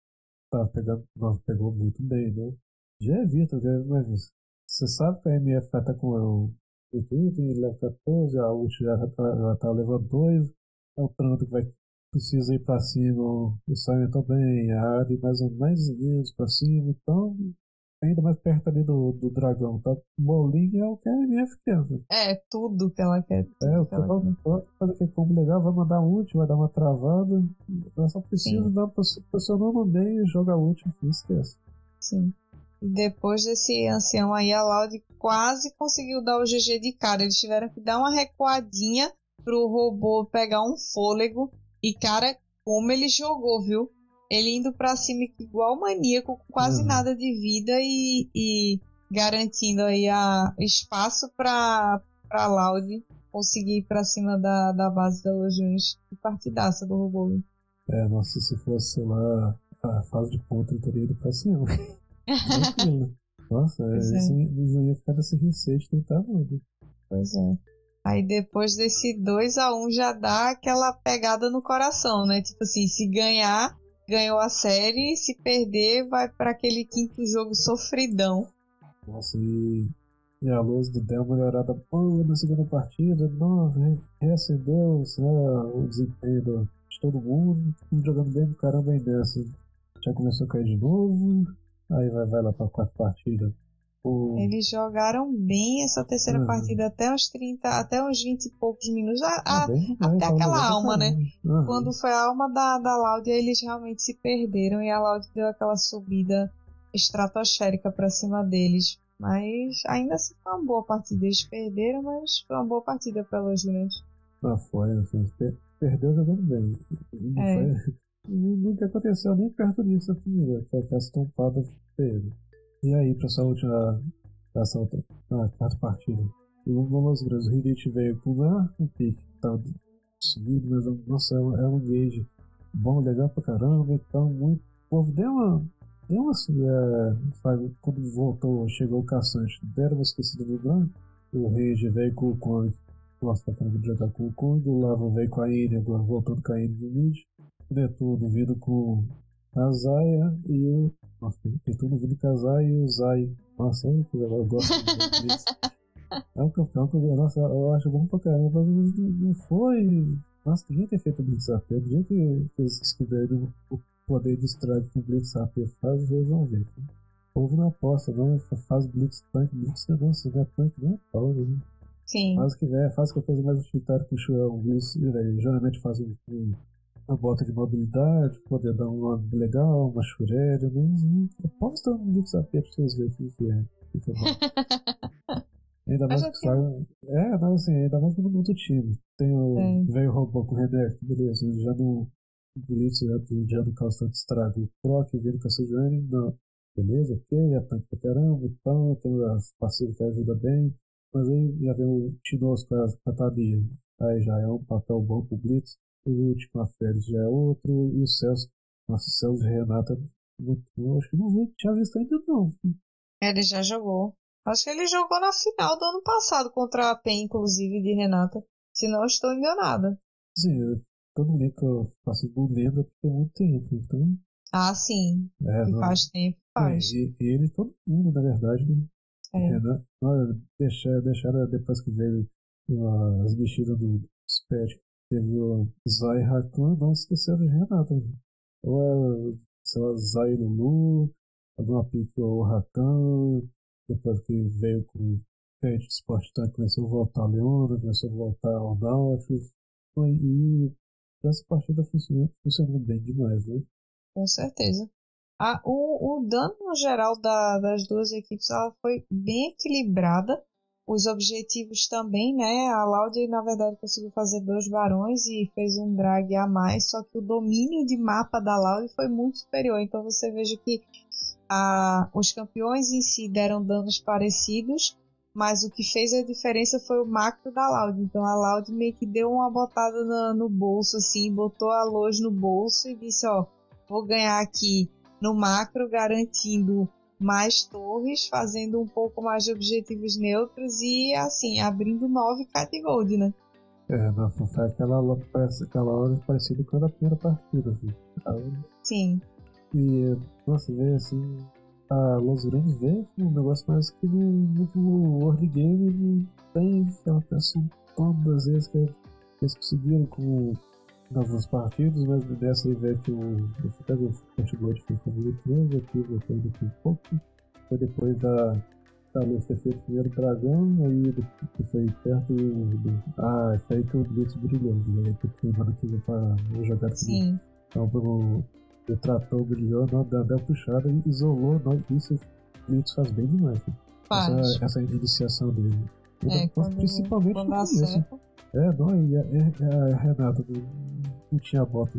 tá pegando, nossa, pegou muito bem, né? Já evita, né? Mas você sabe que a M F vai estar com o, o Twitter, ele leva quatorze, a Ult já tá, já tá levando dois, é o Trando que vai, precisa ir pra cima, o Simon também, a Ari mais ou mais ou menos pra cima, então ainda mais perto ali do, do dragão, tá? O Molinho é o que a M F quer, né? É, tudo que ela quer. Tudo É, o que que ela vai quer. fazer que é como legal, vai mandar ult, vai dar uma travada. Ela só precisa Sim, dar pressionar no meio e jogar ult, não esquece. sim. E depois desse ancião aí, a Loud quase conseguiu dar o G G de cara. Eles tiveram que dar uma recuadinha pro robô pegar um fôlego. E, cara, como ele jogou, viu? Ele indo pra cima igual maníaco, com quase Uhum. nada de vida e, e garantindo aí a espaço pra, pra Loud conseguir ir pra cima da, da base da Lojuns. Que partidaça do robô. Viu? É, nossa, se fosse, sei lá, a fase de ponta, eu teria ido pra cima. Tranquilo. Nossa, Pois eles é. não, eles não iam ficar nesse receio de tentar nada. Pois é. Aí depois desse dois a um já dá aquela pegada no coração, né? Tipo assim, se ganhar, ganhou a série, se perder, vai para aquele quinto jogo sofridão. Nossa, e, e a luz do deu uma melhorada boa na segunda partida. Nossa, re- reacendeu, né, o desempenho do- de todo mundo. Todo mundo jogando bem do caramba aí nessa. Já começou a cair de novo. Aí vai, vai lá pra quarta partida. O, Eles jogaram bem essa terceira uhum. partida até os trinta, até os vinte e poucos minutos. A, Ah, a- bem demais, até tava aquela jogando pra alma, né? caramba. Quando Uhum. foi a alma da, da Loud, eles realmente se perderam e a Loud deu aquela subida estratosférica pra cima deles. Mas ainda assim foi uma boa partida. Eles perderam, mas foi uma boa partida para Los Angeles. Ah, foi, assim, per- perdeu jogando bem. Não foi, É, nunca aconteceu nem perto disso a primeira, foi aquela tompada feia. E aí, pra essa última, essa outra, a quarta partida. O Los Grandes, o Hirit veio com uma, um pique, tava subindo, mas nossa, é um, é um gauge bom, legal pra caramba, então muito. O povo deu uma. Deu uma. É, sabe, quando voltou, chegou o caçante, deram uma esquecida no lugar. O Rage veio com o Kong, gosta pra caramba de jogar com o Kong, o Lava veio com a Ilha, agora voltando com a Ilha no mid. O Netuno vindo com a Zaya e o. Nossa, o Netuno vindo com a Zaya e o Zai. Nossa, olha que legal, eu gosto muito do Blitz. É um campeão que eu, nossa, eu acho bom pra caramba, mas não, não foi. Nossa, devia ter feito o Blitz A P. Do jeito que, que eles descobriram o poder de strike que o Blitz A P faz, eles vão ver. Tá? Houve na aposta, não, faz Blitz tanque, Blitz nossa, não é tanque nem a pau, né? sim. Faz o que vier, faz qualquer coisa mais utilitária que o Shuel. O Blitz, ele geralmente faz um, um, uma bota de mobilidade, poder dar um nome legal, uma Shurelli, mas hum, aposta no Blitz A P pra vocês verem o que, que é. Fica bom. Ainda Mas mais já que tem. sabe. É, mas assim, ainda mais quando muda o time. Tem o. É, Veio o robô com o Redeck, beleza. Ele já não. O Blitz já, já não causa tanto estrago. O Proc vindo com a Sujane, não. Beleza, ok, é tanque pra caramba, então tem as parceiras que ajudam bem. Mas aí já vem o Tinoz com a, com a Thalia. Aí já é um papel bom pro Blitz. O Lute com a Félix já é outro. E o Celso. Nossa, o Celso e Renata. não- Eu acho que não vi, tinha visto ainda não. ele já jogou. Acho que ele jogou na final do ano passado contra a PEN, inclusive, de Renata. Se não estou enganada. Sim, eu, todo mundo que eu faço não lembra porque tem muito tempo. Então, Ah, sim. é, Que não, faz tempo, não, faz. e, e ele, todo mundo, na verdade, né? É. Renan, olha, deixaram, deixaram depois que veio uh, as mexidas do Spet, teve o Zay Rakan, não esqueceram de Renata. Né? Ou é, sei lá, Zay Lulu, alguma pique ou Rakan, depois que veio com o Pet de Sport Tank, começou a voltar a Leona, começou a voltar ao Nautilus, e essa partida funcionou, funcionou bem demais, né? Com certeza. A, o, o dano no geral da, das duas equipes ela foi bem equilibrada. Os objetivos também, né? A Loud, na verdade, conseguiu fazer dois barões e fez um drag a mais, só que o domínio de mapa da Loud foi muito superior. Então você veja que a, os campeões em si deram danos parecidos, mas o que fez a diferença foi o macro da Loud. Então a Loud meio que deu uma botada na, no bolso, assim, botou a Loz no bolso e disse, ó, vou ganhar aqui no macro, garantindo mais torres, fazendo um pouco mais de objetivos neutros e, assim, abrindo nove K de Gold, né? É, não, foi aquela, parece, aquela hora parecida com a da primeira partida, assim. Tava- Sim. E, nossa, vê assim, a Los Grandes vê um negócio mais que no, no World Game não tem aquela peça todas as vezes que eles conseguiram com novos partidos, mas dessa aí vê que o o Fortnite foi favorito mesmo, aqui voltando aqui um pouco. Foi depois da, da luz ter feito o primeiro dragão, aí que foi perto do. Ah, foi aí que o Blitz brilhou, né? Que tem uma que pra jogar Sim. Então, o, o trator brilhou, não, deu uma puxada e isolou. Não, isso o Blitz faz bem demais. Faz. Essa, essa iniciação dele. É, então, quando, principalmente quando no dá começo. certo. É, não, e a, a, a Renata não, não tinha bota,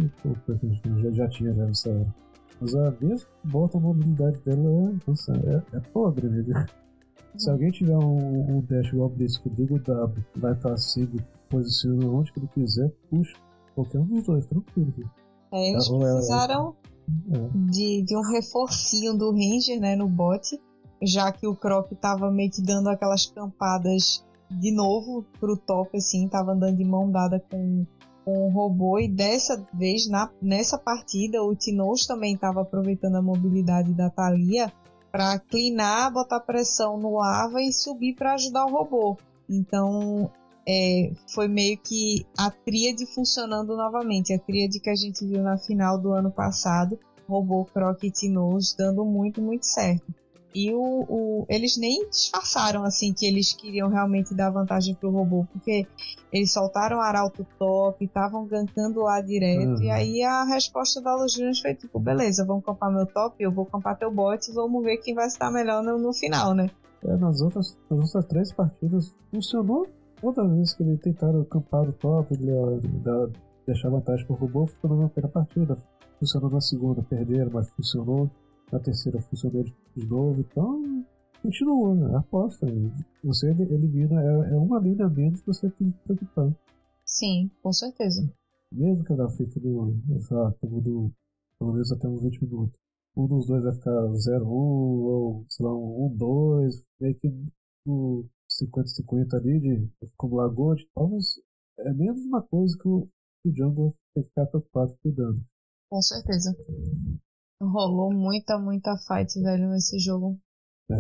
não, já, já tinha já nessa hora. Mas a mesma bota, a mobilidade dela é, nossa, é, é pobre mesmo. Uhum. Se alguém tiver um, um dash igual desse comigo, o W vai estar assim, posiciona onde que ele quiser, puxa, qualquer um dos dois, tranquilo. É, eles precisaram é. de, de um reforcinho do Ranger, né, no bot, já que o Croc tava meio que dando aquelas campadas de novo pro top, assim, tava andando de mão dada com, com o robô, e dessa vez, na, nessa partida, o Tinoz também tava aproveitando a mobilidade da Thalia para clinar, botar pressão no Ava e subir para ajudar o robô. Então, é, foi meio que a tríade funcionando novamente, a tríade que a gente viu na final do ano passado, robô, Croc e Tinoz, dando muito, muito certo. E o, o, eles nem disfarçaram assim que eles queriam realmente dar vantagem pro robô, porque eles soltaram Arauto top, estavam gankando lá direto, uhum. E aí a resposta da Los Grandes foi tipo, beleza, vamos campar meu top, eu vou campar teu bot, vamos ver quem vai estar melhor no, no final, né? É, nas outras, nas outras três partidas funcionou. Toda vez que eles tentaram campar o top, ele, ele, deixar vantagem pro robô, funcionou na primeira partida, funcionou na segunda, perderam, mas funcionou. Na terceira funcionou de novo, então continua, né? Aposta. Você elimina, é, é uma linha a menos que você tem que preocupar. Sim, com certeza. Mesmo que ela fique no, exato, do, pelo menos até uns vinte minutos. Um dos dois vai ficar zero um, ou sei lá, um dois, meio que no cinquenta cinquenta ali, de acumular gold, talvez é menos uma coisa que o, que o Jungle tem que ficar preocupado cuidando. Com certeza. Rolou muita, muita fight, velho, nesse jogo. É,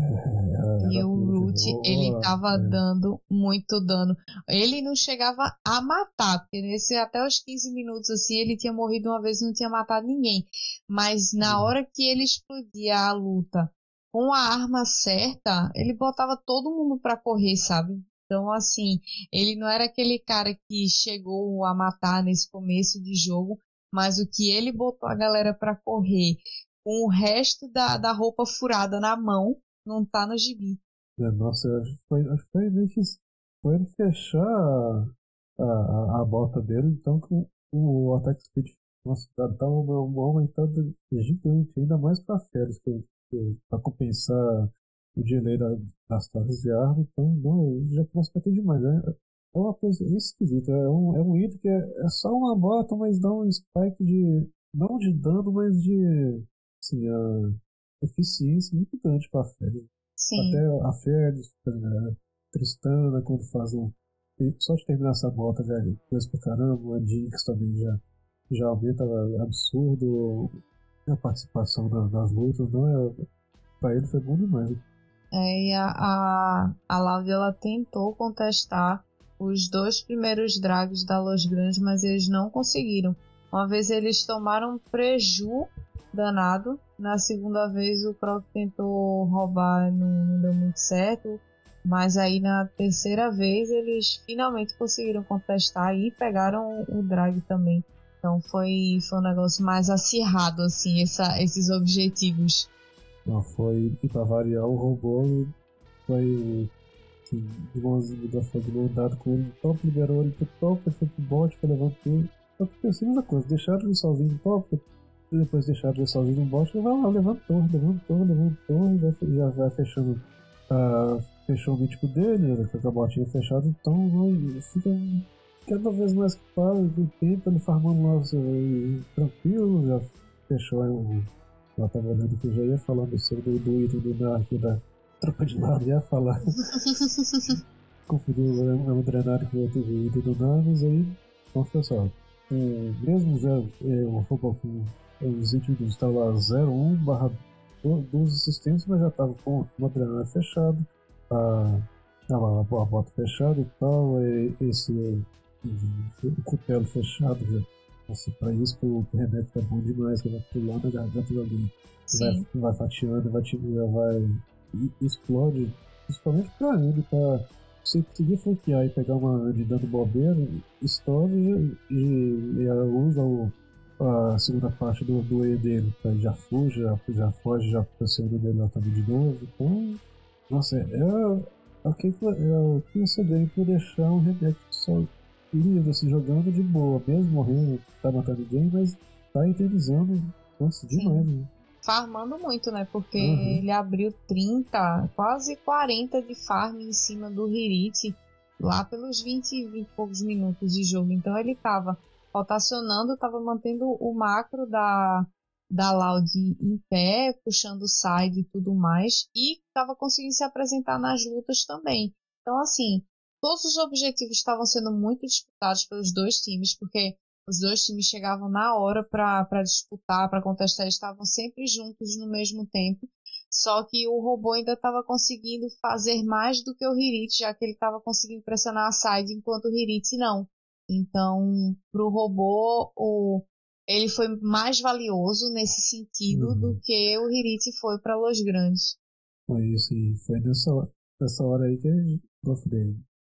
é, e o Root, ele tava é. dando muito dano. Ele não chegava a matar, porque nesse, até os quinze minutos, assim, ele tinha morrido uma vez e não tinha matado ninguém. Mas na hora que ele explodia a luta com a arma certa, ele botava todo mundo pra correr, sabe? Então, assim, ele não era aquele cara que chegou a matar nesse começo de jogo, mas o que ele botou a galera pra correr com o resto da, da roupa furada na mão não tá no gibi. É, nossa, acho que foi, acho que foi meio que foi ele fechar a, a, a bota dele, então que o, o Attack Speed, nossa, tava uma aumentado gigante, ainda mais pra férias, que, que, pra compensar o delay da, das taxas de arma, então não, já começa a bater demais, né? É uma coisa esquisita, é um, é um item que é, é só uma bota, mas dá um spike de, não de dano, mas de, assim, a eficiência muito grande pra Férias. Sim. Até a Férias, a Tristana, quando faz um, só de terminar essa bota já é coisa pra caramba, a Jinx também já, já aumenta absurdo a participação na, nas lutas, não é, pra ele foi bom demais. É, e a, a, a Laude, ela tentou contestar os dois primeiros drags da Los Grandes, mas eles não conseguiram. Uma vez eles tomaram um preju danado, na segunda vez o Croc tentou roubar, não, não deu muito certo, mas aí na terceira vez eles finalmente conseguiram contestar e pegaram o drag também. Então foi, foi um negócio mais acirrado, assim, essa, esses objetivos. Não, foi, e pra variar, o robô foi assim, igualzinho da foto dado com ele no top, liberou ele pro top, foi pro bot, foi levando tudo. Só que pensei a mesma coisa, deixaram ele sozinho no top, e depois deixaram ele sozinho no bot, ele vai lá, levantou, levantou, levantou, e vai, já vai fechando, uh, fechou o mítico dele, né, com a botinha fechada, então vai, fica cada vez mais que para, do tempo, ele farmando lá assim, tranquilo, já fechou aí o. Eu tava olhando que eu já ia falando sobre do item do Narc da tropa de lado, ia falar. Confundiu é um drenário que eu tive item do Narc, mas aí, então pessoal, é, mesmo já, é, o robô com os indivíduos estavam lá zero um barra doze assistências, mas já estava com o Adrenário fechado, a, a, a, a bota fechada e tal, e, esse o cutelo fechado já. Assim, para isso que o remédio tá bom demais, que vai pular na garganta de alguém, vai, vai fatiando, vai, já vai e explode, principalmente para ele, para você conseguir flanquear e pegar uma Anne dando bobeira, estoura e, e, e ela usa o, a segunda parte do, do E dele, pra ele já fuge, já, já foge, já pressiona ele lá também de novo. Então, nossa, é, é, é, o, que, é o que você ganha por deixar um remédio só livre, assim, jogando de boa, mesmo morrendo, não tá matando ninguém, mas tá eternizando, nossa, demais, né? Farmando muito, né? Porque uhum. ele abriu trinta, quase quarenta de farm em cima do Hirit lá pelos vinte, vinte e poucos minutos de jogo. Então ele tava rotacionando, tava mantendo o macro da, da Loud em pé, puxando o side e tudo mais, e tava conseguindo se apresentar nas lutas também. Então, assim, todos os objetivos estavam sendo muito disputados pelos dois times, porque os dois times chegavam na hora para disputar, para contestar, eles estavam sempre juntos no mesmo tempo. Só que o robô ainda estava conseguindo fazer mais do que o Hirit, já que ele estava conseguindo pressionar a side, enquanto o Hirit não. Então, para o robô, o, ele foi mais valioso nesse sentido uhum. do que o Hirit foi para Los Grandes. Foi isso, e foi nessa, nessa hora aí que eu falei,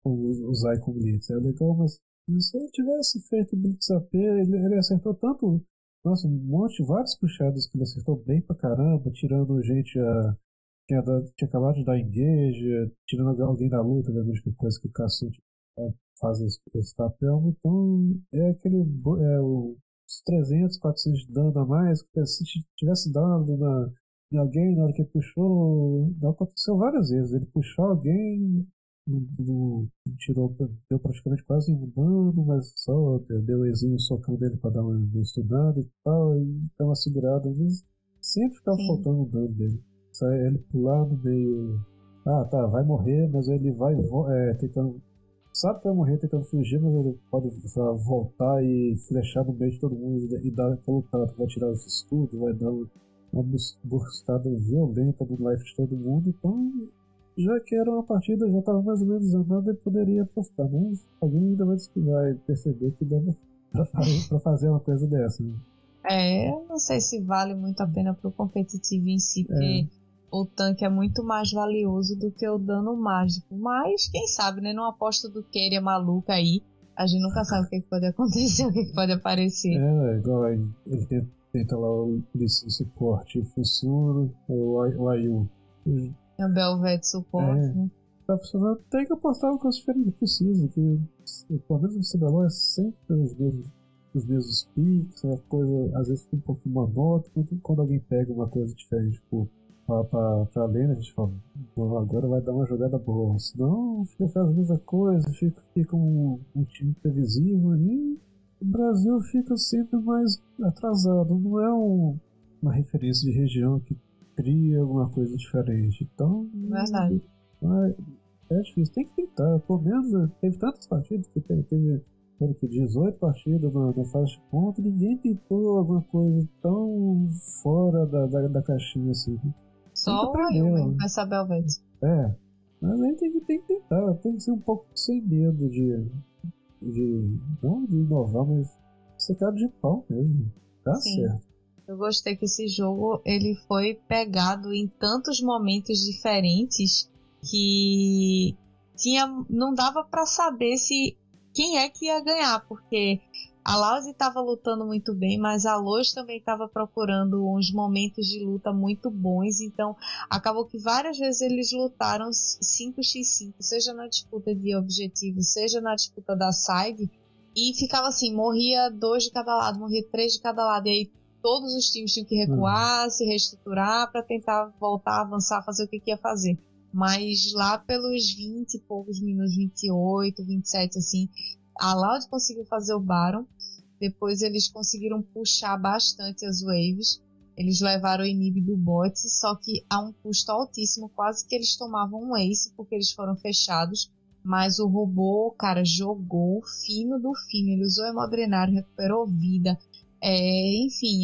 usar com Blitz. É legal, mas se ele tivesse feito Blitz A P, ele, ele acertou tanto, nossa, um monte, vários puxados que ele acertou bem pra caramba, tirando gente a, tinha, dado, tinha acabado de dar engage, tirando alguém da luta, né, depois que o Caçute faz esse, esse papel. Então é aquele, é, os trezentos, quatrocentos de dano a mais, se tivesse dado na, em alguém na hora que ele puxou, aconteceu várias vezes, ele puxou alguém, no, no, tirou, deu praticamente quase um dano, mas só deu o exinho, o socão dele para dar uma, uma estudada e tal, e dá uma segurada. Às vezes sempre ficava Sim. faltando o dano dele. Sai ele pular no meio. Ah, tá, vai morrer, mas ele vai é, tentando. Sabe que vai morrer tentando fugir, mas ele pode lá, voltar e flechar no meio de todo mundo e dar aquela lutada. Vai tirar os escudos, vai dar uma bustada violenta no life de todo mundo. Então, já que era uma partida, já estava mais ou menos andando e poderia apostar, mas alguém ainda vai, vai perceber que dá para fazer uma coisa dessa. Né? É, eu não sei se vale muito a pena pro competitivo em si, porque é. o tanque é muito mais valioso do que o dano mágico. Mas, quem sabe, né? Numa aposta do Keria maluca aí, a gente nunca sabe o que, que pode acontecer, o que, que pode aparecer. É, igual ele, ele tenta, tenta lá o suporte funciona, o Ayu. É o Belvet suporte, é, né? Tá funcionando, tem que apostar no que os diferentes precisam, que pelo menos no C B L O é sempre os mesmos. Os mesmos picks, a coisa às vezes fica um pouco monótono, quando alguém pega uma coisa diferente, tipo, pra, pra, pra lane, a gente fala, bom, agora vai dar uma jogada boa, senão fica fazendo a mesma coisa, fica, fica um, um time previsível e o Brasil fica sempre mais atrasado, não é um, uma referência de região que cria alguma coisa diferente, então Verdade. É, é difícil, tem que tentar, pelo menos teve tantas partidas que teve, teve que dezoito partidas na, na fase de ponto, ninguém tentou alguma coisa tão fora da, da, da caixinha assim. Só o Ayu mesmo, essa Belvet. É, mas aí tem que, tem que tentar, tem que ser um pouco sem medo de, de não de inovar, mas ser cara de pau mesmo. Tá Sim. certo. Eu gostei que esse jogo ele foi pegado em tantos momentos diferentes que tinha, não dava pra saber se quem é que ia ganhar, porque a Loud estava lutando muito bem, mas a Loz também estava procurando uns momentos de luta muito bons, então acabou que várias vezes eles lutaram cinco contra cinco, seja na disputa de objetivo, seja na disputa da side, e ficava assim, morria dois de cada lado, morria três de cada lado, e aí todos os times tinham que recuar, uhum. se reestruturar para tentar voltar, avançar, fazer o que, que ia fazer. Mas lá pelos vinte e poucos minutos, vinte e oito, vinte e sete, assim, a Loud conseguiu fazer o Baron. Depois eles conseguiram puxar bastante as waves. Eles levaram o inib do bot, só que a um custo altíssimo, quase que eles tomavam um ace, porque eles foram fechados. Mas o robô, cara, jogou fino do fino. Ele usou hemodrenário, recuperou vida. É, enfim, ele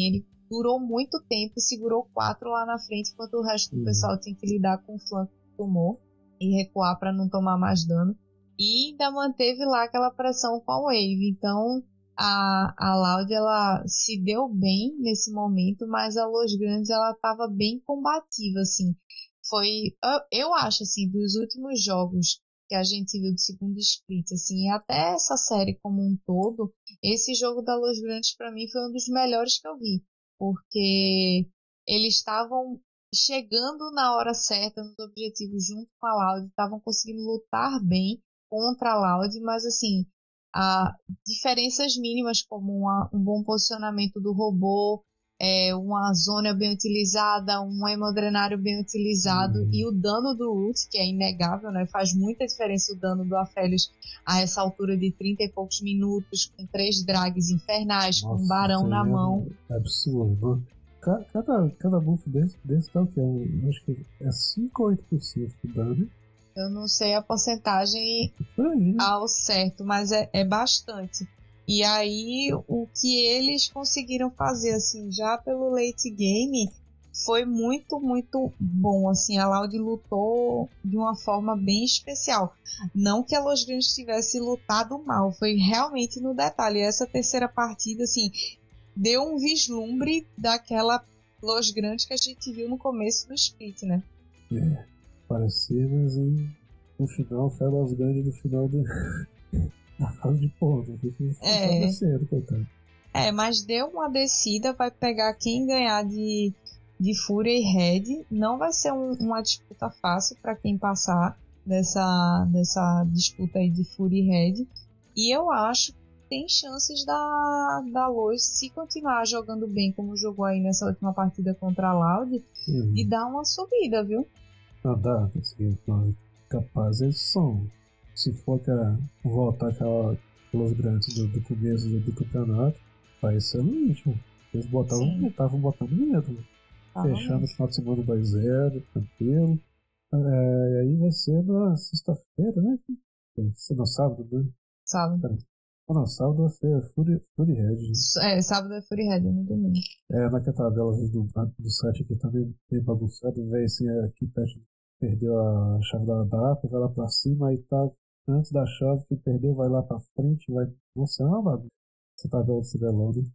durou muito tempo e segurou quatro lá na frente, enquanto o resto do Uhum. pessoal tinha que lidar com o flanco que tomou e recuar para não tomar mais dano. E ainda manteve lá aquela pressão com a Wave. Então a, a Loud ela se deu bem nesse momento, mas a Los Grandes ela estava bem combativa, assim. Foi, eu, eu acho, assim, dos últimos jogos que a gente viu do segundo split, assim, e até essa série como um todo, esse jogo da Los Grandes para mim foi um dos melhores que eu vi, porque eles estavam chegando na hora certa nos objetivos junto com a Loud, estavam conseguindo lutar bem contra a Loud, mas assim, a diferenças mínimas como uma, um bom posicionamento do robô, é, uma zona bem utilizada, um hemodrenário bem utilizado Uhum. e o dano do ult, que é inegável, né? Faz muita diferença o dano do Aphelios a essa altura de trinta e poucos minutos, com três drags infernais, Nossa, com um barão isso na aí é mão. absurdo. Ca- Cada, cada buff desse, desse dá o que? Eu acho que é cinco ou oito por cento de dano. Eu não sei a porcentagem Por aí, né? ao certo, mas é, é bastante. E aí, o que eles conseguiram fazer, assim, já pelo late game, foi muito, muito bom, assim. A Loud lutou de uma forma bem especial. Não que a Los Grandes tivesse lutado mal, foi realmente no detalhe. Essa terceira partida, assim, deu um vislumbre daquela Los Grandes que a gente viu no começo do split, né? É, parecia, mas aí, no final foi a Los Grandes no final do, da fase de ponto. É. Descendo, coitado. É, mas deu uma descida, vai pegar quem ganhar de, de Fúria e Red. Não vai ser um, uma disputa fácil para quem passar dessa, dessa disputa aí de Fúria e Red. E eu acho que tem chances da, da Lois, se continuar jogando bem como jogou aí nessa última partida contra a Loud, Uhum. de dar uma subida, viu? Não dá, assim, não, capaz eles são. Se for aquela, voltar aquela Los Grandes do, do começo do, do campeonato, vai ser no ritmo. Eles botavam, Sim. estavam botando medo. Tá, Fechando o vamos. final de semana dois a zero, tranquilo. É, e aí vai ser na sexta-feira, né? Vai ser no sábado, né? Sábado. Pera, ah, não, sábado vai ser Fury, Fury Red. Né? É, sábado é Fúria e Red, no domingo. É, naquela tabela do, do site aqui também bem bagunçado, velho, assim, aqui perto perdeu a chave da, da A P, vai lá pra cima, aí tá antes da chave, que perdeu vai lá pra frente, vai. Nossa, é uma bagunça essa tabela de Civelão, né?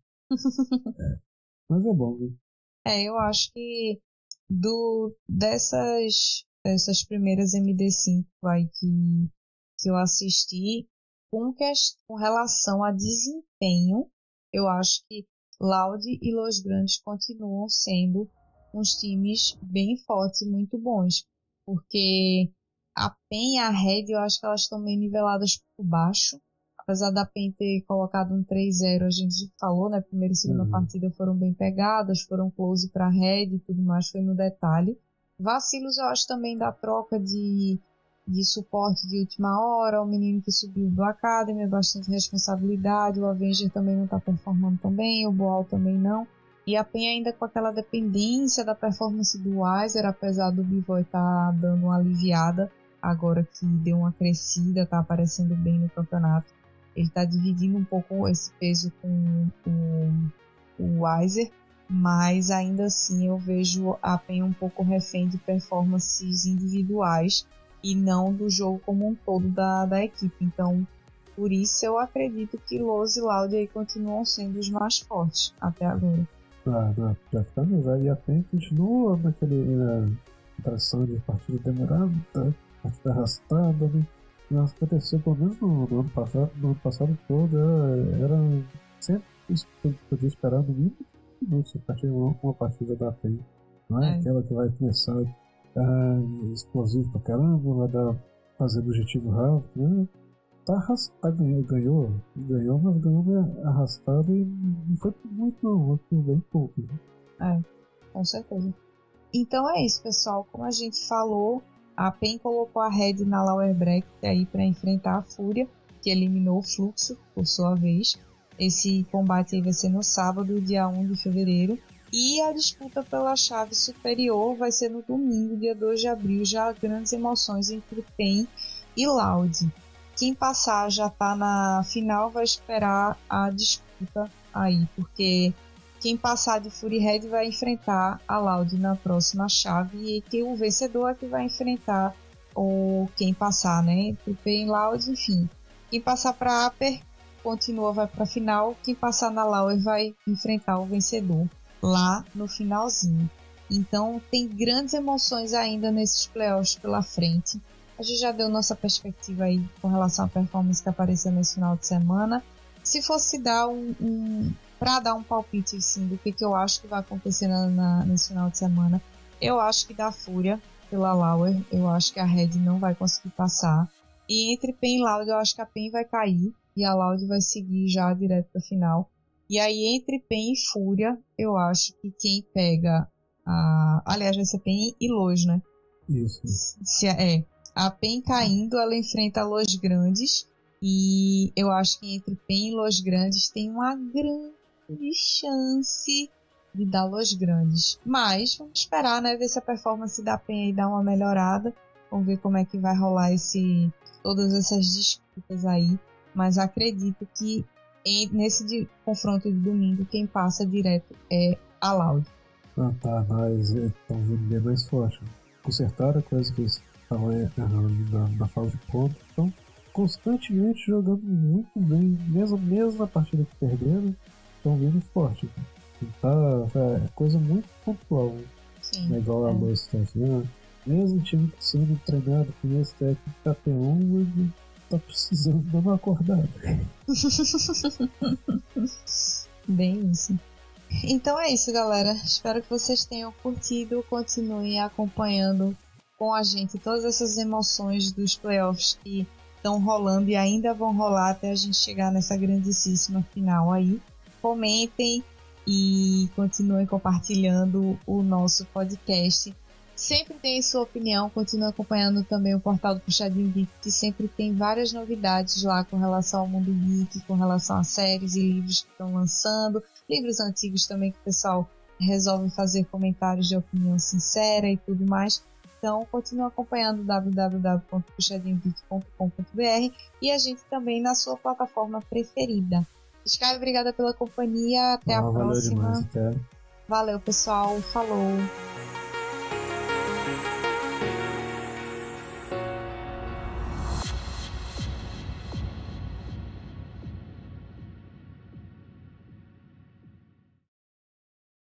É. Mas é bom, né? É, eu acho que do, dessas, dessas primeiras M D cinco aí que, que eu assisti, com, que, com relação a desempenho, eu acho que Loud e Los Grandes continuam sendo uns times bem fortes e muito bons. Porque a PEN e a Red, eu acho que elas estão meio niveladas por baixo. Apesar da PEN ter colocado um três a zero, a gente falou, né? Primeira e segunda Uhum. partida foram bem pegadas, foram close para Red e tudo mais, foi no detalhe. Vacilos eu acho também da troca de, de suporte de última hora, o menino que subiu do Academy, é bastante responsabilidade, o Avenger também não tá performando tão bem, o Boal também não. E a PEN ainda com aquela dependência da performance do Weiser, apesar do Bivoy estar tá dando uma aliviada, agora que deu uma crescida, tá aparecendo bem no campeonato. Ele está dividindo um pouco esse peso com o, o Weiser, mas ainda assim eu vejo a PEN um pouco refém de performances individuais e não do jogo como um todo da, da equipe. Então, por isso eu acredito que Loz e Loud aí continuam sendo os mais fortes até agora. Ah, não, já tá mesmo. E a PEN continua naquele na tração de partida demorada, partida arrastada, né? Nossa, aconteceu pelo menos no, no ano passado, no ano passado todo, era, era sempre isso que eu podia esperar no mínimo minutos a partir de uma, uma partida da PEN. Não é, É. aquela que vai começar ah, explosivo pra caramba, vai dar fazer objetivo rápido, né? Tá arrastado, ganhou, ganhou, ganhou, mas ganhou meio arrastado e não foi por muito não, foi bem pouco. Né? É, com certeza. Então é isso, pessoal. Como a gente falou, a PEN colocou a Red na Lower Bracket aí para enfrentar a Fúria, que eliminou o Fluxo, por sua vez. Esse combate aí vai ser no sábado, dia primeiro de fevereiro. E a disputa pela chave superior vai ser no domingo, dia dois de abril. Já grandes emoções entre PEN e Loud. Quem passar já está na final vai esperar a disputa aí, porque quem passar de Fury Red vai enfrentar a Loud na próxima chave e que o vencedor é que vai enfrentar ou quem passar, né? Entre Pain e Loud, enfim. Quem passar para Upper continua, vai para a final. Quem passar na Lower vai enfrentar o vencedor lá no finalzinho. Então tem grandes emoções ainda nesses playoffs pela frente. A gente já deu nossa perspectiva aí com relação à performance que apareceu nesse final de semana. Se fosse dar um, um para dar um palpite assim, do que, que eu acho que vai acontecer na, na, nesse final de semana, eu acho que dá Fúria pela Lauer, eu acho que a Red não vai conseguir passar. E entre Pen e Loud, eu acho que a Pen vai cair e a Loud vai seguir já direto para a final. E aí entre Pen e Fúria, eu acho que quem pega a... aliás, vai ser Pen e Los, né? Isso. Se, é, a Pen caindo, ela enfrenta Los Grandes. E eu acho que entre Pen e Los Grandes tem uma grande chance de dar Los Grandes. Mas vamos esperar, né? Ver se a performance da Pen aí dá uma melhorada. Vamos ver como é que vai rolar esse, todas essas disputas aí. Mas acredito que em, nesse de, confronto de domingo, quem passa direto é a Loud. Ah, tá, mas estão vindo bem mais forte. Consertaram a coisa que eles estavam errando na, na fase de ponto. Então, constantemente jogando muito bem, mesmo, mesmo na partida que perderam, estão vindo forte. Tá, é coisa muito pontual. Sim, não é igual é. a Luz tá assim, mesmo o time sendo treinado com esse técnico K P um, ele tá precisando dar uma acordada. Bem isso. Então é isso, galera. Espero que vocês tenham curtido. Continuem acompanhando com a gente todas essas emoções dos playoffs que estão rolando e ainda vão rolar até a gente chegar nessa grandíssima final aí. Comentem e continuem compartilhando o nosso podcast. Sempre tem sua opinião, continue acompanhando também o portal do Puxadinho Geek, que sempre tem várias novidades lá com relação ao mundo geek, com relação a séries e livros que estão lançando, livros antigos também que o pessoal resolve fazer comentários de opinião sincera e tudo mais. Então, continue acompanhando w w w ponto puxadinho geek ponto com ponto b r e a gente também na sua plataforma preferida. Sky, obrigada pela companhia. Até ah, a valeu próxima. Demais, até. Valeu, pessoal. Falou.